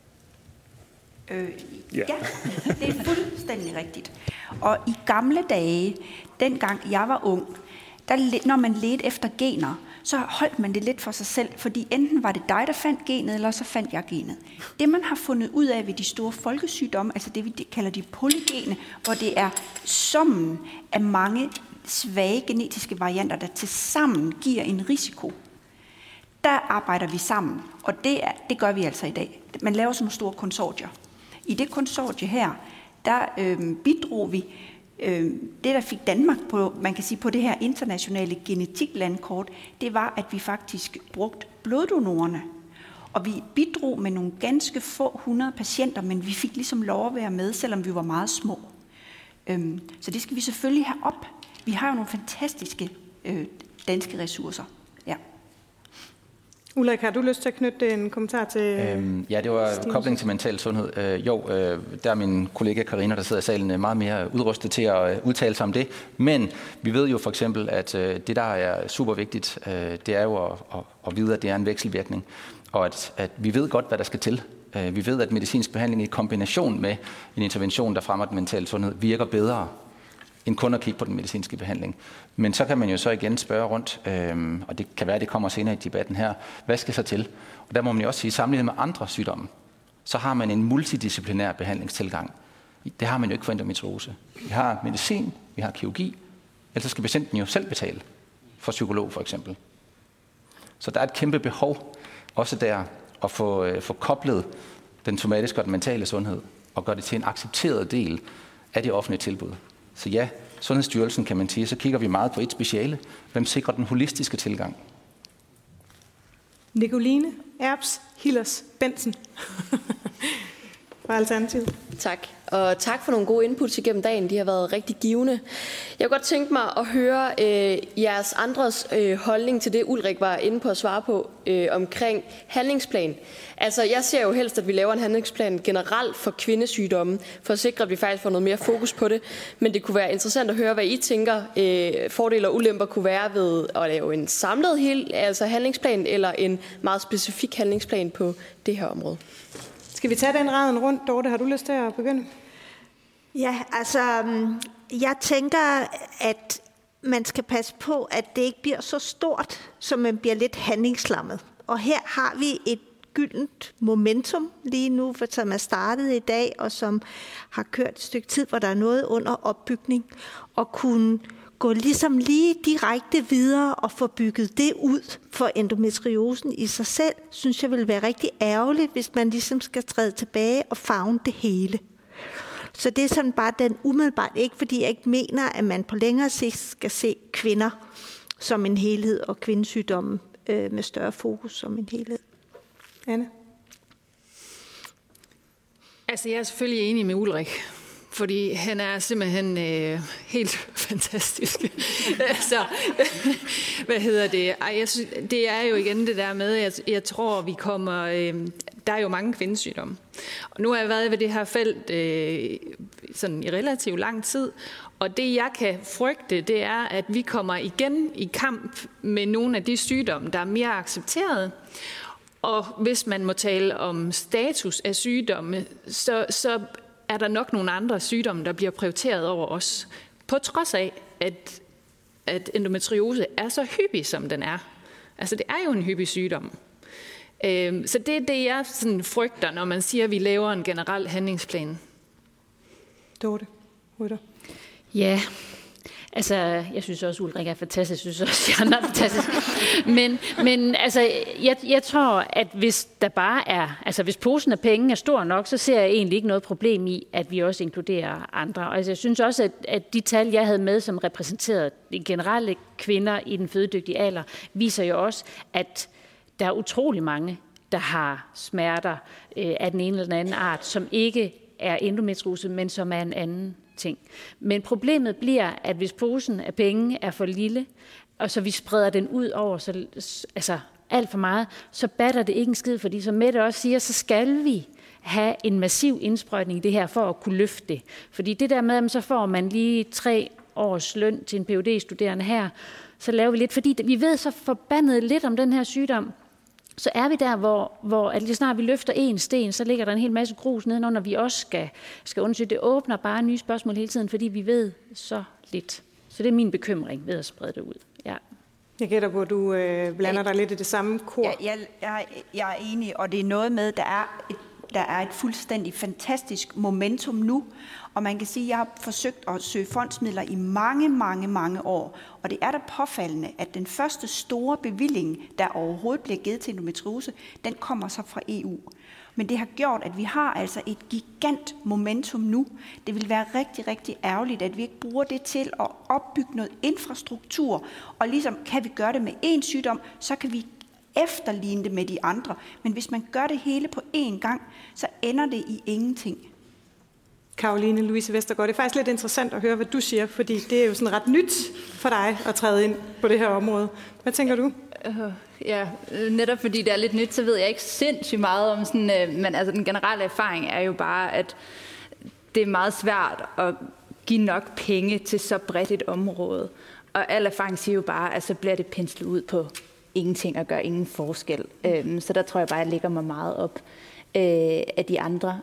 Ja, det er fuldstændig rigtigt. Og i gamle dage, dengang jeg var ung, når man ledte efter gener, så holdt man det lidt for sig selv, fordi enten var det dig, der fandt genet, eller så fandt jeg genet. Det, man har fundet ud af ved de store folkesygdomme, altså det, vi kalder de polygene, hvor det er summen af mange svage genetiske varianter, der tilsammen giver en risiko, der arbejder vi sammen. Og det gør vi altså i dag. Man laver sådan nogle store konsortier. I det konsortie her, der bidrog vi det, der fik Danmark på, man kan sige, på det her internationale genetiklandkort, det var, at vi faktisk brugte bloddonorerne. Og vi bidrog med nogle ganske få 100 patienter, men vi fik ligesom lov at være med, selvom vi var meget små. Så det skal vi selvfølgelig have op. Vi har jo nogle fantastiske danske ressourcer. Ja. Ulrik, har du lyst til at knytte en kommentar til... Ja, det var kobling til mental sundhed. Der er min kollega Karina, der sidder i salen, meget mere udrustet til at udtale sig om det. Men vi ved jo for eksempel, at det, der er super vigtigt, det er jo at vide, at det er en vekselvirkning. Og at vi ved godt, hvad der skal til. Vi ved, at medicinsk behandling i kombination med en intervention, der fremmer den mentale sundhed, virker bedre end kun at kigge på den medicinske behandling. Men så kan man jo så igen spørge rundt, og det kan være, det kommer senere i debatten her, hvad skal så til? Og der må man jo også sige, sammenlignet med andre sygdomme, så har man en multidisciplinær behandlingstilgang. Det har man jo ikke for endometriose. Vi har medicin, vi har kirurgi, ellers skal patienten jo selv betale for psykolog for eksempel. Så der er et kæmpe behov også der at få koblet den somatiske og den mentale sundhed og gøre det til en accepteret del af det offentlige tilbud. Så ja, Sundhedsstyrelsen kan man sige, så kigger vi meget på et speciale. Hvem sikrer den holistiske tilgang? Nicoline Erbs Hillers Bensen fra Alternativet. Tak, og tak for nogle gode inputs igennem dagen. De har været rigtig givende. Jeg kunne godt tænke mig at høre jeres andres holdning til det, Ulrik var inde på at svare på omkring handlingsplan. Altså, jeg ser jo helst, at vi laver en handlingsplan generelt for kvindesygdomme, for at sikre, at vi faktisk får noget mere fokus på det. Men det kunne være interessant at høre, hvad I tænker, fordele og ulemper kunne være ved at lave en samlet handlingsplan, eller en meget specifik handlingsplan på det her område. Skal vi tage den raden rundt, Dorte? Har du lyst til at begynde? Ja, altså, jeg tænker, at man skal passe på, at det ikke bliver så stort, så man bliver lidt handlingslammet. Og her har vi et gyldent momentum lige nu, som er startet i dag, og som har kørt et stykke tid, hvor der er noget under opbygning, og kunne gå ligesom lige direkte videre og få bygget det ud for endometriosen i sig selv, synes jeg vil være rigtig ærgerligt, hvis man ligesom skal træde tilbage og favne det hele. Så det er sådan bare den umiddelbart, ikke fordi jeg ikke mener, at man på længere sigt skal se kvinder som en helhed, og kvindesygdomme med større fokus som en helhed. Anne? Altså, jeg er selvfølgelig enig med Ulrik, fordi han er simpelthen helt fantastisk. Så, jeg synes, det er jo igen det der med, at jeg tror, vi kommer... der er jo mange kvindesygdomme. Og nu har jeg været ved det her felt sådan i relativt lang tid, og det jeg kan frygte, det er, at vi kommer igen i kamp med nogle af de sygdomme, der er mere accepterede. Og hvis man må tale om status af sygdomme, så er der nok nogle andre sygdomme, der bliver prioriteret over os. På trods af, at endometriose er så hyppig, som den er. Altså, det er jo en hyppig sygdom. Så det er det, jeg sådan frygter, når man siger, at vi laver en generel handlingsplan. Dorte, Rytter. Ja, altså, jeg synes også, Ulrik er fantastisk. Jeg synes også, Jan er fantastisk. Men altså, jeg tror, at hvis der bare er, altså hvis posen af penge er stor nok, så ser jeg egentlig ikke noget problem i, at vi også inkluderer andre. Altså, jeg synes også, at de tal, jeg havde med, som repræsenterede de generelle kvinder i den fødedygtige alder, viser jo også, at der er utrolig mange, der har smerter af den ene eller den anden art, som ikke er endometriose, men som er en anden ting. Men problemet bliver, at hvis posen af penge er for lille, og så vi spreder den ud over altså alt for meget, så batter det ikke en skid, fordi som Mette også siger, så skal vi have en massiv indsprøjtning i det her, for at kunne løfte det. Fordi det der med, at så får man lige 3 års løn til en PhD-studerende her, så laver vi lidt, fordi vi ved så forbandet lidt om den her sygdom, så er vi der, hvor at lige snart vi løfter en sten, så ligger der en hel masse grus nedenunder, vi også skal undersøge. Det åbner bare nye spørgsmål hele tiden, fordi vi ved så lidt. Så det er min bekymring ved at sprede det ud. Ja. Jeg gætter på, at du blander dig lidt i det samme kor. Jeg er enig, og det er noget med, der er et fuldstændig fantastisk momentum nu, og man kan sige, at jeg har forsøgt at søge fondsmidler i mange år, og det er da påfaldende, at den første store bevilling, der overhovedet bliver givet til endometriose, den kommer så fra EU. Men det har gjort, at vi har altså et gigant momentum nu. Det vil være rigtig ærgerligt, at vi ikke bruger det til at opbygge noget infrastruktur, og ligesom kan vi gøre det med én sygdom, så kan vi efterligne det med de andre. Men hvis man gør det hele på én gang, så ender det i ingenting. Caroline Louise Vestergaard, det er faktisk lidt interessant at høre, hvad du siger, fordi det er jo sådan ret nyt for dig at træde ind på det her område. Hvad tænker du? Ja, netop fordi det er lidt nyt, så ved jeg ikke sindssygt meget om sådan, men altså den generelle erfaring er jo bare, at det er meget svært at give nok penge til så bredt et område. Og al erfaring siger jo bare, at så bliver det penslet ud på ingenting og gør ingen forskel. Så der tror jeg bare, at jeg lægger mig meget op af de andre.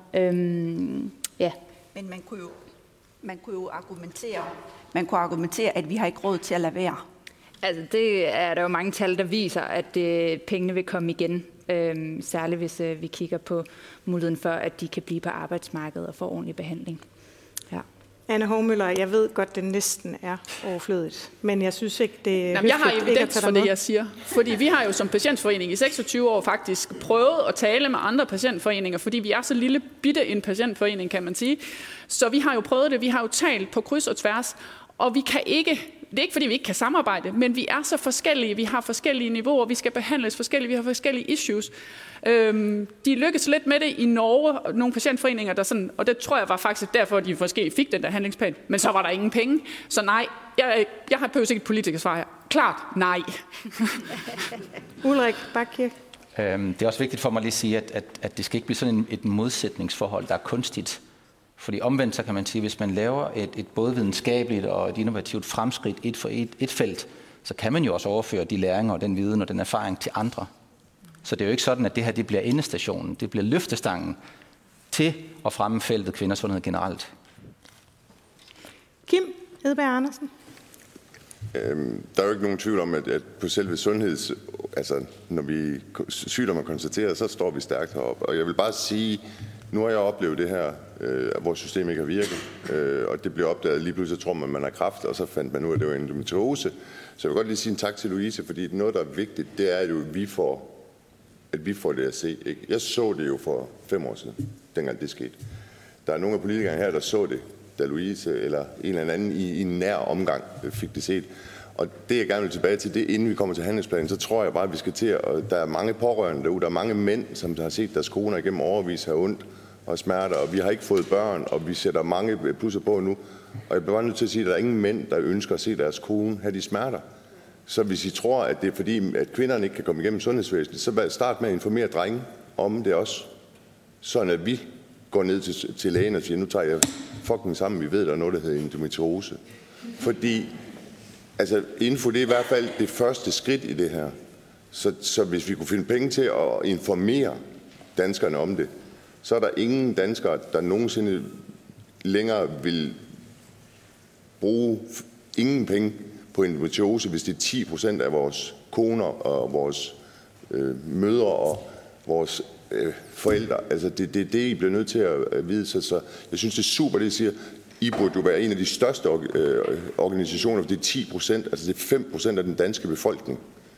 Ja. Men man kunne jo argumentere, at vi har ikke råd til at lade være. Altså det er der jo mange tal, der viser, at pengene vil komme igen. Særligt hvis vi kigger på muligheden for, at de kan blive på arbejdsmarkedet og få ordentlig behandling. Ja. Anne Hovmøller, jeg ved godt, det næsten er overflødigt, men jeg synes ikke, det er jeg har evidens for det, jeg siger. Fordi vi har jo som patientforening i 26 år faktisk prøvet at tale med andre patientforeninger, fordi vi er så lille bitte en patientforening, kan man sige. Så vi har jo prøvet det, vi har jo talt på kryds og tværs, og vi kan ikke... Det er ikke, fordi vi ikke kan samarbejde, men vi er så forskellige. Vi har forskellige niveauer, vi skal behandles forskellige, vi har forskellige issues. De lykkedes lidt med det i Norge, nogle patientforeninger, der sådan, og det tror jeg var faktisk derfor, at de måske fik den der handlingsplan, men så var der ingen penge. Så nej, jeg har behøvet ikke et politikersvar her. Klart nej. Ulrik Bakkirk. Det er også vigtigt for mig lige at sige, at det skal ikke blive sådan et modsætningsforhold, der er kunstigt. Fordi omvendt, så kan man sige, at hvis man laver et både videnskabeligt og et innovativt fremskridt et felt, så kan man jo også overføre de læringer og den viden og den erfaring til andre. Så det er jo ikke sådan, at det her det bliver endestationen. Det bliver løftestangen til at fremme feltet kvindesundhed generelt. Kim Edberg Andersen. Der er jo ikke nogen tvivl om, at på selve altså når vi sygdommer konstaterer, så står vi stærkt heroppe. Og jeg vil bare sige, nu har jeg oplevet det her, at vores system ikke har virket, og det blev opdaget lige pludselig, tror man har kræft, og så fandt man ud af, at det var endometriose. Så jeg vil godt lige sige en tak til Louise, fordi noget, der er vigtigt, det er jo, at vi får det at se. Ikke? Jeg så det jo for 5 år siden, dengang det skete. Der er nogle af politikerne her, der så det, da Louise eller en eller anden i en nær omgang fik det set. Og det, jeg gerne vil tilbage til, det inden vi kommer til handlingsplanen, så tror jeg bare, at vi skal til, og der er mange pårørende derude, der er mange mænd, som har set deres koner igennem overvis have ondt, og smerter, og vi har ikke fået børn, og vi sætter mange plusser på nu. Og jeg bliver bare nødt til at sige, at der er ingen mænd, der ønsker at se deres kone have de smerter. Så hvis I tror, at det er fordi, at kvinderne ikke kan komme igennem sundhedsvæsenet, så start med at informere drenge om det også. Sådan at vi går ned til lægen og siger, nu tager jeg fucking sammen, vi ved, der er noget, der hedder endometriose. Fordi altså, info, det er i hvert fald det første skridt i det her. Så hvis vi kunne finde penge til at informere danskerne om det, så er der ingen danskere, der nogensinde længere vil bruge ingen penge på endometriose, hvis det er 10% af vores koner og vores mødre og vores forældre. Altså det, I bliver nødt til at vide. Så jeg synes, det er super, det I siger. I burde jo være en af de største organisationer, for det er 10%, altså det er 5% af den danske befolkning.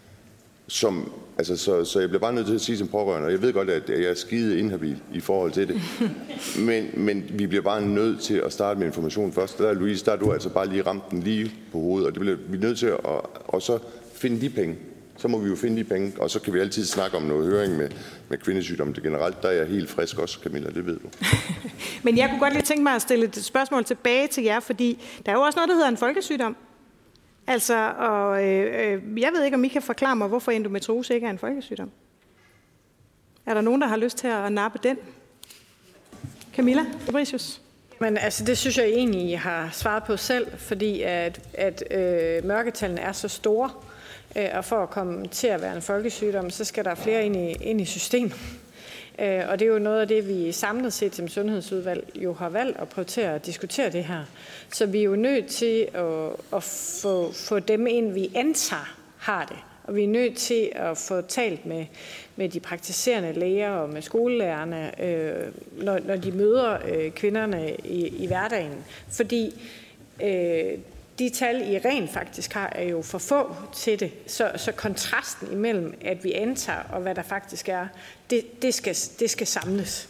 Så jeg bliver bare nødt til at sige som pårørende, og jeg ved godt, at jeg er skide inhabil i forhold til det, men vi bliver bare nødt til at starte med information først. Der, Louise, der er du altså bare lige ramt den lige på hovedet, og det bliver vi nødt til at og så finde de penge. Så må vi jo finde de penge, og så kan vi altid snakke om noget høring med kvindesygdomme. Det generelt, der er jeg helt frisk også, Camilla, det ved du. Men jeg kunne godt lige tænke mig at stille et spørgsmål tilbage til jer, fordi der er jo også noget, der hedder en folkesygdom. Altså, og jeg ved ikke, om I kan forklare mig, hvorfor endometriose ikke er en folkesygdom. Er der nogen, der har lyst til at nappe den? Camilla Fabricius? Men altså, det synes jeg egentlig, I har svaret på selv, fordi at mørketallene er så store, og for at komme til at være en folkesygdom, så skal der flere ind i systemet. Og det er jo noget af det, vi samlet set som sundhedsudvalg jo har valgt at prioritere at diskutere det her. Så vi er jo nødt til at få dem ind, vi antager har det. Og vi er nødt til at få talt med de praktiserende læger og med skolelærerne, når de møder kvinderne i hverdagen. Fordi de tal, I rent faktisk har, er jo for få til det. Så kontrasten imellem, at vi antager, og hvad der faktisk er, det skal samles.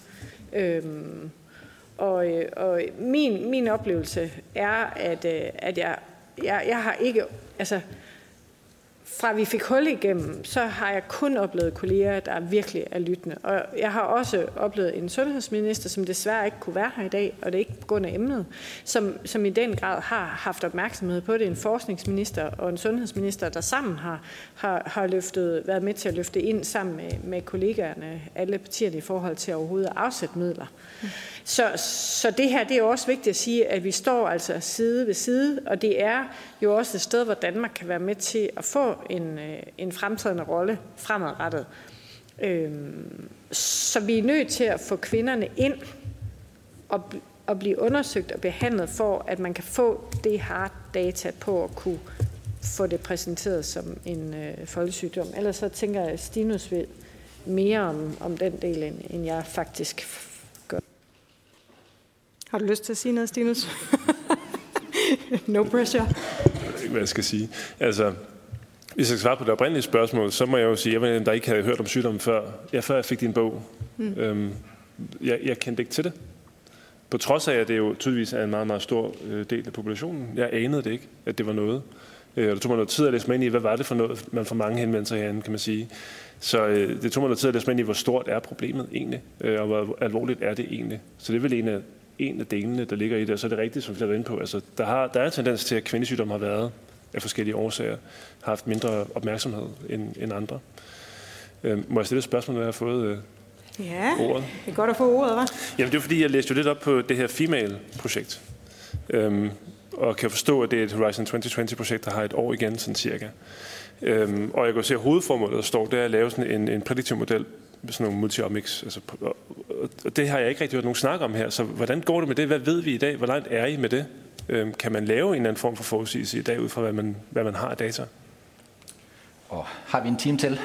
Og min oplevelse er, at jeg har ikke... Altså, fra vi fik hul igennem, så har jeg kun oplevet kolleger, der virkelig er lyttende. Og jeg har også oplevet en sundhedsminister, som desværre ikke kunne være her i dag, og det er ikke på grund af emnet, som i den grad har haft opmærksomhed på det. En forskningsminister og en sundhedsminister, der sammen har været med til at løfte ind sammen med kollegaerne, alle partierne, i forhold til overhovedet at afsætte midler. Så det her, det er også vigtigt at sige, at vi står altså side ved side, og det er jo også et sted, hvor Danmark kan være med til at få en fremtrædende rolle fremadrettet. Så vi er nødt til at få kvinderne ind og blive undersøgt og behandlet, for at man kan få det hard data på at kunne få det præsenteret som en folkesygdom. Ellers så tænker jeg, at Stinus ved mere om den del, end jeg faktisk gør. Har du lyst til at sige noget, Stinus? No pressure. Jeg ved ikke, hvad jeg skal sige. Altså, hvis jeg skal svare på det oprindelige spørgsmål, så må jeg jo sige, at jeg der ikke havde hørt om sygdommen før jeg fik din bog. Jeg kendte ikke til det. På trods af, at det jo tydeligvis er en meget, meget stor del af populationen. Jeg anede det ikke, at det var noget. Og det tog mig noget tid at læse mig ind i, hvad var det for noget, man får mange henvendelser herinde, kan man sige. Så det tog mig noget tid at læse mig ind i, hvor stort er problemet egentlig, og hvor alvorligt er det egentlig. Så det er vel en af delene, der ligger i det, og så er det rigtigt, som vi har været inde på. Altså, der er en tendens til, at kvindesygdom har været af forskellige årsager, har haft mindre opmærksomhed end andre. Må jeg stille et spørgsmål, når jeg har fået ordet? Det er godt at få ordet, hva'? Jamen, det er fordi, jeg læste jo lidt op på det her Female-projekt, og kan forstå, at det er et Horizon 2020-projekt, der har et år igen, sådan cirka. Og jeg kan se, at hovedformålet, der står, det er at lave sådan en prediktiv model, sådan nogle multi-omics. Altså, og det har jeg ikke rigtig hørt nogen snakke om her, så hvordan går det med det? Hvad ved vi i dag? Hvor langt er I med det? Kan man lave en eller anden form for forudsigelse i dag, ud fra hvad man har af data? Og har vi en time til?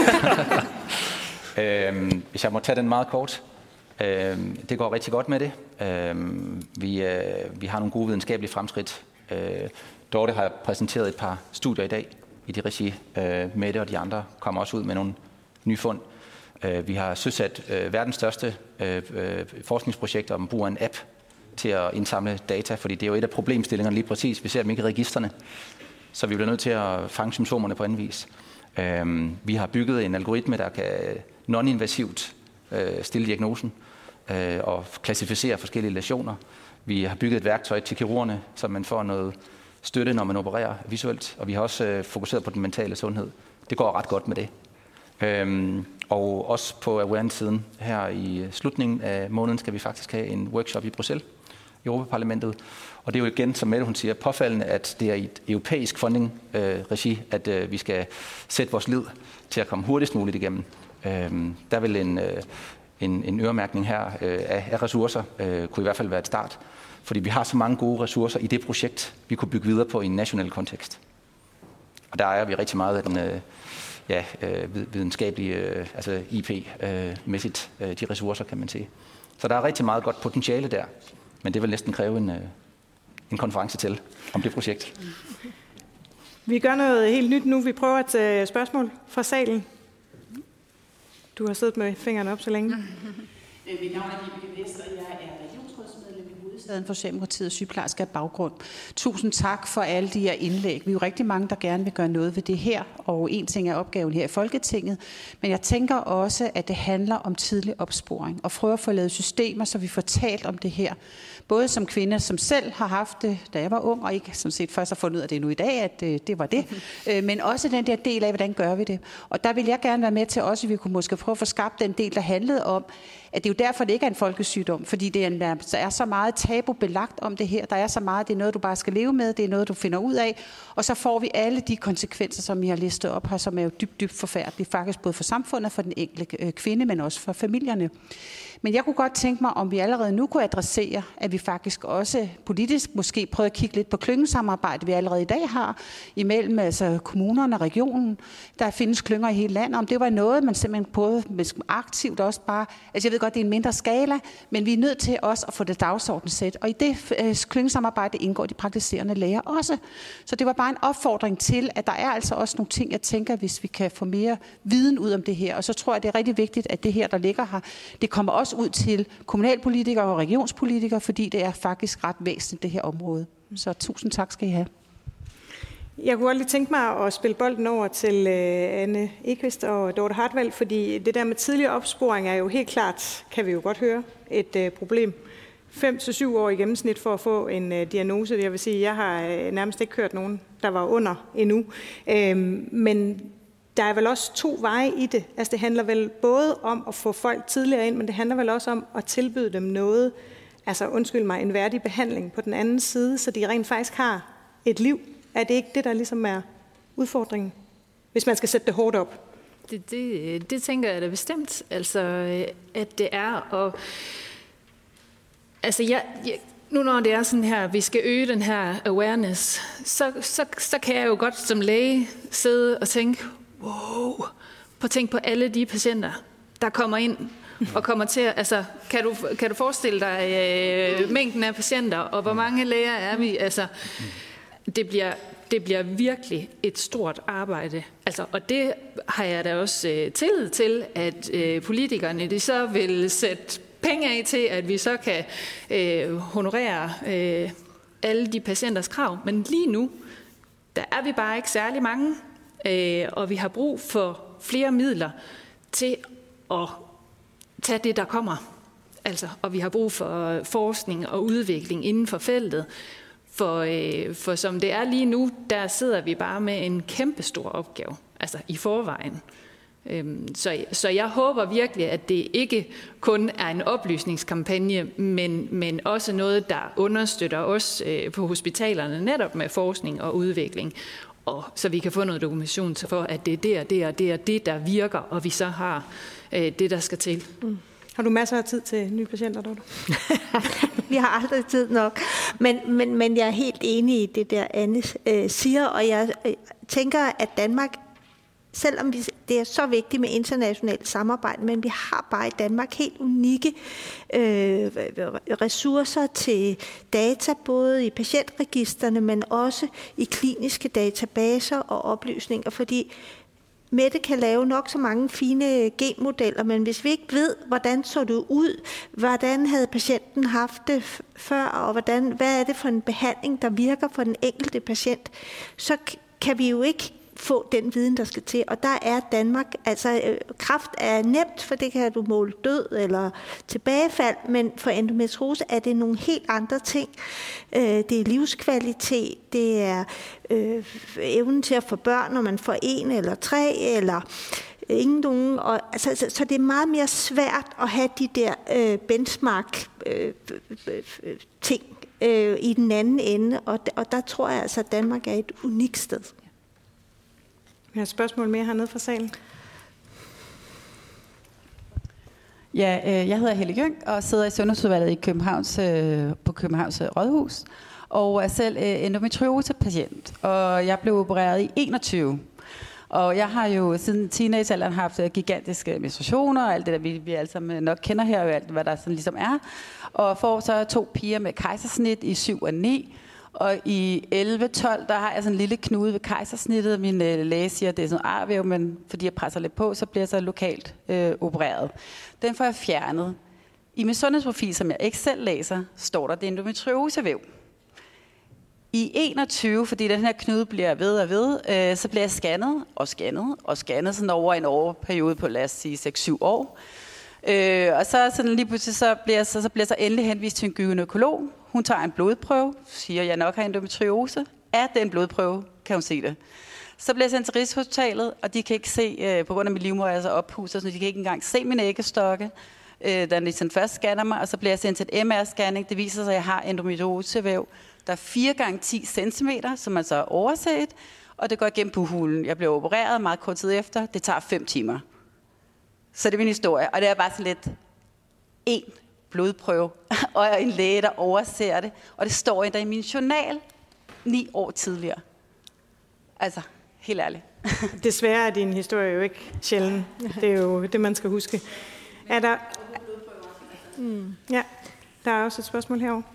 Hvis jeg må tage den meget kort. Det går rigtig godt med det. Vi har nogle gode videnskabelige fremskridt. Dorte har præsenteret et par studier i dag i de regi. Mette og de andre kommer også ud med nogle nye fund. Vi har søsat verdens største forskningsprojekt om brug af en app til at indsamle data, fordi det er jo et af problemstillingerne lige præcis. Vi ser dem ikke i registrene, så vi bliver nødt til at fange symptomerne på anden vis. Vi har bygget en algoritme, der kan non-invasivt stille diagnosen, og klassificere forskellige lesioner. Vi har bygget et værktøj til kirurgerne, så man får noget støtte, når man opererer visuelt. Og vi har også fokuseret på den mentale sundhed. Det går ret godt med det. Og også på awareness-siden her i slutningen af måneden skal vi faktisk have en workshop i Bruxelles, i Europaparlamentet. Og det er jo igen, som Mette hun siger, påfaldende, at det er i et europæisk funding-regi, at vi skal sætte vores lid til at komme hurtigst muligt igennem. Der vil en øremærkning her af ressourcer kunne i hvert fald være et start, fordi vi har så mange gode ressourcer i det projekt, vi kunne bygge videre på i en national kontekst. Og der ejer vi rigtig meget af den videnskabelige, altså IP-mæssigt, de ressourcer, kan man sige. Så der er rigtig meget godt potentiale der, men det vil næsten kræve en konference til om det projekt. Vi gør noget helt nyt nu. Vi prøver at tage spørgsmål fra salen. Du har siddet med fingrene op så længe. Mit navn er Vibeke Vest, og jeg er regionsrådsmedlem i Hovedstaden for Socialdemokratiet og sygeplejerske af baggrund. Tusind tak for alle de her indlæg. Vi er jo rigtig mange, der gerne vil gøre noget ved det her, og en ting er opgaven her i Folketinget, men jeg tænker også, at det handler om tidlig opsporing, og prøve at få lavet systemer, så vi får talt om det her. Både som kvinde, som selv har haft det, da jeg var ung, og ikke sådan set først har fundet ud af det nu i dag, at det var det, men også den der del af, hvordan gør vi det. Og der vil jeg gerne være med til også, at vi kunne måske prøve at få skabt den del, der handlede om, at det er jo derfor, det ikke er en folkesygdom, fordi der er så meget tabubelagt om det her. Der er så meget, det er noget, du bare skal leve med, det er noget, du finder ud af, og så får vi alle de konsekvenser, som I har listet op her, som er jo dybt forfærdelige, faktisk både for samfundet, for den enkelte kvinde, men også for familierne. Men jeg kunne godt tænke mig, om vi allerede nu kunne adressere, at vi faktisk også politisk måske prøver at kigge lidt på klyngesamarbejde, vi allerede i dag har, imellem altså kommunerne og regionen. Der findes klynger i hele landet. Om det var noget, man simpelthen både aktivt også bare... Altså jeg ved godt, det er en mindre skala, men vi er nødt til også at få det dagsordensæt. Og i det klyngesamarbejde indgår de praktiserende læger også. Så det var bare en opfordring til, at der er altså også nogle ting, jeg tænker, hvis vi kan få mere viden ud om det her. Og så tror jeg, det er rigtig vigtigt, at det her, der ligger her, det kommer også ud til kommunalpolitikere og regionspolitikere, fordi det er faktisk ret væsentligt, det her område. Så tusind tak skal I have. Jeg kunne godt lige tænke mig at spille bolden over til Anne Ekvist og Dorte Hartwald, fordi det der med tidlig opsporing er jo helt klart, kan vi jo godt høre, et problem. 5-7 år i gennemsnit for at få en diagnose. Jeg vil sige, jeg har nærmest ikke hørt nogen, der var under endnu. Men der er vel også 2 veje i det. Altså det handler vel både om at få folk tidligere ind, men det handler vel også om at tilbyde dem noget, altså undskyld mig, en værdig behandling på den anden side, så de rent faktisk har et liv. Er det ikke det, der ligesom er udfordringen, hvis man skal sætte det hårdt op? Det tænker jeg da bestemt. Altså, at det er. Og altså, nu når det er sådan her, vi skal øge den her awareness, så kan jeg jo godt som læge sidde og tænke, wow, tænk på alle de patienter, der kommer ind og kommer til at, altså, kan du forestille dig mængden af patienter, og hvor mange læger er vi? Altså, det bliver virkelig et stort arbejde. Altså, og det har jeg da også tillid til, at politikerne de så vil sætte penge af til, at vi så kan honorere alle de patienters krav. Men lige nu, der er vi bare ikke særlig mange, og vi har brug for flere midler til at tage det, der kommer. Altså, og vi har brug for forskning og udvikling inden for feltet. For som det er lige nu, der sidder vi bare med en kæmpestor opgave, altså i forvejen. Så jeg håber virkelig, at det ikke kun er en oplysningskampagne, men også noget, der understøtter os på hospitalerne, netop med forskning og udvikling. Og så vi kan få noget dokumentation for, at det er det, der virker, og vi så har det, der skal til. Mm. Har du masser af tid til nye patienter, Dorte? Vi har aldrig tid nok. Men jeg er helt enig i det der, Anne siger, og jeg tænker, at Danmark, selvom det er så vigtigt med internationalt samarbejde, men vi har bare i Danmark helt unikke ressourcer til data, både i patientregisterne, men også i kliniske databaser og oplysninger, fordi Mette kan lave nok så mange fine genmodeller, men hvis vi ikke ved, hvordan så det ud, hvordan havde patienten haft det før, og hvad er det for en behandling, der virker for den enkelte patient, så kan vi jo ikke få den viden, der skal til. Og der er Danmark, altså kræft er nemt, for det kan du måle død eller tilbagefald, men for endometriose er det nogle helt andre ting. Det er livskvalitet, det er evnen til at få børn, når man får 1 eller 3, eller ingen nogen. Og, altså, så det er meget mere svært at have de der benchmark-ting i den anden ende, og der tror jeg altså, at Danmark er et unikt sted. Vi har et spørgsmål mere hernede fra salen. Ja, jeg hedder Helle Jøng og sidder i Sundhedsudvalget i på Københavns Rådhus, og er selv endometriosepatient, og jeg blev opereret i 21. Og jeg har jo siden teenagealderen haft gigantiske menstruationer og alt det der, vi alle sammen nok kender her, og alt hvad der sådan ligesom er. Og får så 2 piger med kejsersnit i 7 og 9. Og i 11-12, der har jeg sådan en lille knude ved kejsersnittet. Min læge siger, at det er sådan en arvæv, men fordi jeg presser lidt på, så bliver jeg så lokalt opereret. Den får jeg fjernet. I min sundhedsprofil, som jeg ikke selv læser, står der, det er endometriosevæv. I 21, fordi den her knude bliver ved og ved, så bliver jeg scannet sådan over en årperiode på, lad os sige, 6-7 år. Og så sådan lige pludselig, så bliver jeg så endelig henvist til en gynækolog. Hun tager en blodprøve, siger, at jeg nok har endometriose. Af den blodprøve kan hun se det. Så bliver jeg sendt til Rigshospitalet, og de kan ikke se, på grund af min livmoder er så ophuset, så de kan ikke engang se mine æggestokke. Da de sådan først scanner mig, og så bliver jeg sendt til et MR-scanning. Det viser sig, at jeg har endometriosevæv, der er 4 gange 10 cm, som man så har overset, og det går igennem bughulen. Jeg bliver opereret meget kort tid efter. Det tager 5 timer. Så det er min historie, og det er bare sådan lidt en blodprøve, og en læge, der overser det, og det står endda i min journal 9 år tidligere. Altså, helt ærligt. Desværre er din historie jo ikke sjælden. Det er jo det, man skal huske. Er der... Ja, der er også et spørgsmål herovre.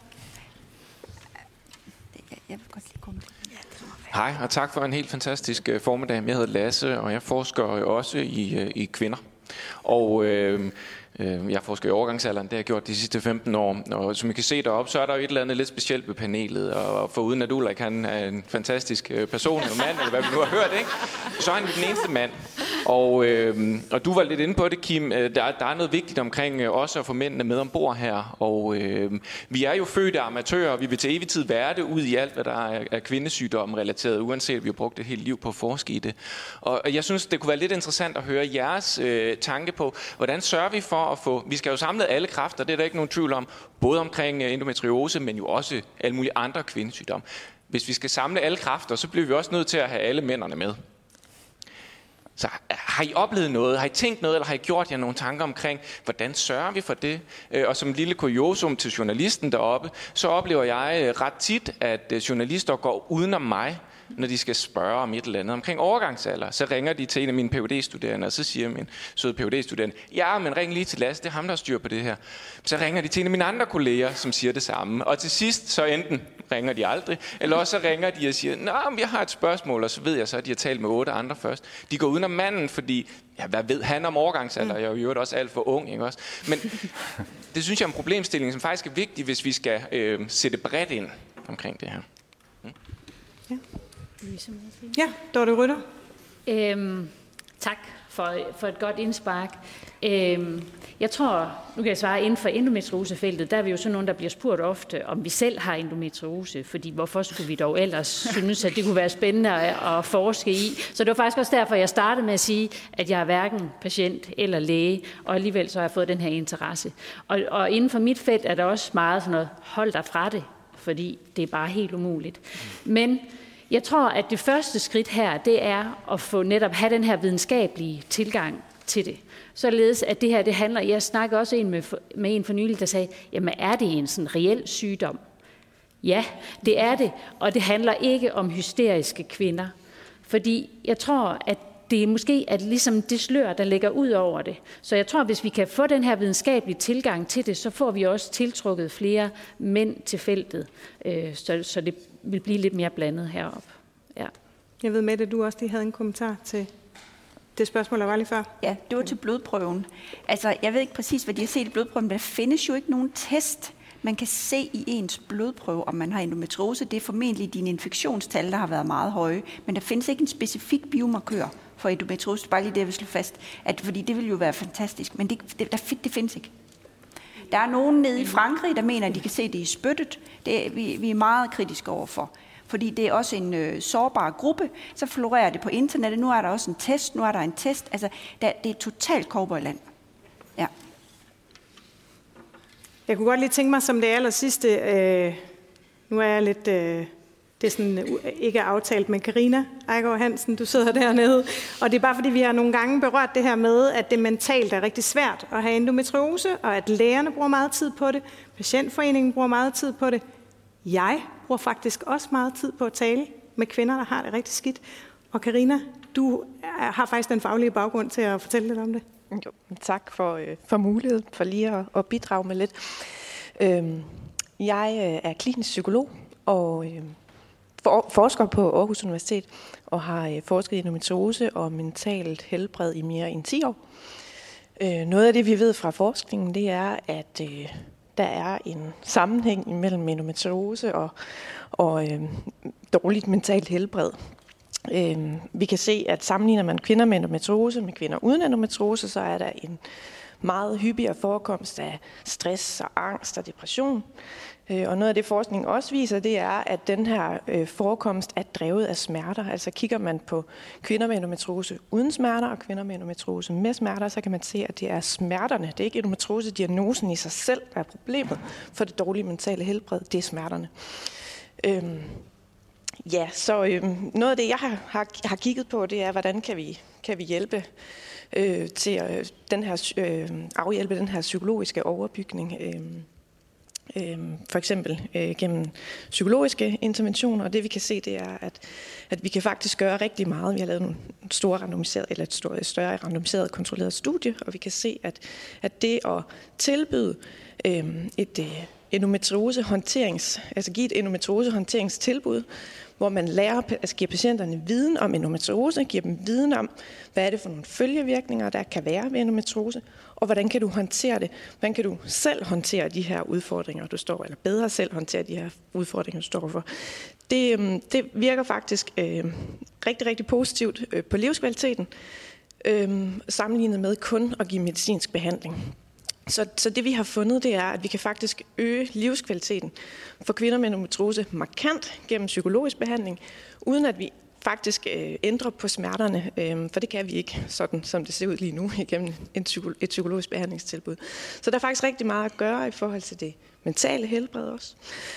Jeg vil godt lige komme. Hej, og tak for en helt fantastisk formiddag. Jeg hedder Lasse, og jeg forsker også i kvinder. Og jeg forsker i overgangsalderen, det har jeg gjort de sidste 15 år. Og som I kan se deroppe, så er der jo et eller andet lidt specielt ved panelet. Og foruden at Ulrik, han er en fantastisk person, eller mand, eller hvad vi nu har hørt, ikke? Så er han den eneste mand. Og du var lidt inde på det, Kim. Der er noget vigtigt omkring også at få mændene med ombord her. Og vi er jo fødte amatører, og vi vil til evig tid være det ud i alt, hvad der er kvindesygdomme relateret, uanset at vi har brugt et helt liv på at forske i det. Og jeg synes, det kunne være lidt interessant at høre jeres tanke på, hvordan sørger vi for at få... Vi skal jo samle alle kræfter, det er der ikke nogen tvivl om, både omkring endometriose, men jo også alle mulige andre kvindesygdomme. Hvis vi skal samle alle kræfter, så bliver vi også nødt til at have alle mændene med. Så har I oplevet noget, har I tænkt noget, eller har I gjort jer nogle tanker omkring, hvordan sørger vi for det? Og som lille kuriosum til journalisten deroppe, så oplever jeg ret tit, at journalister går udenom mig, når de skal spørge om et eller andet omkring overgangsalder. Så ringer de til en af mine Ph.D.-studerende, og så siger min søde Ph.D.-studerende, ja, men ring lige til Lasse, det er ham, der styr på det her. Så ringer de til en af mine andre kolleger, som siger det samme. Og til sidst, så enten ringer de aldrig, eller også så ringer de og siger, nå, jeg har et spørgsmål, og så ved jeg så, at de har talt med 8 andre først. De går udenom manden, fordi, ja, hvad ved han om overgangsalder? Jeg er jo også alt for ung, ikke også? Men det synes jeg er en problemstilling, som faktisk er vigtig, hvis vi skal sætte bredt ind omkring det her. Ja, Dorte Rytter. Tak for et godt indspark. Jeg tror, nu kan jeg svare, inden for endometriosefeltet, der er vi jo sådan nogen, der bliver spurgt ofte, om vi selv har endometriose, fordi hvorfor skulle vi dog ellers synes, at det kunne være spændende at forske i. Så det var faktisk også derfor, jeg startede med at sige, at jeg er hverken patient eller læge, og alligevel så har jeg fået den her interesse. Og inden for mit felt er der også meget sådan noget, hold dig fra det, fordi det er bare helt umuligt. Men jeg tror, at det første skridt her, det er at få netop have den her videnskabelige tilgang til det. Således at det her, det handler, jeg snakkede også med en for nylig, der sagde, jamen er det en sådan reel sygdom? Ja, det er det, og det handler ikke om hysteriske kvinder. Fordi jeg tror, at det måske er ligesom det slør, der ligger ud over det. Så jeg tror, hvis vi kan få den her videnskabelige tilgang til det, så får vi også tiltrukket flere mænd til feltet, så det vil blive lidt mere blandet heroppe. Ja. Jeg ved, Mette, du også lige havde en kommentar til det spørgsmål, der var lige før. Ja, det var til blodprøven. Altså, jeg ved ikke præcis, hvad de har set i blodprøven, men der findes jo ikke nogen test, Man kan se i ens blodprøve, om man har endometriose. Det er formentlig dine infektionstal, der har været meget høje. Men der findes ikke en specifik biomarkør for endometriose. Bare lige det, jeg vil slå fast. Fordi det vil jo være fantastisk. Men det findes ikke. Der er nogen nede i Frankrig, der mener, at de kan se det i spyttet. Vi er meget kritiske overfor. Fordi det er også en sårbar gruppe. Så florerer det på internettet. Nu er der også en test. Nu er der en test. Altså, det er totalt cowboyland. Ja. Jeg kunne godt lige tænke mig som det aller sidste. Nu er jeg lidt... det er sådan ikke aftalt med Carina Eigaard Hansen. Du sidder dernede. Og det er bare fordi, vi har nogle gange berørt det her med, at det mentalt er rigtig svært at have endometriose, og at lægerne bruger meget tid på det. Patientforeningen bruger meget tid på det. Jeg bruger faktisk også meget tid på at tale med kvinder, der har det rigtig skidt. Og Carina, du har faktisk den faglige baggrund til at fortælle lidt om det. Jo, tak for muligheden for lige at bidrage med lidt. Jeg er klinisk psykolog og forsker på Aarhus Universitet og har forsket i endometriose og mentalt helbred i mere end 10 år. Noget af det, vi ved fra forskningen, det er, at der er en sammenhæng mellem endometriose og dårligt mentalt helbred. Vi kan se, at sammenligner man kvinder med endometriose med kvinder uden endometriose, så er der en meget hyppigere forekomst af stress og angst og depression. Og noget af det forskning også viser, det er, at den her forekomst er drevet af smerter. Altså kigger man på kvinder med endometriose uden smerter og kvinder med endometriose med smerter, så kan man se, at det er smerterne. Det er ikke endometriose-diagnosen i sig selv, der er problemet for det dårlige mentale helbred. Det er smerterne. Noget af det, jeg har kigget på, det er, hvordan kan vi hjælpe til afhjælpe den her psykologiske overbygning. For eksempel gennem psykologiske interventioner, og det vi kan se, det er, at vi kan faktisk gøre rigtig meget. Vi har lavet et større randomiseret kontrolleret studie, og vi kan se, at det at tilbyde et give et endometriosehåndteringstilbud, hvor man giver patienterne viden om endometriose, giver dem viden om, hvad er det for nogle følgevirkninger, der kan være ved endometriose, og hvordan kan du håndtere det? Hvordan kan du selv håndtere de her udfordringer, du står, eller bedre selv håndtere de her udfordringer, du står for? Det virker faktisk rigtig, rigtig positivt på livskvaliteten, sammenlignet med kun at give medicinsk behandling. Så det vi har fundet, det er, at vi kan faktisk øge livskvaliteten for kvinder med endometriose markant gennem psykologisk behandling, uden at vi faktisk ændrer på smerterne, for det kan vi ikke, sådan som det ser ud lige nu, igennem et psykologisk behandlingstilbud. Så der er faktisk rigtig meget at gøre i forhold til det mentale helbred også.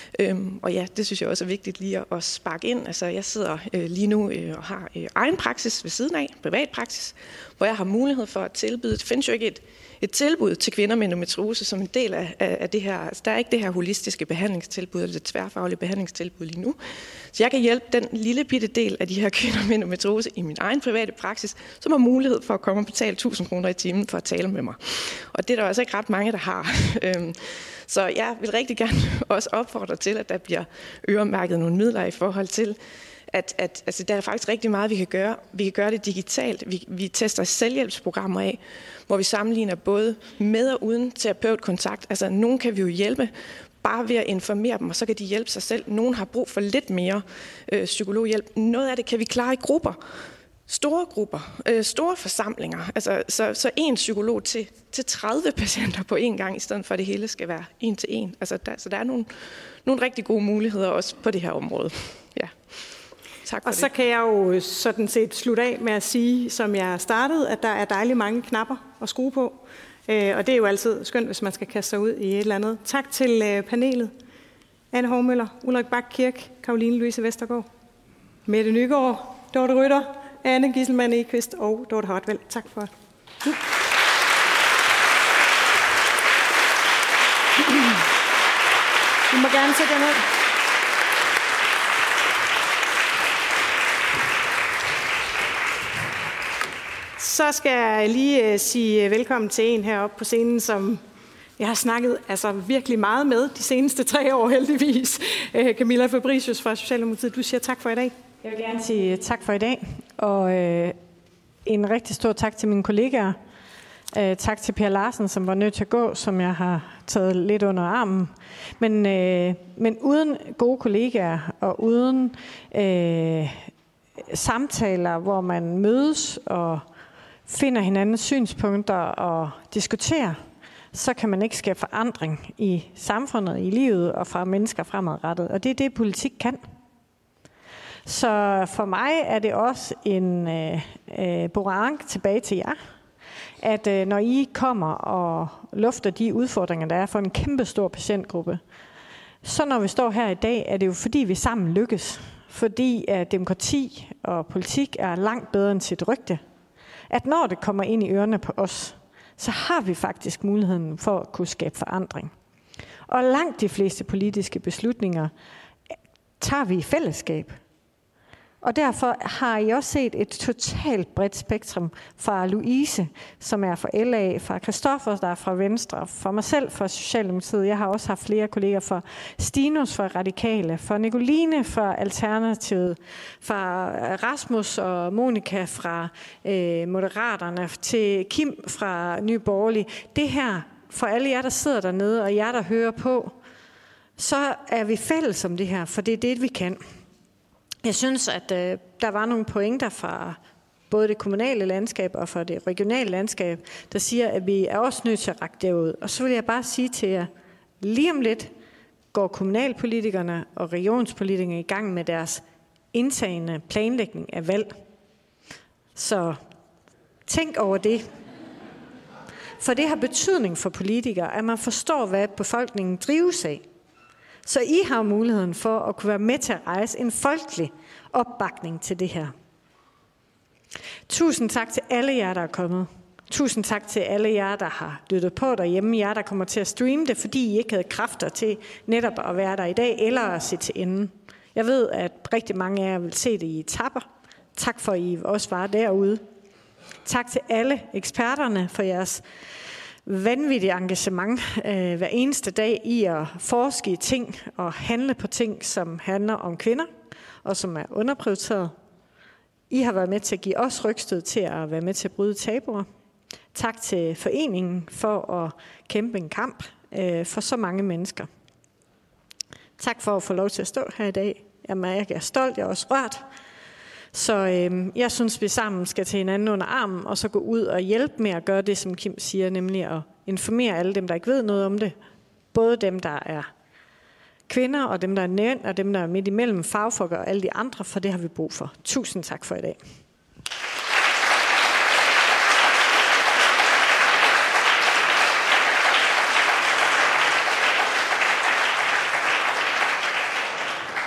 Og ja, det synes jeg også er vigtigt lige at sparke ind. Altså jeg sidder lige nu og har egen praksis ved siden af, privat praksis, hvor jeg har mulighed for at tilbyde. Det findes jo ikke et tilbud til kvinder med endometriose som en del af det her. Altså, der er ikke det her holistiske behandlingstilbud, eller det tværfaglige behandlingstilbud lige nu. Så jeg kan hjælpe den lille bitte del af de her kvinder med endometriose i min egen private praksis, som har mulighed for at komme og betale 1.000 kroner i timen for at tale med mig. Og det er der altså ikke ret mange, der har. Så jeg vil rigtig gerne også opfordre til, at der bliver øremærket nogle midler i forhold til, at der er faktisk rigtig meget, vi kan gøre. Vi kan gøre det digitalt. Vi tester selvhjælpsprogrammer af, hvor vi sammenligner både med og uden terapeutkontakt. Altså, nogen kan vi jo hjælpe bare ved at informere dem, og så kan de hjælpe sig selv. Nogen har brug for lidt mere psykologhjælp. Noget af det kan vi klare i grupper. Store grupper, store forsamlinger. Altså, så en psykolog til 30 patienter på én gang, i stedet for at det hele skal være 1 til 1. Altså, så der er nogle rigtig gode muligheder også på det her område. Ja. Tak for og så kan jeg jo sådan set slutte af med at sige, som jeg startede, at der er dejligt mange knapper at skrue på. Og det er jo altid skønt, hvis man skal kaste sig ud i et eller andet. Tak til panelet. Anne Hovmøller, Ulrik Bak Kirk, Caroline Louise Vestergaard, Mette Nygaard, Dorte Rytter, Anne Gisselmann Ekvist og Dorte Hartwell. Tak for det. I må gerne sætte jer ned. Så skal jeg lige sige velkommen til en heroppe på scenen, som jeg har snakket virkelig meget med de seneste 3 år heldigvis. Camilla Fabricius fra Socialdemokratiet, du siger tak for i dag. Jeg vil gerne sige tak for i dag, og en rigtig stor tak til mine kollegaer. Tak til Per Larsen, som var nødt til at gå, som jeg har taget lidt under armen. Men uden gode kollegaer og uden samtaler, hvor man mødes og finder hinandens synspunkter og diskuterer, så kan man ikke skabe forandring i samfundet, i livet og fra mennesker fremadrettet. Og det er det, politik kan. Så for mig er det også en bumerang tilbage til jer, at når I kommer og lufter de udfordringer, der er for en kæmpe stor patientgruppe, så når vi står her i dag, er det jo fordi, vi sammen lykkes. Fordi at demokrati og politik er langt bedre end sit rygte. At når det kommer ind i ørerne på os, så har vi faktisk muligheden for at kunne skabe forandring. Og langt de fleste politiske beslutninger tager vi i fællesskab. Og derfor har I også set et totalt bredt spektrum fra Louise, som er fra LA, fra Christoffer, der er fra Venstre, fra mig selv fra Socialdemokratiet. Jeg har også haft flere kolleger fra Stinus fra Radikale, fra Nicoline fra Alternativet, fra Rasmus og Monika fra Moderaterne, til Kim fra Nye Borgerlige. Det her, for alle jer, der sidder dernede, og jer, der hører på, så er vi fælles om det her, for det er det, vi kan. Jeg synes, at der var nogle pointer fra både det kommunale landskab og fra det regionale landskab, der siger, at vi er også nødt til at række derud. Og så vil jeg bare sige til jer, lige om lidt går kommunalpolitikerne og regionspolitikerne i gang med deres indtagende planlægning af valg. Så tænk over det. For det har betydning for politikere, at man forstår, hvad befolkningen drives af. Så I har muligheden for at kunne være med til at rejse en folkelig opbakning til det her. Tusind tak til alle jer, der er kommet. Tusind tak til alle jer, der har lyttet på derhjemme. Jer, der kommer til at streame det, fordi I ikke havde kræfter til netop at være der i dag, eller at se til enden. Jeg ved, at rigtig mange af jer vil se det i etapper. Tak for, at I også var derude. Tak til alle eksperterne for jeres vanvittigt engagement hver eneste dag i at forske i ting og handle på ting, som handler om kvinder og som er underprioriteret. I har været med til at give os rygstød til at være med til at bryde tabuer. Tak til foreningen for at kæmpe en kamp for så mange mennesker. Tak for at få lov til at stå her i dag. Jeg er stolt, jeg er også rørt. Så jeg synes, vi sammen skal tage hinanden under armen, og så gå ud og hjælpe med at gøre det, som Kim siger, nemlig at informere alle dem, der ikke ved noget om det. Både dem, der er kvinder, og dem, der er mænd, og dem, der er midt imellem, fagfolk og alle de andre, for det har vi brug for. Tusind tak for i dag.